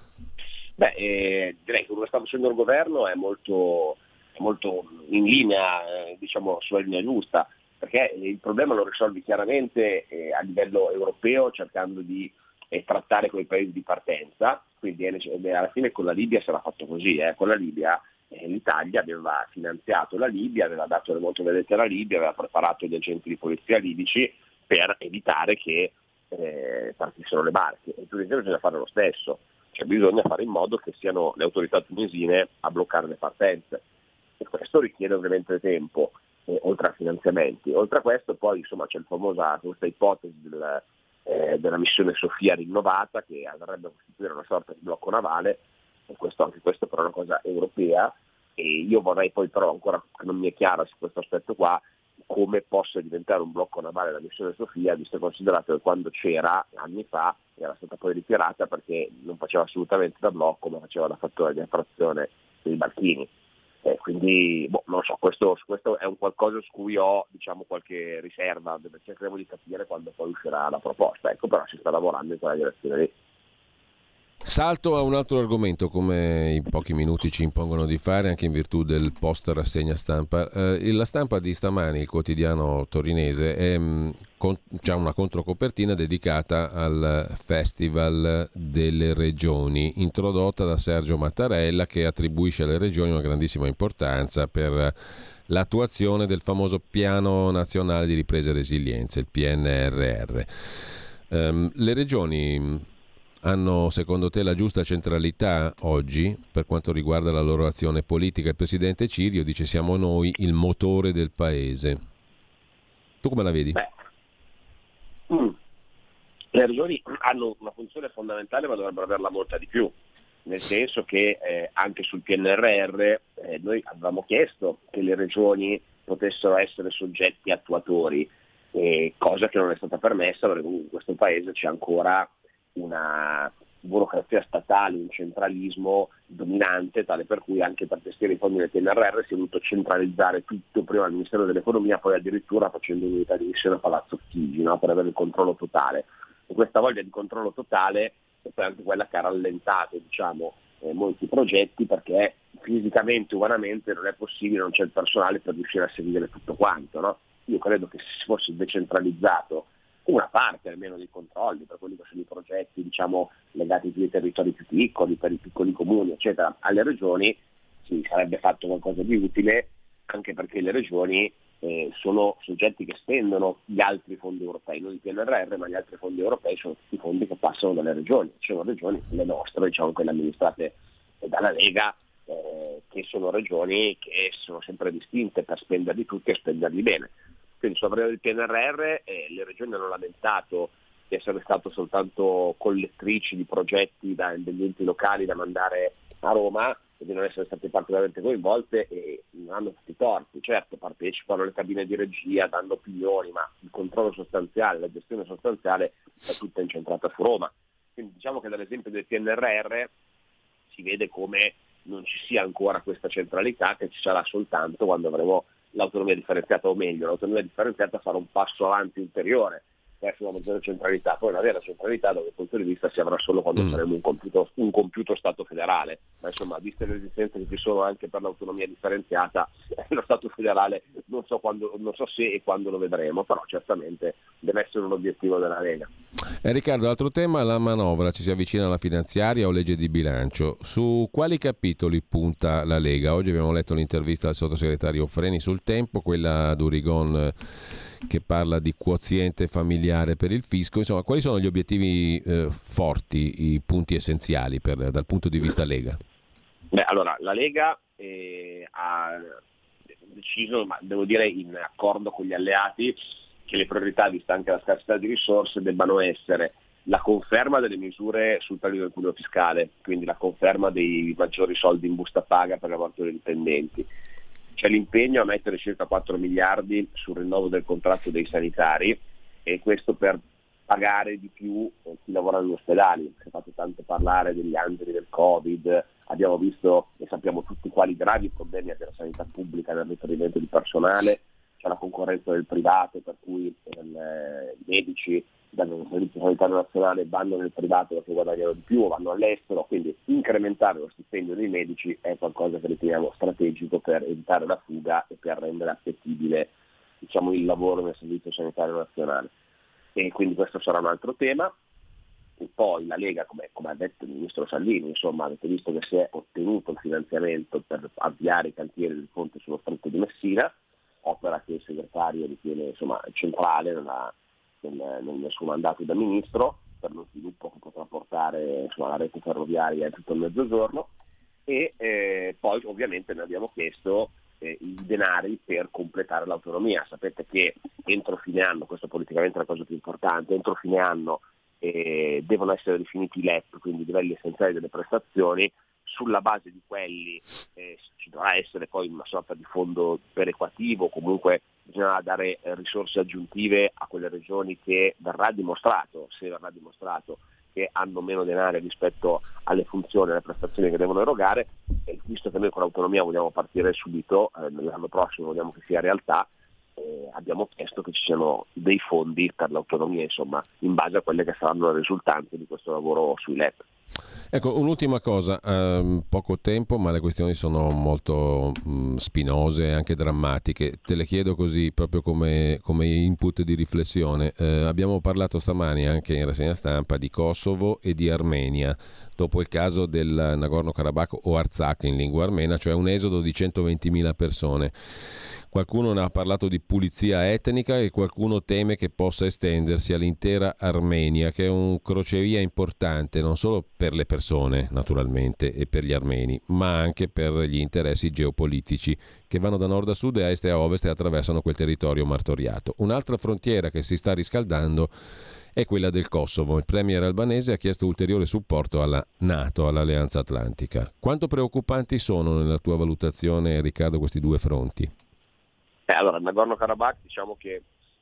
Direi che quello che sta facendo il governo è molto in linea, diciamo sulla linea giusta, perché il problema lo risolvi chiaramente a livello europeo, cercando di trattare con i paesi di partenza. Quindi alla fine con la Libia sarà fatto così, con la Libia l'Italia aveva finanziato la Libia, aveva dato le motovedette alla Libia, aveva preparato gli agenti di polizia libici per evitare che partissero le barche, e in Tunisia bisogna fare lo stesso. Cioè bisogna fare in modo che siano le autorità tunisine a bloccare le partenze, e questo richiede ovviamente tempo, oltre a finanziamenti. Oltre a questo poi insomma c'è questa ipotesi della missione Sofia rinnovata, che andrebbe a costituire una sorta di blocco navale, e anche questo però è una cosa europea, e io vorrei poi però, ancora che non mi è chiaro su questo aspetto qua, come possa diventare un blocco navale la missione Sofia, visto e considerato che quando c'era anni fa era stata poi ritirata perché non faceva assolutamente da blocco, ma faceva da fattore di attrazione dei barchini. Quindi non lo so, questo è un qualcosa su cui ho qualche riserva, cercheremo di capire quando poi uscirà la proposta, però si sta lavorando in quella direzione lì. Salto a un altro argomento, come i pochi minuti ci impongono di fare, anche in virtù del post rassegna stampa. La Stampa di stamani, il quotidiano torinese, c'ha una controcopertina dedicata al Festival delle Regioni, introdotta da Sergio Mattarella, che attribuisce alle regioni una grandissima importanza per l'attuazione del famoso Piano Nazionale di Ripresa e Resilienza, il PNRR. Le regioni hanno secondo te la giusta centralità oggi per quanto riguarda la loro azione politica? Il presidente Cirio dice: siamo noi il motore del paese. Tu come la vedi? Le regioni hanno una funzione fondamentale, ma dovrebbero averla molta di più, nel senso che anche sul PNRR noi avevamo chiesto che le regioni potessero essere soggetti attuatori, cosa che non è stata permessa, perché in questo paese c'è ancora una burocrazia statale, un centralismo dominante, tale per cui anche per gestire i fondi del PNRR si è dovuto centralizzare tutto, prima al Ministero dell'Economia, poi addirittura facendo un'unità di missione a Palazzo Chigi, per avere il controllo totale. E questa voglia di controllo totale è poi anche quella che ha rallentato molti progetti, perché fisicamente, umanamente non è possibile, non c'è il personale per riuscire a seguire tutto quanto. Io credo che se si fosse decentralizzato una parte almeno dei controlli per quelli che sono i progetti legati ai territori più piccoli, per i piccoli comuni eccetera, alle regioni, si sarebbe fatto qualcosa di utile, anche perché le regioni sono soggetti che spendono gli altri fondi europei, non il PNRR, ma gli altri fondi europei sono tutti i fondi che passano dalle regioni. Ci sono regioni, le nostre, quelle amministrate dalla Lega, che sono regioni che sono sempre distinte per spenderli tutti e spenderli bene. Quindi sul del PNRR le regioni hanno lamentato di essere state soltanto collettrici di progetti degli enti locali da mandare a Roma e di non essere state particolarmente coinvolte, e non hanno tutti i torti. Certo, partecipano alle cabine di regia, danno opinioni, ma il controllo sostanziale, la gestione sostanziale è tutta incentrata su Roma. Quindi diciamo che dall'esempio del PNRR si vede come non ci sia ancora questa centralità, che ci sarà soltanto quando avremo l'autonomia differenziata, o meglio, l'autonomia differenziata farà un passo avanti ulteriore verso una maggiore centralità. Poi una vera centralità, da quel punto di vista, si avrà solo quando saremo un compiuto Stato federale, ma insomma, viste le resistenze che ci sono anche per l'autonomia differenziata, lo Stato federale non so se e quando lo vedremo, però certamente deve essere un obiettivo della Lega. Riccardo, altro tema, la manovra, ci si avvicina alla finanziaria o legge di bilancio. Su quali capitoli punta la Lega? Oggi abbiamo letto l'intervista al sottosegretario Freni sul Tempo, quella ad Urigon che parla di quoziente familiare per il fisco. Insomma, quali sono gli obiettivi forti, i punti essenziali dal punto di vista Lega? Allora, la Lega ha deciso, ma devo dire in accordo con gli alleati, che le priorità, vista anche la scarsità di risorse, debbano essere la conferma delle misure sul taglio del cuneo fiscale, quindi la conferma dei maggiori soldi in busta paga per i lavoratori dipendenti. C'è l'impegno a mettere circa 4 miliardi sul rinnovo del contratto dei sanitari, e questo per pagare di più chi lavora negli ospedali. Si è fatto tanto parlare degli angeli del Covid, abbiamo visto e sappiamo tutti quali gravi problemi ha della sanità pubblica nel riferimento di personale. C'è la concorrenza del privato, per cui i medici dal Servizio Sanitario Nazionale vanno nel privato perché guadagnano di più o vanno all'estero, quindi incrementare lo stipendio dei medici è qualcosa che riteniamo strategico per evitare la fuga e per rendere appetibile il lavoro nel Servizio Sanitario Nazionale. E quindi questo sarà un altro tema. E poi la Lega, come ha detto il ministro Salvini, avete visto che si è ottenuto il finanziamento per avviare i cantieri del ponte sullo Stretto di Messina, opera che il segretario ritiene centrale nel suo mandato da ministro, per lo sviluppo che potrà portare la rete ferroviaria in tutto il Mezzogiorno, e poi ovviamente ne abbiamo chiesto i denari per completare l'autonomia. Sapete che entro fine anno, questo politicamente è la cosa più importante, entro fine anno devono essere definiti i LEP, quindi i livelli essenziali delle prestazioni. Sulla base di quelli ci dovrà essere poi una sorta di fondo perequativo, comunque bisognerà dare risorse aggiuntive a quelle regioni che verrà dimostrato che hanno meno denaro rispetto alle funzioni e alle prestazioni che devono erogare, e visto che noi con l'autonomia vogliamo partire subito, l'anno prossimo vogliamo che sia realtà, abbiamo chiesto che ci siano dei fondi per l'autonomia, insomma, in base a quelle che saranno le risultanze di questo lavoro sui LEP. Ecco, un'ultima cosa, poco tempo, ma le questioni sono molto spinose e anche drammatiche. Te le chiedo così, proprio come input di riflessione. Abbiamo parlato stamani anche in rassegna stampa di Kosovo e di Armenia, dopo il caso del Nagorno-Karabakh o Artsakh in lingua armena, cioè un esodo di 120.000 persone. Qualcuno ne ha parlato di pulizia etnica e qualcuno teme che possa estendersi all'intera Armenia, che è un crocevia importante non solo per le persone, naturalmente, e per gli armeni, ma anche per gli interessi geopolitici che vanno da nord a sud e a est e a ovest e attraversano quel territorio martoriato. Un'altra frontiera che si sta riscaldando è quella del Kosovo. Il premier albanese ha chiesto ulteriore supporto alla NATO, all'Alleanza Atlantica. Quanto preoccupanti sono nella tua valutazione, Riccardo, questi due fronti? Allora, il Nagorno-Karabakh diciamo che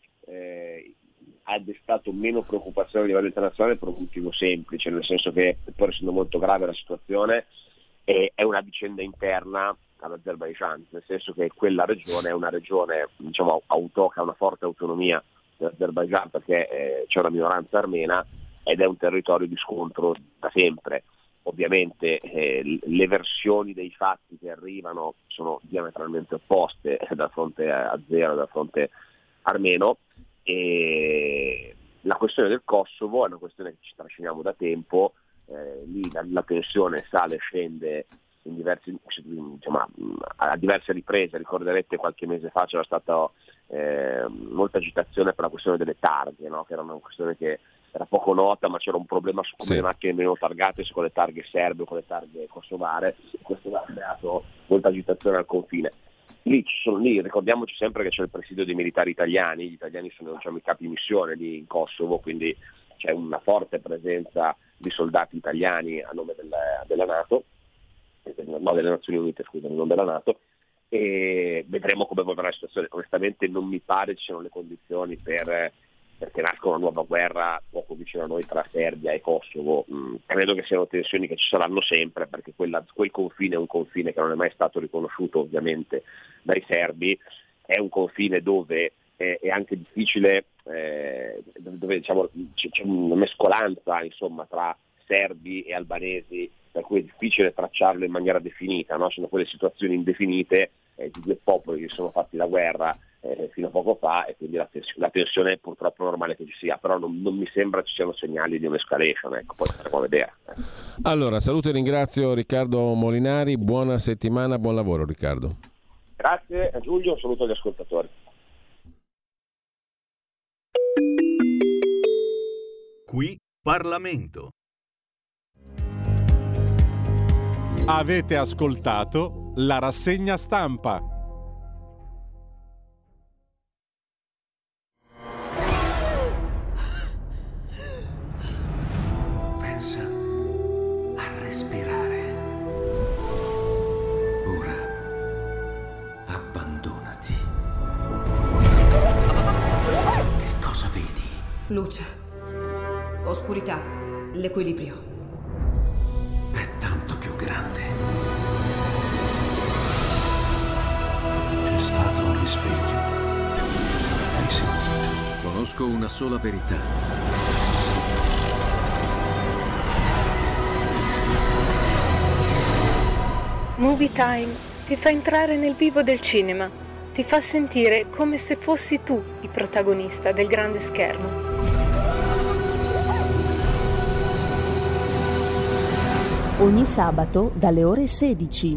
ha destato meno preoccupazione a livello internazionale per un motivo semplice, nel senso che, pur essendo molto grave la situazione, è una vicenda interna all'Azerbaijan, nel senso che quella regione è una regione, diciamo, che ha una forte autonomia dell'Azerbaijan, perché c'è una minoranza armena ed è un territorio di scontro da sempre. Ovviamente le versioni dei fatti che arrivano sono diametralmente opposte dal fronte azero e dal fronte armeno, e la questione del Kosovo è una questione che ci trasciniamo da tempo. Lì la tensione sale e scende in diversi, a diverse riprese. Ricorderete qualche mese fa c'era stata molta agitazione per la questione delle targhe, no? Che era una questione che era poco nota, ma c'era un problema su come le macchine venivano targate, se con le targhe serbe o con le targhe kosovare. Questo ha creato molta agitazione al confine. Lì ricordiamoci sempre che c'è il presidio dei militari italiani. Gli italiani sono, diciamo, i capi missione lì in Kosovo, quindi c'è una forte presenza di soldati italiani a nome della NATO, no, delle Nazioni Unite, scusami, non della NATO, e vedremo come evolverà la situazione. Onestamente non mi pare ci siano le condizioni perché nasca una nuova guerra poco vicino a noi tra Serbia e Kosovo. Credo che siano tensioni che ci saranno sempre, perché quel confine è un confine che non è mai stato riconosciuto ovviamente dai serbi, è un confine dove è anche difficile, dove diciamo c'è una mescolanza, insomma, tra serbi e albanesi, per cui è difficile tracciarlo in maniera definita, no? Sono quelle situazioni indefinite di due popoli che sono fatti la guerra fino a poco fa, e quindi la tensione è purtroppo normale che ci sia, però non mi sembra ci siano segnali di un'escalation, ecco, poi staremo a vedere. Allora, saluto e ringrazio Riccardo Molinari, buona settimana, buon lavoro Riccardo. Grazie Giulio, un saluto agli ascoltatori. Qui Parlamento. Avete ascoltato la rassegna stampa. Pensa a respirare. Ora abbandonati. Che cosa vedi? Luce, oscurità, l'equilibrio. È tanto più grande. C'è stato un risveglio. Hai sentito? Conosco una sola verità. Movie Time ti fa entrare nel vivo del cinema, ti fa sentire come se fossi tu il protagonista del grande schermo. Ogni sabato dalle ore 16.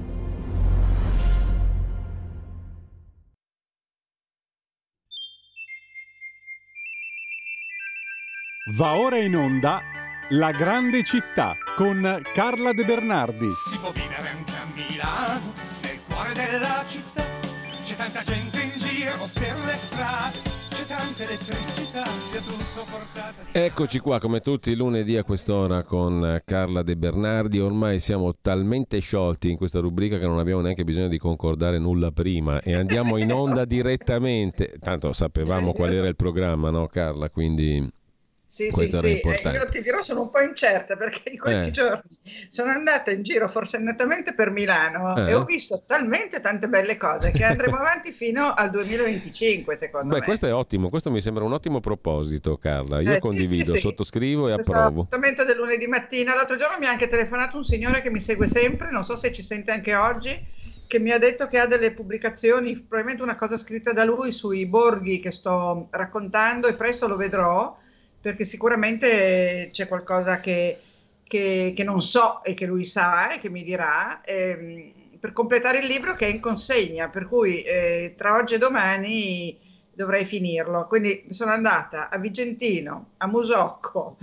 Va ora in onda La grande città con Carla De Bernardi. Si può vivere anche a Milano, nel cuore della città. C'è tanta gente in giro per le strade, c'è tanta elettricità, sia tutto portato. Eccoci qua come tutti i lunedì a quest'ora con Carla De Bernardi. Ormai siamo talmente sciolti in questa rubrica che non abbiamo neanche bisogno di concordare nulla prima e andiamo in onda direttamente. Tanto sapevamo qual era il programma, no Carla? Quindi sì, questo era importante. Io ti dirò, sono un po' incerta perché in questi giorni sono andata in giro forsennatamente per Milano e ho visto talmente tante belle cose che andremo avanti fino al 2025, secondo me. Questo è ottimo, questo mi sembra un ottimo proposito, Carla. Io condivido, sottoscrivo e approvo. Appuntamento del lunedì mattina. L'altro giorno mi ha anche telefonato un signore che mi segue sempre, non so se ci sente anche oggi, che mi ha detto che ha delle pubblicazioni, probabilmente una cosa scritta da lui sui borghi che sto raccontando e presto lo vedrò, perché sicuramente c'è qualcosa che non so e che lui sa e che mi dirà, per completare il libro che è in consegna, per cui tra oggi e domani dovrei finirlo. Quindi sono andata a Vigentino, a Musocco,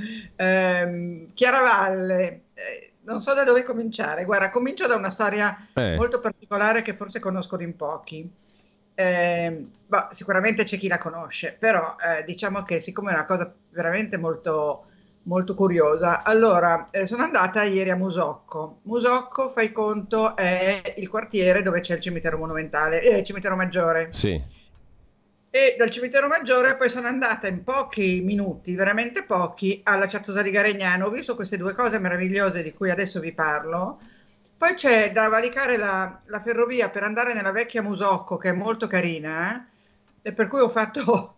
Chiaravalle, non so da dove cominciare. Guarda, comincio da una storia molto particolare che forse conoscono in pochi. Sicuramente c'è chi la conosce, però diciamo che siccome è una cosa veramente molto, molto curiosa, allora sono andata ieri a Musocco. Musocco, fai conto, è il quartiere dove c'è il cimitero monumentale, il cimitero maggiore. Sì. E dal cimitero maggiore poi sono andata in pochi minuti, veramente pochi, alla Certosa di Garegnano. Ho visto queste due cose meravigliose di cui adesso vi parlo. Poi c'è da valicare la ferrovia per andare nella vecchia Musocco, che è molto carina, e per cui ho fatto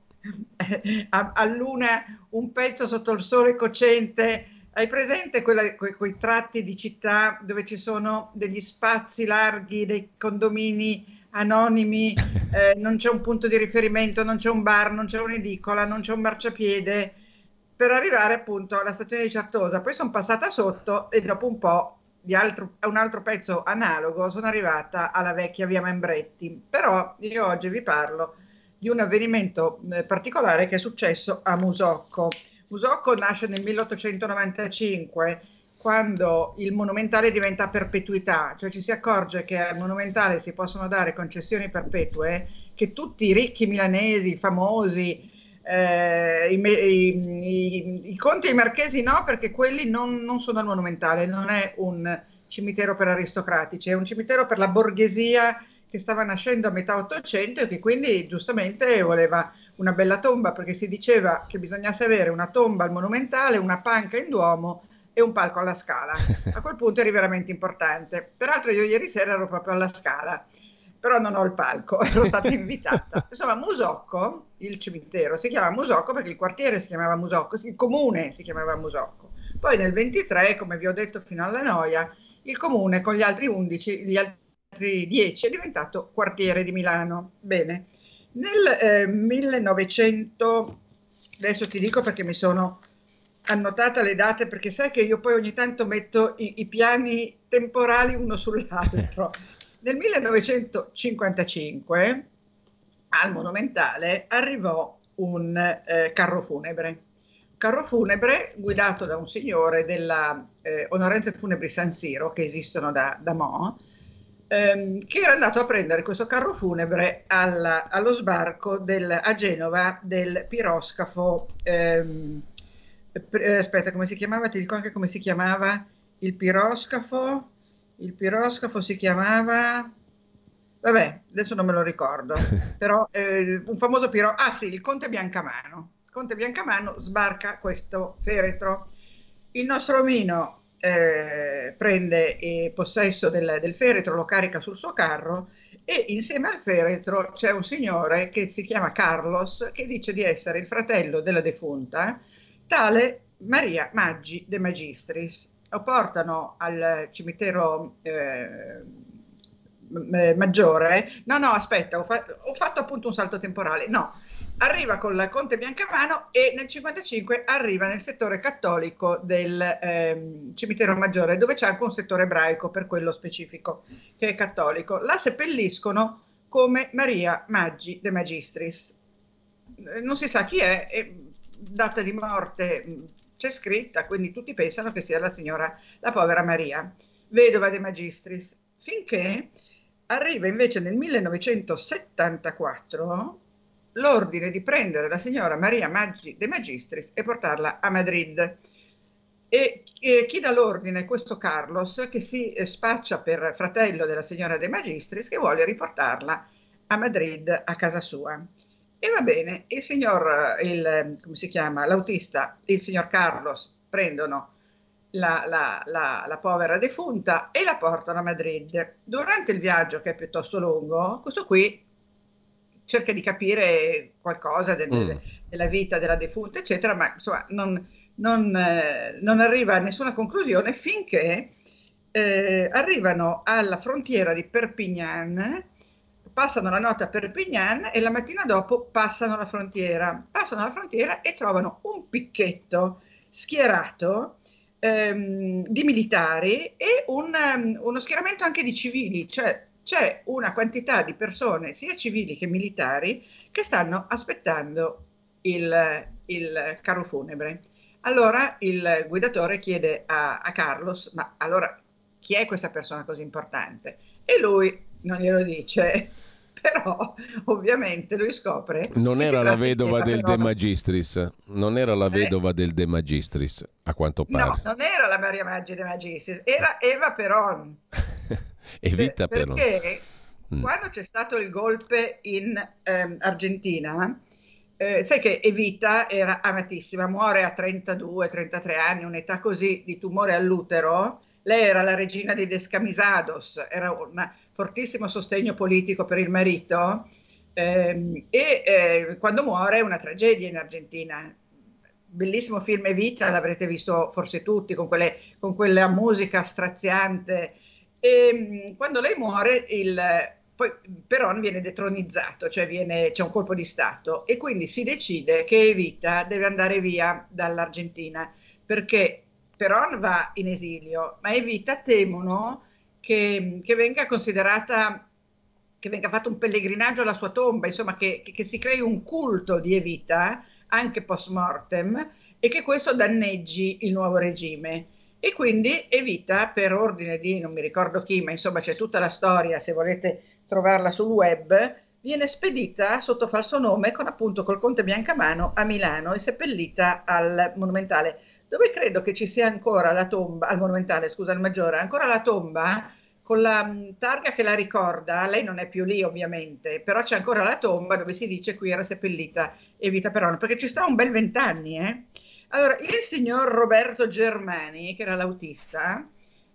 a luna un pezzo sotto il sole cocente. Hai presente quei tratti di città dove ci sono degli spazi larghi, dei condomini anonimi, non c'è un punto di riferimento, non c'è un bar, non c'è un'edicola, non c'è un marciapiede, per arrivare appunto alla stazione di Certosa. Poi sono passata sotto e dopo un po' un altro pezzo analogo sono arrivata alla vecchia via Membretti. Però io oggi vi parlo di un avvenimento particolare che è successo a Musocco. Musocco nasce nel 1895, quando il Monumentale diventa a perpetuità, cioè ci si accorge che al Monumentale si possono dare concessioni perpetue, che tutti i ricchi milanesi, famosi, i conti e i marchesi no, perché quelli non sono al Monumentale, non è un cimitero per aristocratici, è un cimitero per la borghesia che stava nascendo a metà Ottocento e che quindi giustamente voleva una bella tomba, perché si diceva che bisognasse avere una tomba al Monumentale, una panca in Duomo e un palco alla Scala. A quel punto eri veramente importante. Peraltro io ieri sera ero proprio alla Scala, però non ho il palco, ero stata invitata. Insomma, Musocco, il cimitero, si chiama Musocco perché il quartiere si chiamava Musocco, il comune si chiamava Musocco. Poi nel 23, come vi ho detto fino alla noia, il comune con gli altri 11, gli altri 10 è diventato quartiere di Milano. Bene, nel 1900, adesso ti dico perché mi sono annotata le date, perché sai che io poi ogni tanto metto i piani temporali uno sull'altro. Nel 1955 al Monumentale arrivò un carro funebre guidato da un signore della Onorenze Funebri San Siro, che esistono da mo', che era andato a prendere questo carro funebre allo sbarco a Genova del piroscafo. Aspetta, come si chiamava? Ti dico anche come si chiamava il piroscafo. Il piroscafo si chiamava, vabbè, adesso non me lo ricordo, però un famoso il Conte Biancamano. Il Conte Biancamano sbarca questo feretro. Il nostro omino prende possesso del feretro, lo carica sul suo carro e insieme al feretro c'è un signore che si chiama Carlos, che dice di essere il fratello della defunta, tale Maria Maggi de Magistris. Lo portano al cimitero maggiore. No, aspetta, ho fatto appunto un salto temporale. No, arriva con la Conte Biancamano e nel 55 arriva nel settore cattolico del cimitero maggiore, dove c'è anche un settore ebraico per quello specifico che è cattolico. La seppelliscono come Maria Maggi de Magistris. Non si sa chi è, data di morte c'è scritta, quindi tutti pensano che sia la povera Maria, vedova De Magistris, finché arriva invece nel 1974 l'ordine di prendere la signora Maria De Magistris e portarla a Madrid. E chi dà l'ordine è questo Carlos, che si spaccia per fratello della signora De Magistris, che vuole riportarla a Madrid, a casa sua. E va bene, come si chiama, l'autista, il signor Carlos, prendono la povera defunta e la portano a Madrid. Durante il viaggio, che è piuttosto lungo, questo qui cerca di capire qualcosa della vita della defunta, eccetera, ma insomma non arriva a nessuna conclusione finché arrivano alla frontiera di Perpignan, passano la notte a Perpignan e la mattina dopo passano la frontiera e trovano un picchetto schierato di militari e uno schieramento anche di civili, cioè c'è una quantità di persone, sia civili che militari, che stanno aspettando il carro funebre. Allora il guidatore chiede a Carlos, ma allora chi è questa persona così importante? E lui non glielo dice, però ovviamente lui scopre... Non era la vedova del De Magistris, non era la vedova del De Magistris, a quanto pare. No, non era la Maria Maggi De Magistris, era Eva Perón. Evita Perón. Perché quando c'è stato il golpe in Argentina... sai che Evita era amatissima, muore a 32-33 anni, un'età così, di tumore all'utero. Lei era la regina dei Descamisados, era un fortissimo sostegno politico per il marito e quando muore è una tragedia in Argentina. Bellissimo film Evita, l'avrete visto forse tutti, con quella musica straziante. E quando lei muore poi Perón viene detronizzato, cioè c'è un colpo di Stato e quindi si decide che Evita deve andare via dall'Argentina perché Perón va in esilio, ma Evita temono che venga considerata, che venga fatto un pellegrinaggio alla sua tomba, insomma che si crei un culto di Evita anche post mortem e che questo danneggi il nuovo regime. E quindi Evita, per ordine di non mi ricordo chi, ma insomma c'è tutta la storia, se volete trovarla sul web, viene spedita sotto falso nome col conte Biancamano a Milano e seppellita al Monumentale, dove credo che ci sia ancora la tomba, al Monumentale, scusa, al Maggiore, ancora la tomba con la targa che la ricorda. Lei non è più lì ovviamente, però c'è ancora la tomba dove si dice qui era seppellita Evita Perón, perché ci sta un bel 20 anni. Allora, il signor Roberto Germani, che era l'autista,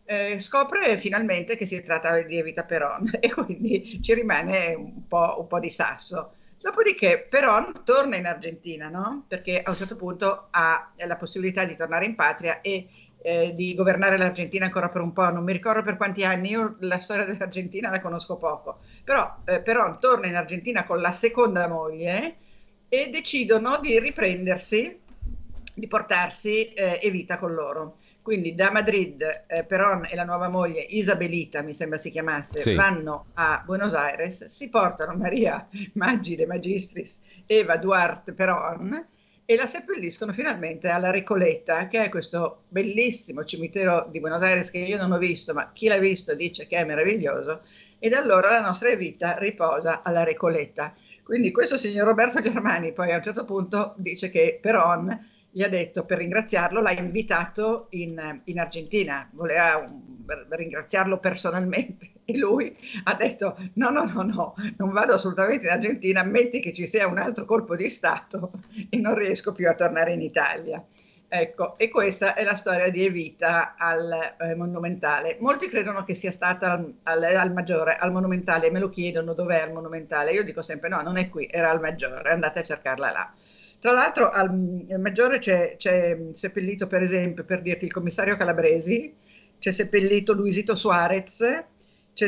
scopre finalmente che si tratta di Evita Perón e quindi ci rimane un po' di sasso. Dopodiché Perón torna in Argentina, no? Perché a un certo punto ha la possibilità di tornare in patria e di governare l'Argentina ancora per un po', non mi ricordo per quanti anni, io la storia dell'Argentina la conosco poco, però Perón torna in Argentina con la seconda moglie e decidono di riprendersi, di portarsi Evita con loro. Quindi da Madrid Perón e la nuova moglie Isabelita, mi sembra si chiamasse, sì, vanno a Buenos Aires, si portano Maria Maggi De Magistris, Eva Duarte Perón e la seppelliscono finalmente alla Recoleta, che è questo bellissimo cimitero di Buenos Aires che io non ho visto, ma chi l'ha visto dice che è meraviglioso, e da allora la nostra Evita riposa alla Recoleta. Quindi questo signor Roberto Germani poi a un certo punto dice che Perón gli ha detto, per ringraziarlo, l'ha invitato in Argentina, voleva ringraziarlo personalmente e lui ha detto no, non vado assolutamente in Argentina, ammetti che ci sia un altro colpo di Stato e non riesco più a tornare in Italia. Ecco, e questa è la storia di Evita al Monumentale. Molti credono che sia stata al Maggiore, al Monumentale, me lo chiedono dov'è il Monumentale, io dico sempre no, non è qui, era al Maggiore, andate a cercarla là. Tra l'altro al Maggiore c'è seppellito, per esempio, per dirti, il commissario Calabresi, c'è seppellito Luisito Suarez, c'è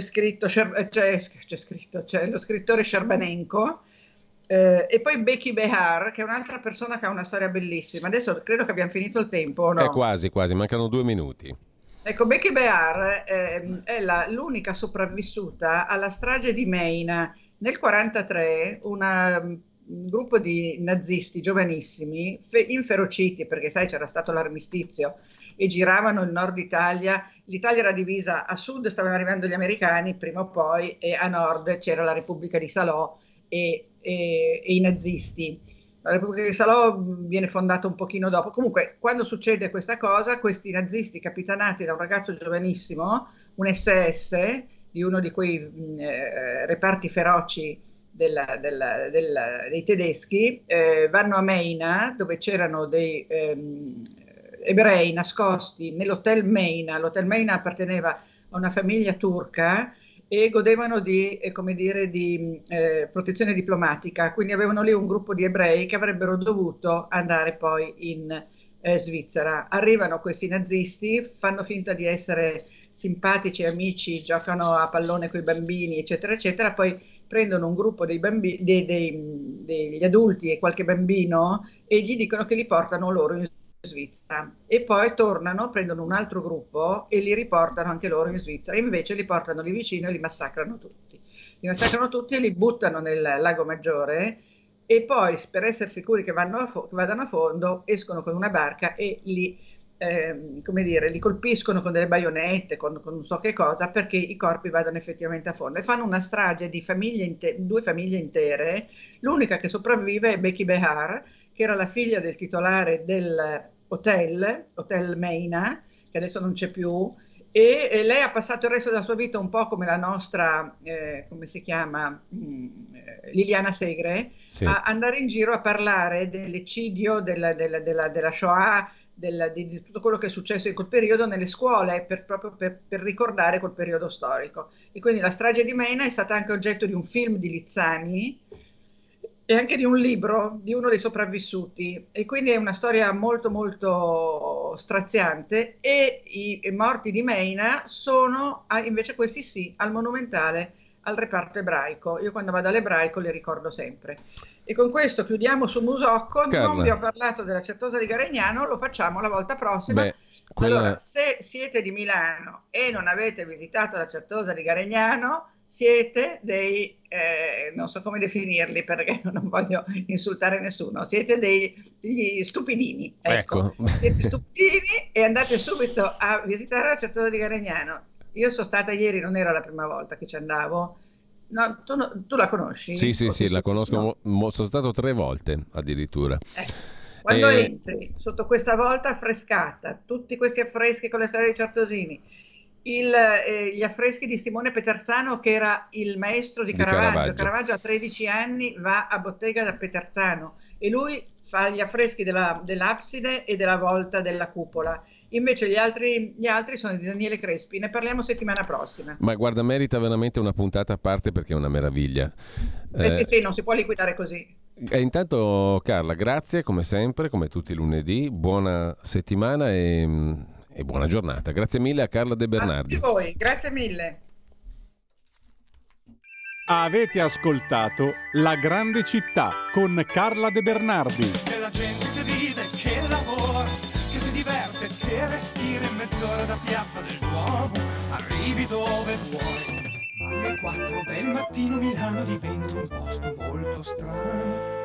lo scrittore Scerbanenko, e poi Becky Behar, che è un'altra persona che ha una storia bellissima. Adesso credo che abbiamo finito il tempo, o no? Quasi, mancano 2 minuti. Ecco, Becky Behar è l'unica sopravvissuta alla strage di Meina nel 1943, una gruppo di nazisti giovanissimi, inferociti, perché sai c'era stato l'armistizio, e giravano il nord Italia. L'Italia era divisa: a sud stavano arrivando gli americani prima o poi, e a nord c'era la Repubblica di Salò e i nazisti. La Repubblica di Salò viene fondata un pochino dopo. Comunque, quando succede questa cosa, questi nazisti capitanati da un ragazzo giovanissimo, un SS di uno di quei reparti feroci dei tedeschi, vanno a Meina, dove c'erano dei ebrei nascosti nell'hotel Meina. L'hotel Meina apparteneva a una famiglia turca e godevano di protezione diplomatica, quindi avevano lì un gruppo di ebrei che avrebbero dovuto andare poi in Svizzera. Arrivano questi nazisti, fanno finta di essere simpatici, amici, giocano a pallone con i bambini, eccetera, eccetera, poi prendono un gruppo dei bambini, degli adulti e qualche bambino e gli dicono che li portano loro in Svizzera, e poi tornano, prendono un altro gruppo e li riportano anche loro in Svizzera. Invece li portano lì vicino e li massacrano tutti e li buttano nel Lago Maggiore, e poi, per essere sicuri che vadano a fondo, escono con una barca e li colpiscono con delle baionette, con non so che cosa, perché i corpi vadano effettivamente a fondo, e fanno una strage di due famiglie intere. L'unica che sopravvive è Becky Behar, che era la figlia del titolare del hotel Meina, che adesso non c'è più, e lei ha passato il resto della sua vita un po' come la nostra, come si chiama, Liliana Segre, sì, a andare in giro a parlare dell'eccidio, della Shoah, di tutto quello che è successo in quel periodo nelle scuole, proprio per ricordare quel periodo storico. E quindi la strage di Meina è stata anche oggetto di un film di Lizzani e anche di un libro di uno dei sopravvissuti, e quindi è una storia molto molto straziante. E i morti di Meina sono invece, questi sì, al Monumentale, al reparto ebraico. Io quando vado all'ebraico li ricordo sempre. E con questo chiudiamo su Musocco. Carla, non vi ho parlato della Certosa di Garegnano, lo facciamo la volta prossima. Allora, se siete di Milano e non avete visitato la Certosa di Garegnano, siete dei, non so come definirli perché non voglio insultare nessuno, siete degli stupidini, ecco. Siete stupidini e andate subito a visitare la Certosa di Garegnano. Io sono stata ieri, non era la prima volta che ci andavo. No, tu la conosci? Sì, la conosco, sono stato 3 volte addirittura. Quando entri sotto questa volta affrescata, tutti questi affreschi con le storie di Certosini, gli affreschi di Simone Peterzano, che era il maestro di Caravaggio. Caravaggio a 13 anni va a bottega da Peterzano e lui fa gli affreschi dell'abside e della volta della cupola. Invece gli altri sono di Daniele Crespi. Ne parliamo settimana prossima. Ma guarda, merita veramente una puntata a parte perché è una meraviglia. Sì, non si può liquidare così. E intanto, Carla, grazie come sempre, come tutti i lunedì. Buona settimana e buona giornata. Grazie mille a Carla De Bernardi. A tutti voi, grazie mille. Avete ascoltato La Grande Città con Carla De Bernardi. È la gente che vive, che lavora, che si diverte, che respira in mezz'ora da Piazza del Duomo. Arrivi dove vuoi, ma alle 4 del mattino Milano diventa un posto molto strano.